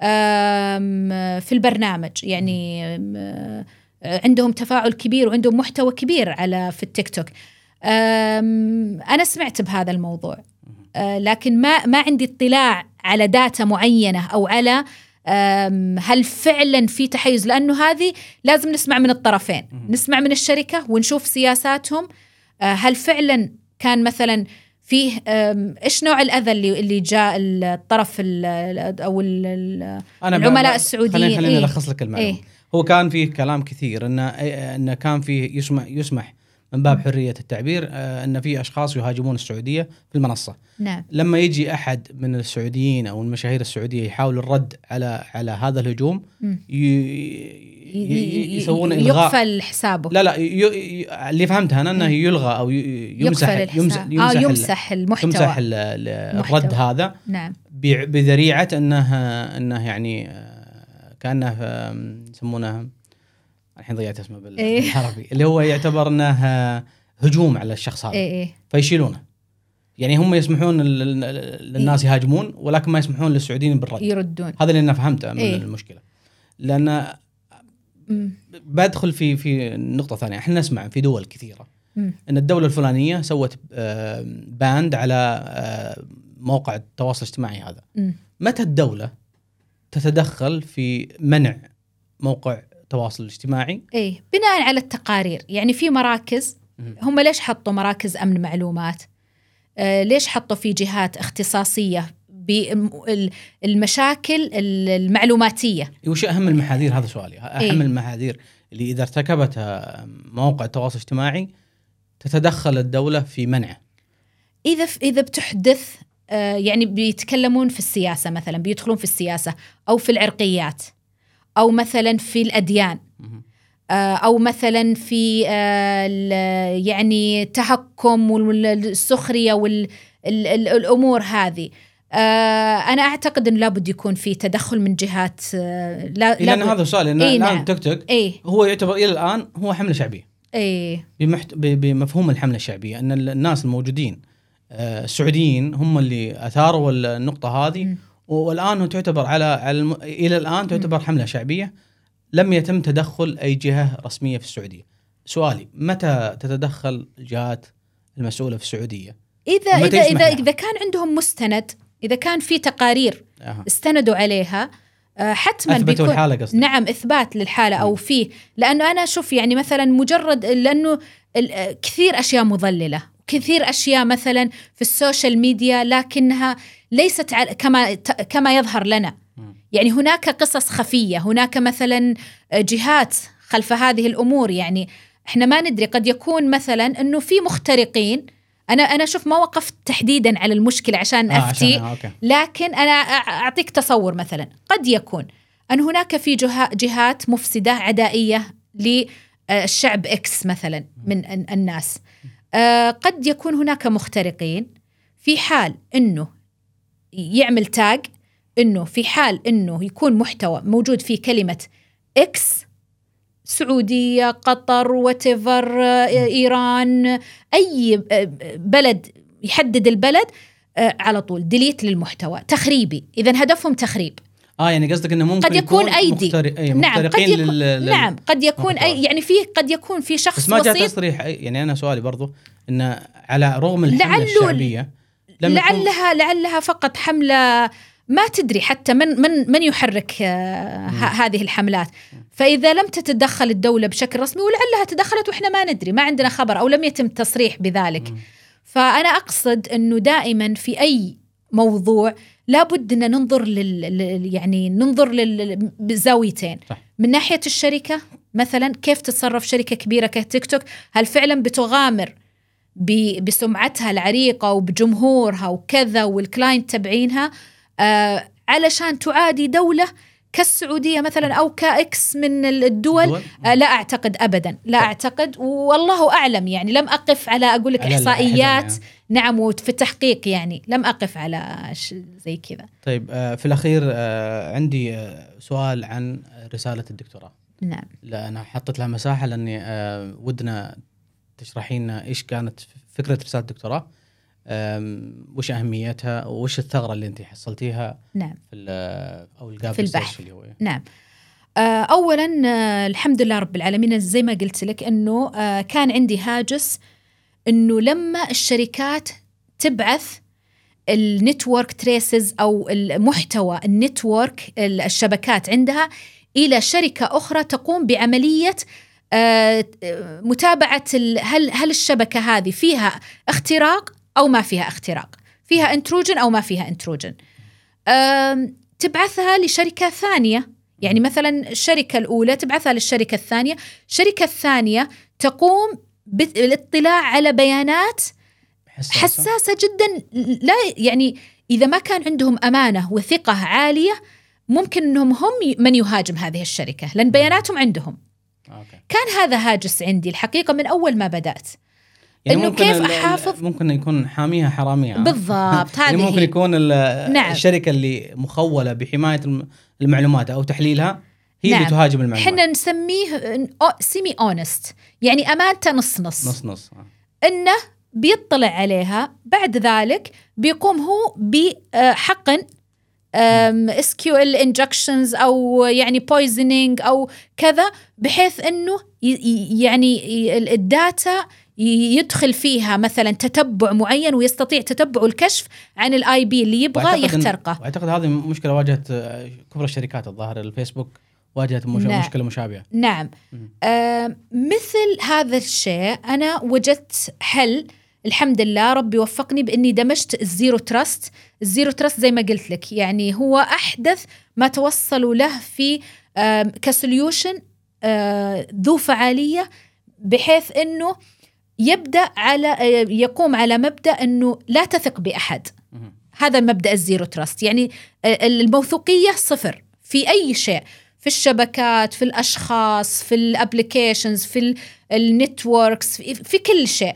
في البرنامج. يعني عندهم تفاعل كبير وعندهم محتوى كبير في التيك توك. أنا سمعت بهذا الموضوع، لكن ما عندي اطلاع على داتا معينة أو على هل فعلا في تحيز، لأنه هذه لازم نسمع من الطرفين، نسمع من الشركة ونشوف سياساتهم. هل فعلا كان مثلا فيه إيش نوع الأذى اللي جاء الطرف أو العملاء السعوديين؟ خليني ألخص لك المعلومة. هو كان فيه كلام كثير إنه كان فيه يسمح من باب حرية التعبير أن في أشخاص يهاجمون السعودية في المنصة. نعم. لما يجي أحد من السعوديين أو المشاهير السعودية يحاول الرد على هذا الهجوم، يسوون إلغاء، يقفل حسابه. لا اللي فهمتها أنا أنه يلغى أو يمسح المحتوى، تمسح الرد هذا. نعم. بذريعة أنه يعني كأنه يسمونه، الحين ضيعت اسمه بالعربي، اللي هو يعتبر انه هجوم على الشخص هذا. فيشيلونه. يعني هم يسمحون للناس يهاجمون، ولكن ما يسمحون للسعوديين بالرد، يردون. هذا اللي انا فهمته من المشكله. لان بدخل في نقطه ثانيه. احنا نسمع في دول كثيره ان الدوله الفلانيه سوت باند على موقع التواصل الاجتماعي هذا. متى الدوله تتدخل في منع موقع التواصل الاجتماعي؟ بناء على التقارير. يعني في مراكز، هم ليش حطوا مراكز أمن معلومات؟ ليش حطوا في جهات اختصاصية بالمشاكل المعلوماتية؟ وش أهم المحاذير؟ هذا سؤالي. أهم المحاذير اللي إذا ارتكبتها مواقع التواصل الاجتماعي تتدخل الدولة في منعه. إذا بتحدث يعني بيتكلمون في السياسة مثلا، بيدخلون في السياسة أو في العرقيات، أو مثلا في الأديان، أو مثلا في يعني تهكم والسخرية والأمور هذه. أنا أعتقد أن لابد يكون في تدخل من جهات. لأن هذا السؤال، لأن الآن تيك توك هو يعتبر إلى الآن هو حملة شعبية. بمفهوم الحملة الشعبية أن الناس الموجودين السعوديين هم اللي أثاروا النقطة هذه، والآن تعتبر إلى الآن تعتبر حملة شعبية. لم يتم تدخل أي جهة رسمية في السعودية. سؤالي، متى تتدخل الجهات المسؤولة في السعودية؟ إذا كان عندهم مستند، إذا كان في تقارير استندوا عليها، حتما أثبتوا الحالة قصدي. نعم، إثبات للحالة أو فيه. لأنه أنا أشوف يعني مثلا مجرد لأنه كثير أشياء مضللة، كثير أشياء مثلا في السوشيال ميديا لكنها ليست كما يظهر لنا. يعني هناك قصص خفية، هناك مثلا جهات خلف هذه الأمور. يعني إحنا ما ندري، قد يكون مثلا أنه في مخترقين. أنا أشوف ما وقفت تحديدا على المشكلة عشان أفتي، لكن أنا أعطيك تصور. مثلا قد يكون أن هناك في جهات مفسدة عدائية للشعب إكس مثلا من الناس. قد يكون هناك مخترقين في حال أنه يعمل تاج، أنه في حال أنه يكون محتوى موجود فيه كلمة إكس سعودية، قطر، واتيفر، إيران، أي بلد يحدد البلد على طول ديليت للمحتوى تخريبي. إذا هدفهم تخريب. يعني قصدك انه ممكن قد يكون أيدي. نعم قد يكون نعم قد يكون يعني فيه قد يكون في شخص بس ما جاء وسيط. تصريح. يعني أنا سؤالي برضو إنه على رغم الحملة الشعبية لعلها فقط حملة ما تدري حتى من يحرك هذه الحملات. فإذا لم تتدخل الدولة بشكل رسمي ولعلها تدخلت وإحنا ما ندري، ما عندنا خبر أو لم يتم تصريح بذلك. فأنا أقصد أنه دائما في أي موضوع لابد أن ننظر يعني ننظر بزاويتين. من ناحية الشركة مثلا كيف تتصرف شركة كبيرة كتيك توك، هل فعلا بتغامر بسمعتها العريقة وبجمهورها وكذا والكلاينت تبعينها علشان تعادي دولة كالسعودية مثلا أو كإكس من الدول؟ لا أعتقد أبدا، لا أعتقد، والله أعلم. يعني لم أقف على أقول لك إحصائيات نعم وفي التحقيق يعني لم أقف على زي كذا. طيب في الأخير عندي سؤال عن رسالة الدكتوراه. نعم. لا أنا حطت لها مساحة لأني ودنا تشرحين إيش كانت فكرة رسالة الدكتوراه، وش أهميتها وش الثغرة اللي أنت حصلتيها. نعم. أو الجاب في البحث اللي هو نعم. أولا الحمد لله رب العالمين، زي ما قلت لك أنه كان عندي هاجس أنه لما الشركات تبعث النتورك تريسز أو المحتوى النتورك الشبكات عندها إلى شركة أخرى تقوم بعملية متابعة هل الشبكة هذه فيها اختراق أو ما فيها اختراق، فيها انتروجن أو ما فيها انتروجن، تبعثها لشركة ثانية. يعني مثلا الشركة الأولى تبعثها للشركة الثانية، الشركة الثانية تقوم بالاطلاع على بيانات حساسة جدا. لا يعني إذا ما كان عندهم أمانة وثقة عالية ممكن أنهم هم من يهاجم هذه الشركة لأن بياناتهم عندهم. كان هذا هاجس عندي الحقيقة من أول ما بدأت، يعني إنه كيف أحافظ. ممكن يكون حاميها حراميها بالضبط. يعني هذه ممكن يكون نعم. الشركة اللي مخولة بحماية المعلومات أو تحليلها هي نعم. اللي تهاجم المعلومات. حنا نسميه سيمي أونست، يعني أمانته نص إنه بيطلع عليها، بعد ذلك بيقوم هو بحقن SQL injections أو يعني poisoning أو كذا، بحيث أنه يعني الداتا يدخل فيها مثلا تتبع معين ويستطيع تتبع الكشف عن الIP اللي يبغى يخترقه. وأعتقد هذه مشكلة واجهت كبرى الشركات، الظاهر الفيسبوك واجهت مشكلة مشابهة. نعم. مثل هذا الشيء أنا وجدت حل الحمد لله، ربي وفقني بإني دمجت الزيرو تراست. الزيرو تراست زي ما قلت لك يعني هو أحدث ما توصلوا له في كسوليوشن ذو فعالية، بحيث أنه يبدأ يقوم على مبدأ أنه لا تثق بأحد. هذا مبدأ الزيرو تراست، يعني الموثوقية صفر في أي شيء، في الشبكات، في الأشخاص، في الابليكيشنز، في النتوركس، في كل شيء.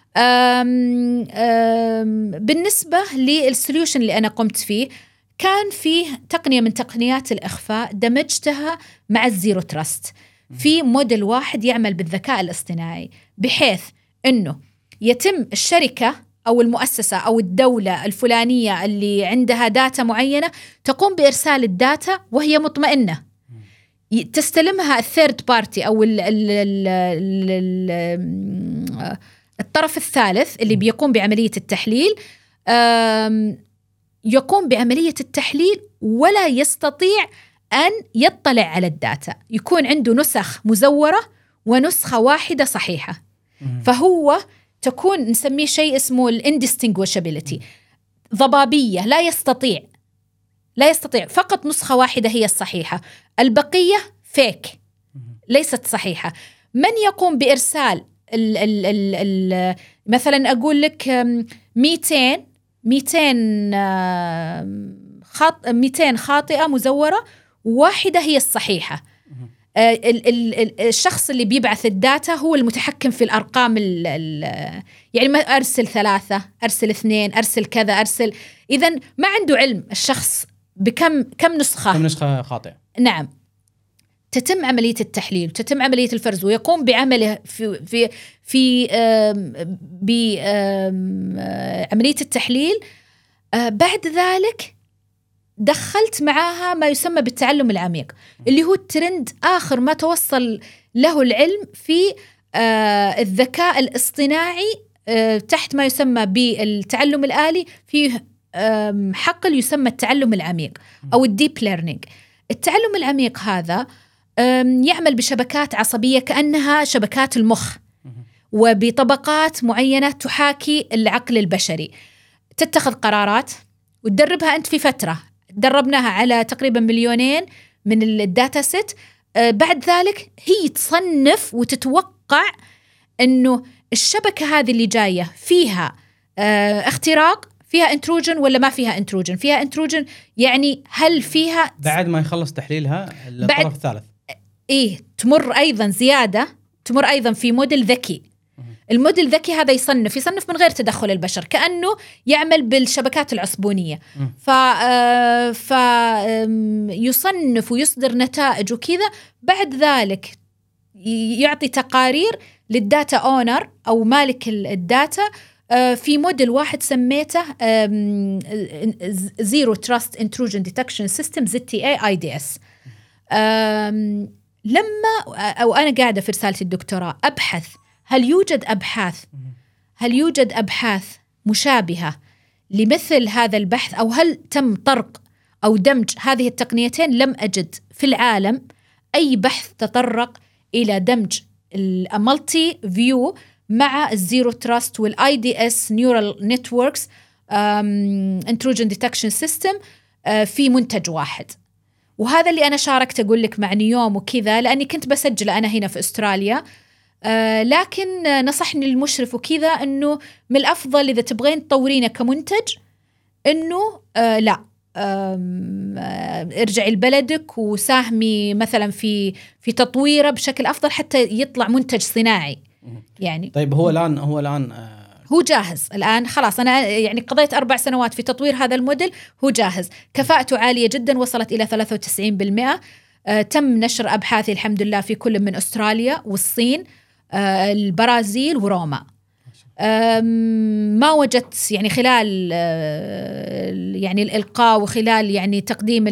بالنسبة للسوليوشن اللي أنا قمت فيه، كان فيه تقنية من تقنيات الإخفاء دمجتها مع الزيرو تراست في موديل واحد يعمل بالذكاء الاصطناعي، بحيث أنه يتم الشركة أو المؤسسة أو الدولة الفلانية اللي عندها داتا معينة تقوم بإرسال الداتا وهي مطمئنة، تستلمها الثيرد بارتي أو الطرف الثالث اللي بيقوم بعملية التحليل، يقوم بعملية التحليل ولا يستطيع أن يطلع على الداتا، يكون عنده نسخ مزورة ونسخة واحدة صحيحة. فهو تكون نسميه شيء اسمه الindistinguishability، ضبابية، لا يستطيع فقط نسخة واحدة هي الصحيحة، البقية فيك ليست صحيحة. من يقوم بإرسال مثلا أقول لك 200 خاطئة مزورة، واحدة هي الصحيحة. الشخص اللي بيبعث الداتا هو المتحكم في الأرقام، يعني ما أرسل 3، أرسل 2، أرسل كذا، أرسل. إذن ما عنده علم الشخص بكم نسخة خاطئة. نعم. تتم عملية التحليل وتتم عملية الفرز ويقوم بعمله في عملية التحليل. بعد ذلك دخلت معاها ما يسمى بالتعلم العميق، اللي هو الترند آخر ما توصل له العلم في الذكاء الاصطناعي تحت ما يسمى بالتعلم الآلي، فيه حقل يسمى التعلم العميق أو الديب ليرنينج. التعلم العميق هذا يعمل بشبكات عصبية كأنها شبكات المخ، وبطبقات معينة تحاكي العقل البشري. تتخذ قرارات وتدربها أنت في فترة، دربناها على تقريبا 2,000,000 من الداتا سيت. بعد ذلك هي تصنف وتتوقع أنه الشبكة هذه اللي جاية فيها اختراق، فيها انتروجن ولا ما فيها انتروجن. فيها انتروجن يعني هل فيها بعد ما يخلص تحليلها الطرف الثالث تمر أيضا زيادة، تمر أيضا في موديل ذكي. الموديل الذكي هذا يصنف من غير تدخل البشر، كأنه يعمل بالشبكات العصبونية. يصنف ويصدر نتائج وكذا. بعد ذلك يعطي تقارير للداتا اونر أو مالك الداتا في موديل واحد سميته Zero Trust Intrusion Detection System ZTA IDS. لما أنا قاعدة في رسالة الدكتوراه أبحث هل يوجد أبحاث مشابهة لمثل هذا البحث، أو هل تم طرق أو دمج هذه التقنيتين. لم أجد في العالم أي بحث تطرق إلى دمج المالتي فيو مع الزيرو تراست والاي دي اس نيورال نتوركس انتروجن ديتكشن سيستم في منتج واحد. وهذا اللي أنا شاركت أقول لك مع نيوم وكذا، لأني كنت بسجل أنا هنا في أستراليا. لكن نصحني المشرف وكذا أنه من الأفضل إذا تبغين تطورينه كمنتج أنه لا ارجعي لبلدك وساهمي مثلا في تطويره بشكل أفضل حتى يطلع منتج صناعي يعني. طيب هو الآن هو جاهز الآن خلاص. أنا يعني قضيت 4 سنوات في تطوير هذا الموديل، هو جاهز، كفاءته عالية جدا، وصلت إلى 93%. تم نشر أبحاثي الحمد لله في كل من أستراليا والصين البرازيل وروما. ما وجدت يعني خلال يعني الإلقاء وخلال يعني تقديم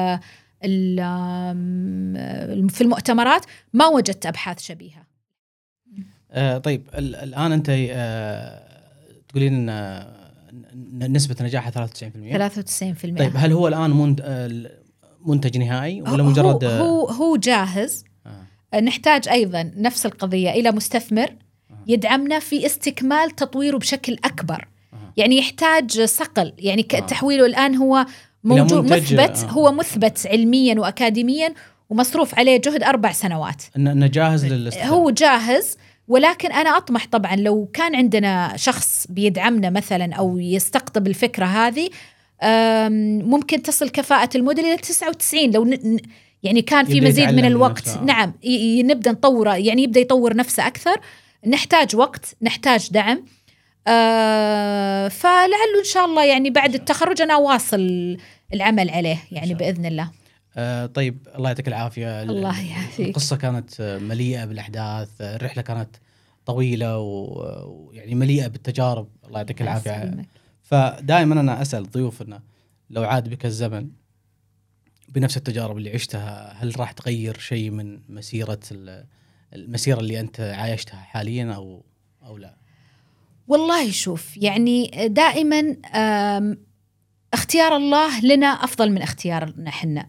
في المؤتمرات ما وجدت أبحاث شبيهة. طيب الآن أنت تقولين نسبة نجاحها 93%. طيب هل هو الآن منتج نهائي ولا مجرد هو جاهز؟ نحتاج أيضا نفس القضية إلى مستثمر يدعمنا في استكمال تطويره بشكل أكبر. يعني يحتاج صقل، يعني تحويله الآن هو موجود مثبت، هو مثبت علميا وأكاديميا ومصروف عليه جهد 4 سنوات. إنه جاهز للاستخدام. هو جاهز، ولكن أنا أطمح طبعا لو كان عندنا شخص بيدعمنا مثلا أو يستقطب الفكرة هذه، ممكن تصل كفاءة الموديل إلى 99 لو يعني كان في مزيد من الوقت. نعم نبدأ نطوره، يعني يبدأ يطور نفسه أكثر. نحتاج وقت، نحتاج دعم. فلعله إن شاء الله يعني بعد التخرج أنا أواصل العمل عليه يعني بإذن الله. طيب الله يعطيك العافية. الله يعافيك. القصة كانت مليئة بالأحداث، الرحلة كانت طويلة ويعني مليئة بالتجارب. الله يعطيك العافية. فدائما أنا أسأل ضيوف إنه لو عاد بك الزمن بنفس التجارب اللي عشتها، هل راح تغير شيء من المسيرة اللي أنت عايشتها حاليا أو لا؟ والله شوف، يعني دائما اختيار الله لنا أفضل من اختيارنا حنا.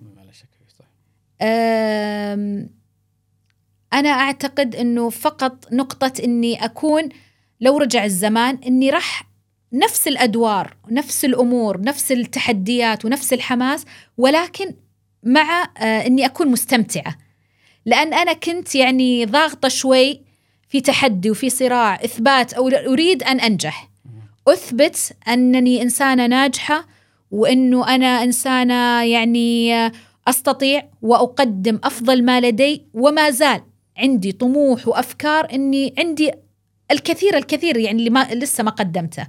أنا أعتقد أنه فقط نقطة أني أكون لو رجع الزمان أني راح نفس الأدوار نفس الأمور نفس التحديات ونفس الحماس، ولكن مع أني أكون مستمتعة، لأن أنا كنت يعني ضاغطة شوي في تحدي وفي صراع إثبات، أو أريد أن أنجح، أثبت أنني إنسانة ناجحة وأنه أنا إنسانة يعني أستطيع وأقدم أفضل ما لدي، وما زال عندي طموح وأفكار أني عندي الكثير يعني اللي لسه ما قدمته.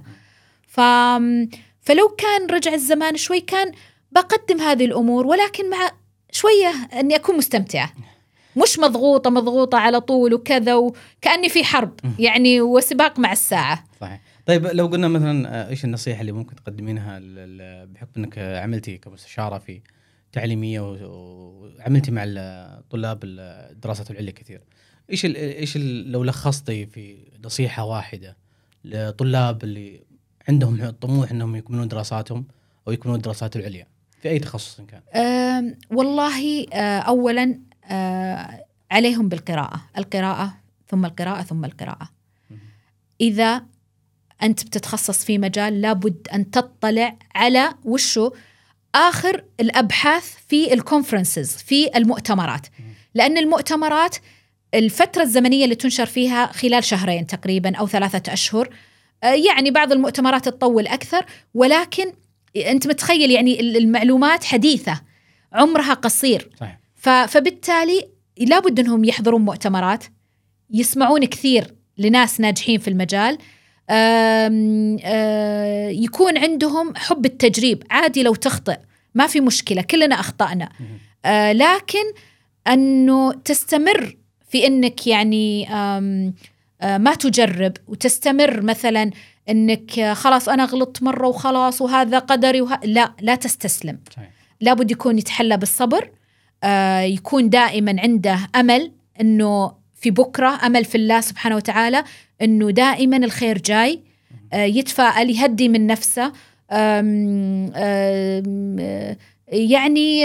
فلو كان رجع الزمان شوي كان بقدم هذه الأمور، ولكن مع شوية أني أكون مستمتعة. مش مضغوطة على طول وكذا، وكأني في حرب يعني وسباق مع الساعة. صحيح. طيب لو قلنا مثلا إيش النصيحة اللي ممكن تقدمينها بحكم أنك عملتي كمستشارة في تعليمية وعملتي مع الطلاب الدراسات العليا كثير، إيش لو لخصتي في نصيحة واحدة لطلاب اللي عندهم طموح أنهم يكملون دراساتهم أو يكملون الدراسات العليا في أي تخصص كان؟ والله أولا عليهم القراءة ثم القراءة ثم القراءة. إذا أنت بتتخصص في مجال لابد أن تطلع على وشو آخر الأبحاث في الكونفرنسز، في المؤتمرات، لأن المؤتمرات الفترة الزمنية اللي تنشر فيها خلال 2 تقريبا أو 3 أشهر، يعني بعض المؤتمرات تطول أكثر، ولكن أنت متخيل يعني المعلومات حديثة عمرها قصير. صحيح. فبالتالي لابد أنهم يحضرون مؤتمرات، يسمعون كثير لناس ناجحين في المجال، يكون عندهم حب التجريب. عادي لو تخطئ ما في مشكلة، كلنا أخطأنا، لكن أنه تستمر في أنك يعني ما تجرب وتستمر مثلا أنك خلاص أنا غلطت مرة وخلاص وهذا قدري لا تستسلم. صحيح. لابد يكون يتحلى بالصبر، يكون دائما عنده أمل أنه في بكرة، أمل في الله سبحانه وتعالى أنه دائما الخير جاي، يتفائل، يهدي من نفسه، يعني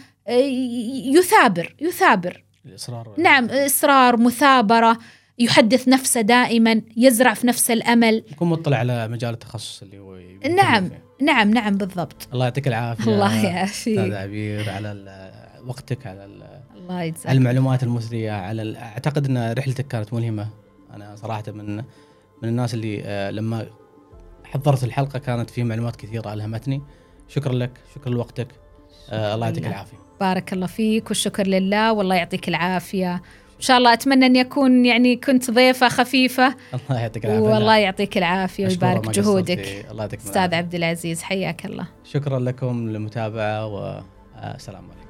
يثابر. الإصرار. نعم، إصرار، مثابرة، يحدث نفسه دائما، يزرع في نفسه الأمل، يكون مطلع على مجال التخصص اللي هو نعم بالضبط. الله يعطيك العافية. الله يعافيك أستاذ عبير على وقتك، على الله يجزاك، المعلومات المثرية، على أعتقد أن رحلتك كانت ملهمة. أنا صراحة من الناس اللي لما حضرت الحلقة كانت فيه معلومات كثيرة ألهمتني. شكرا لك، شكرا لوقتك. الله يعطيك العافية. بارك الله فيك والشكر لله، والله يعطيك العافية. إن شاء الله أتمنى أن يكون يعني كنت ضيفة خفيفة. الله يعطيك العافية. والله يعطيك العافية ويبارك جهودك. الله يعطيك أستاذ عبد العزيز، حياك الله. شكرا لكم للمتابعة والسلام عليكم.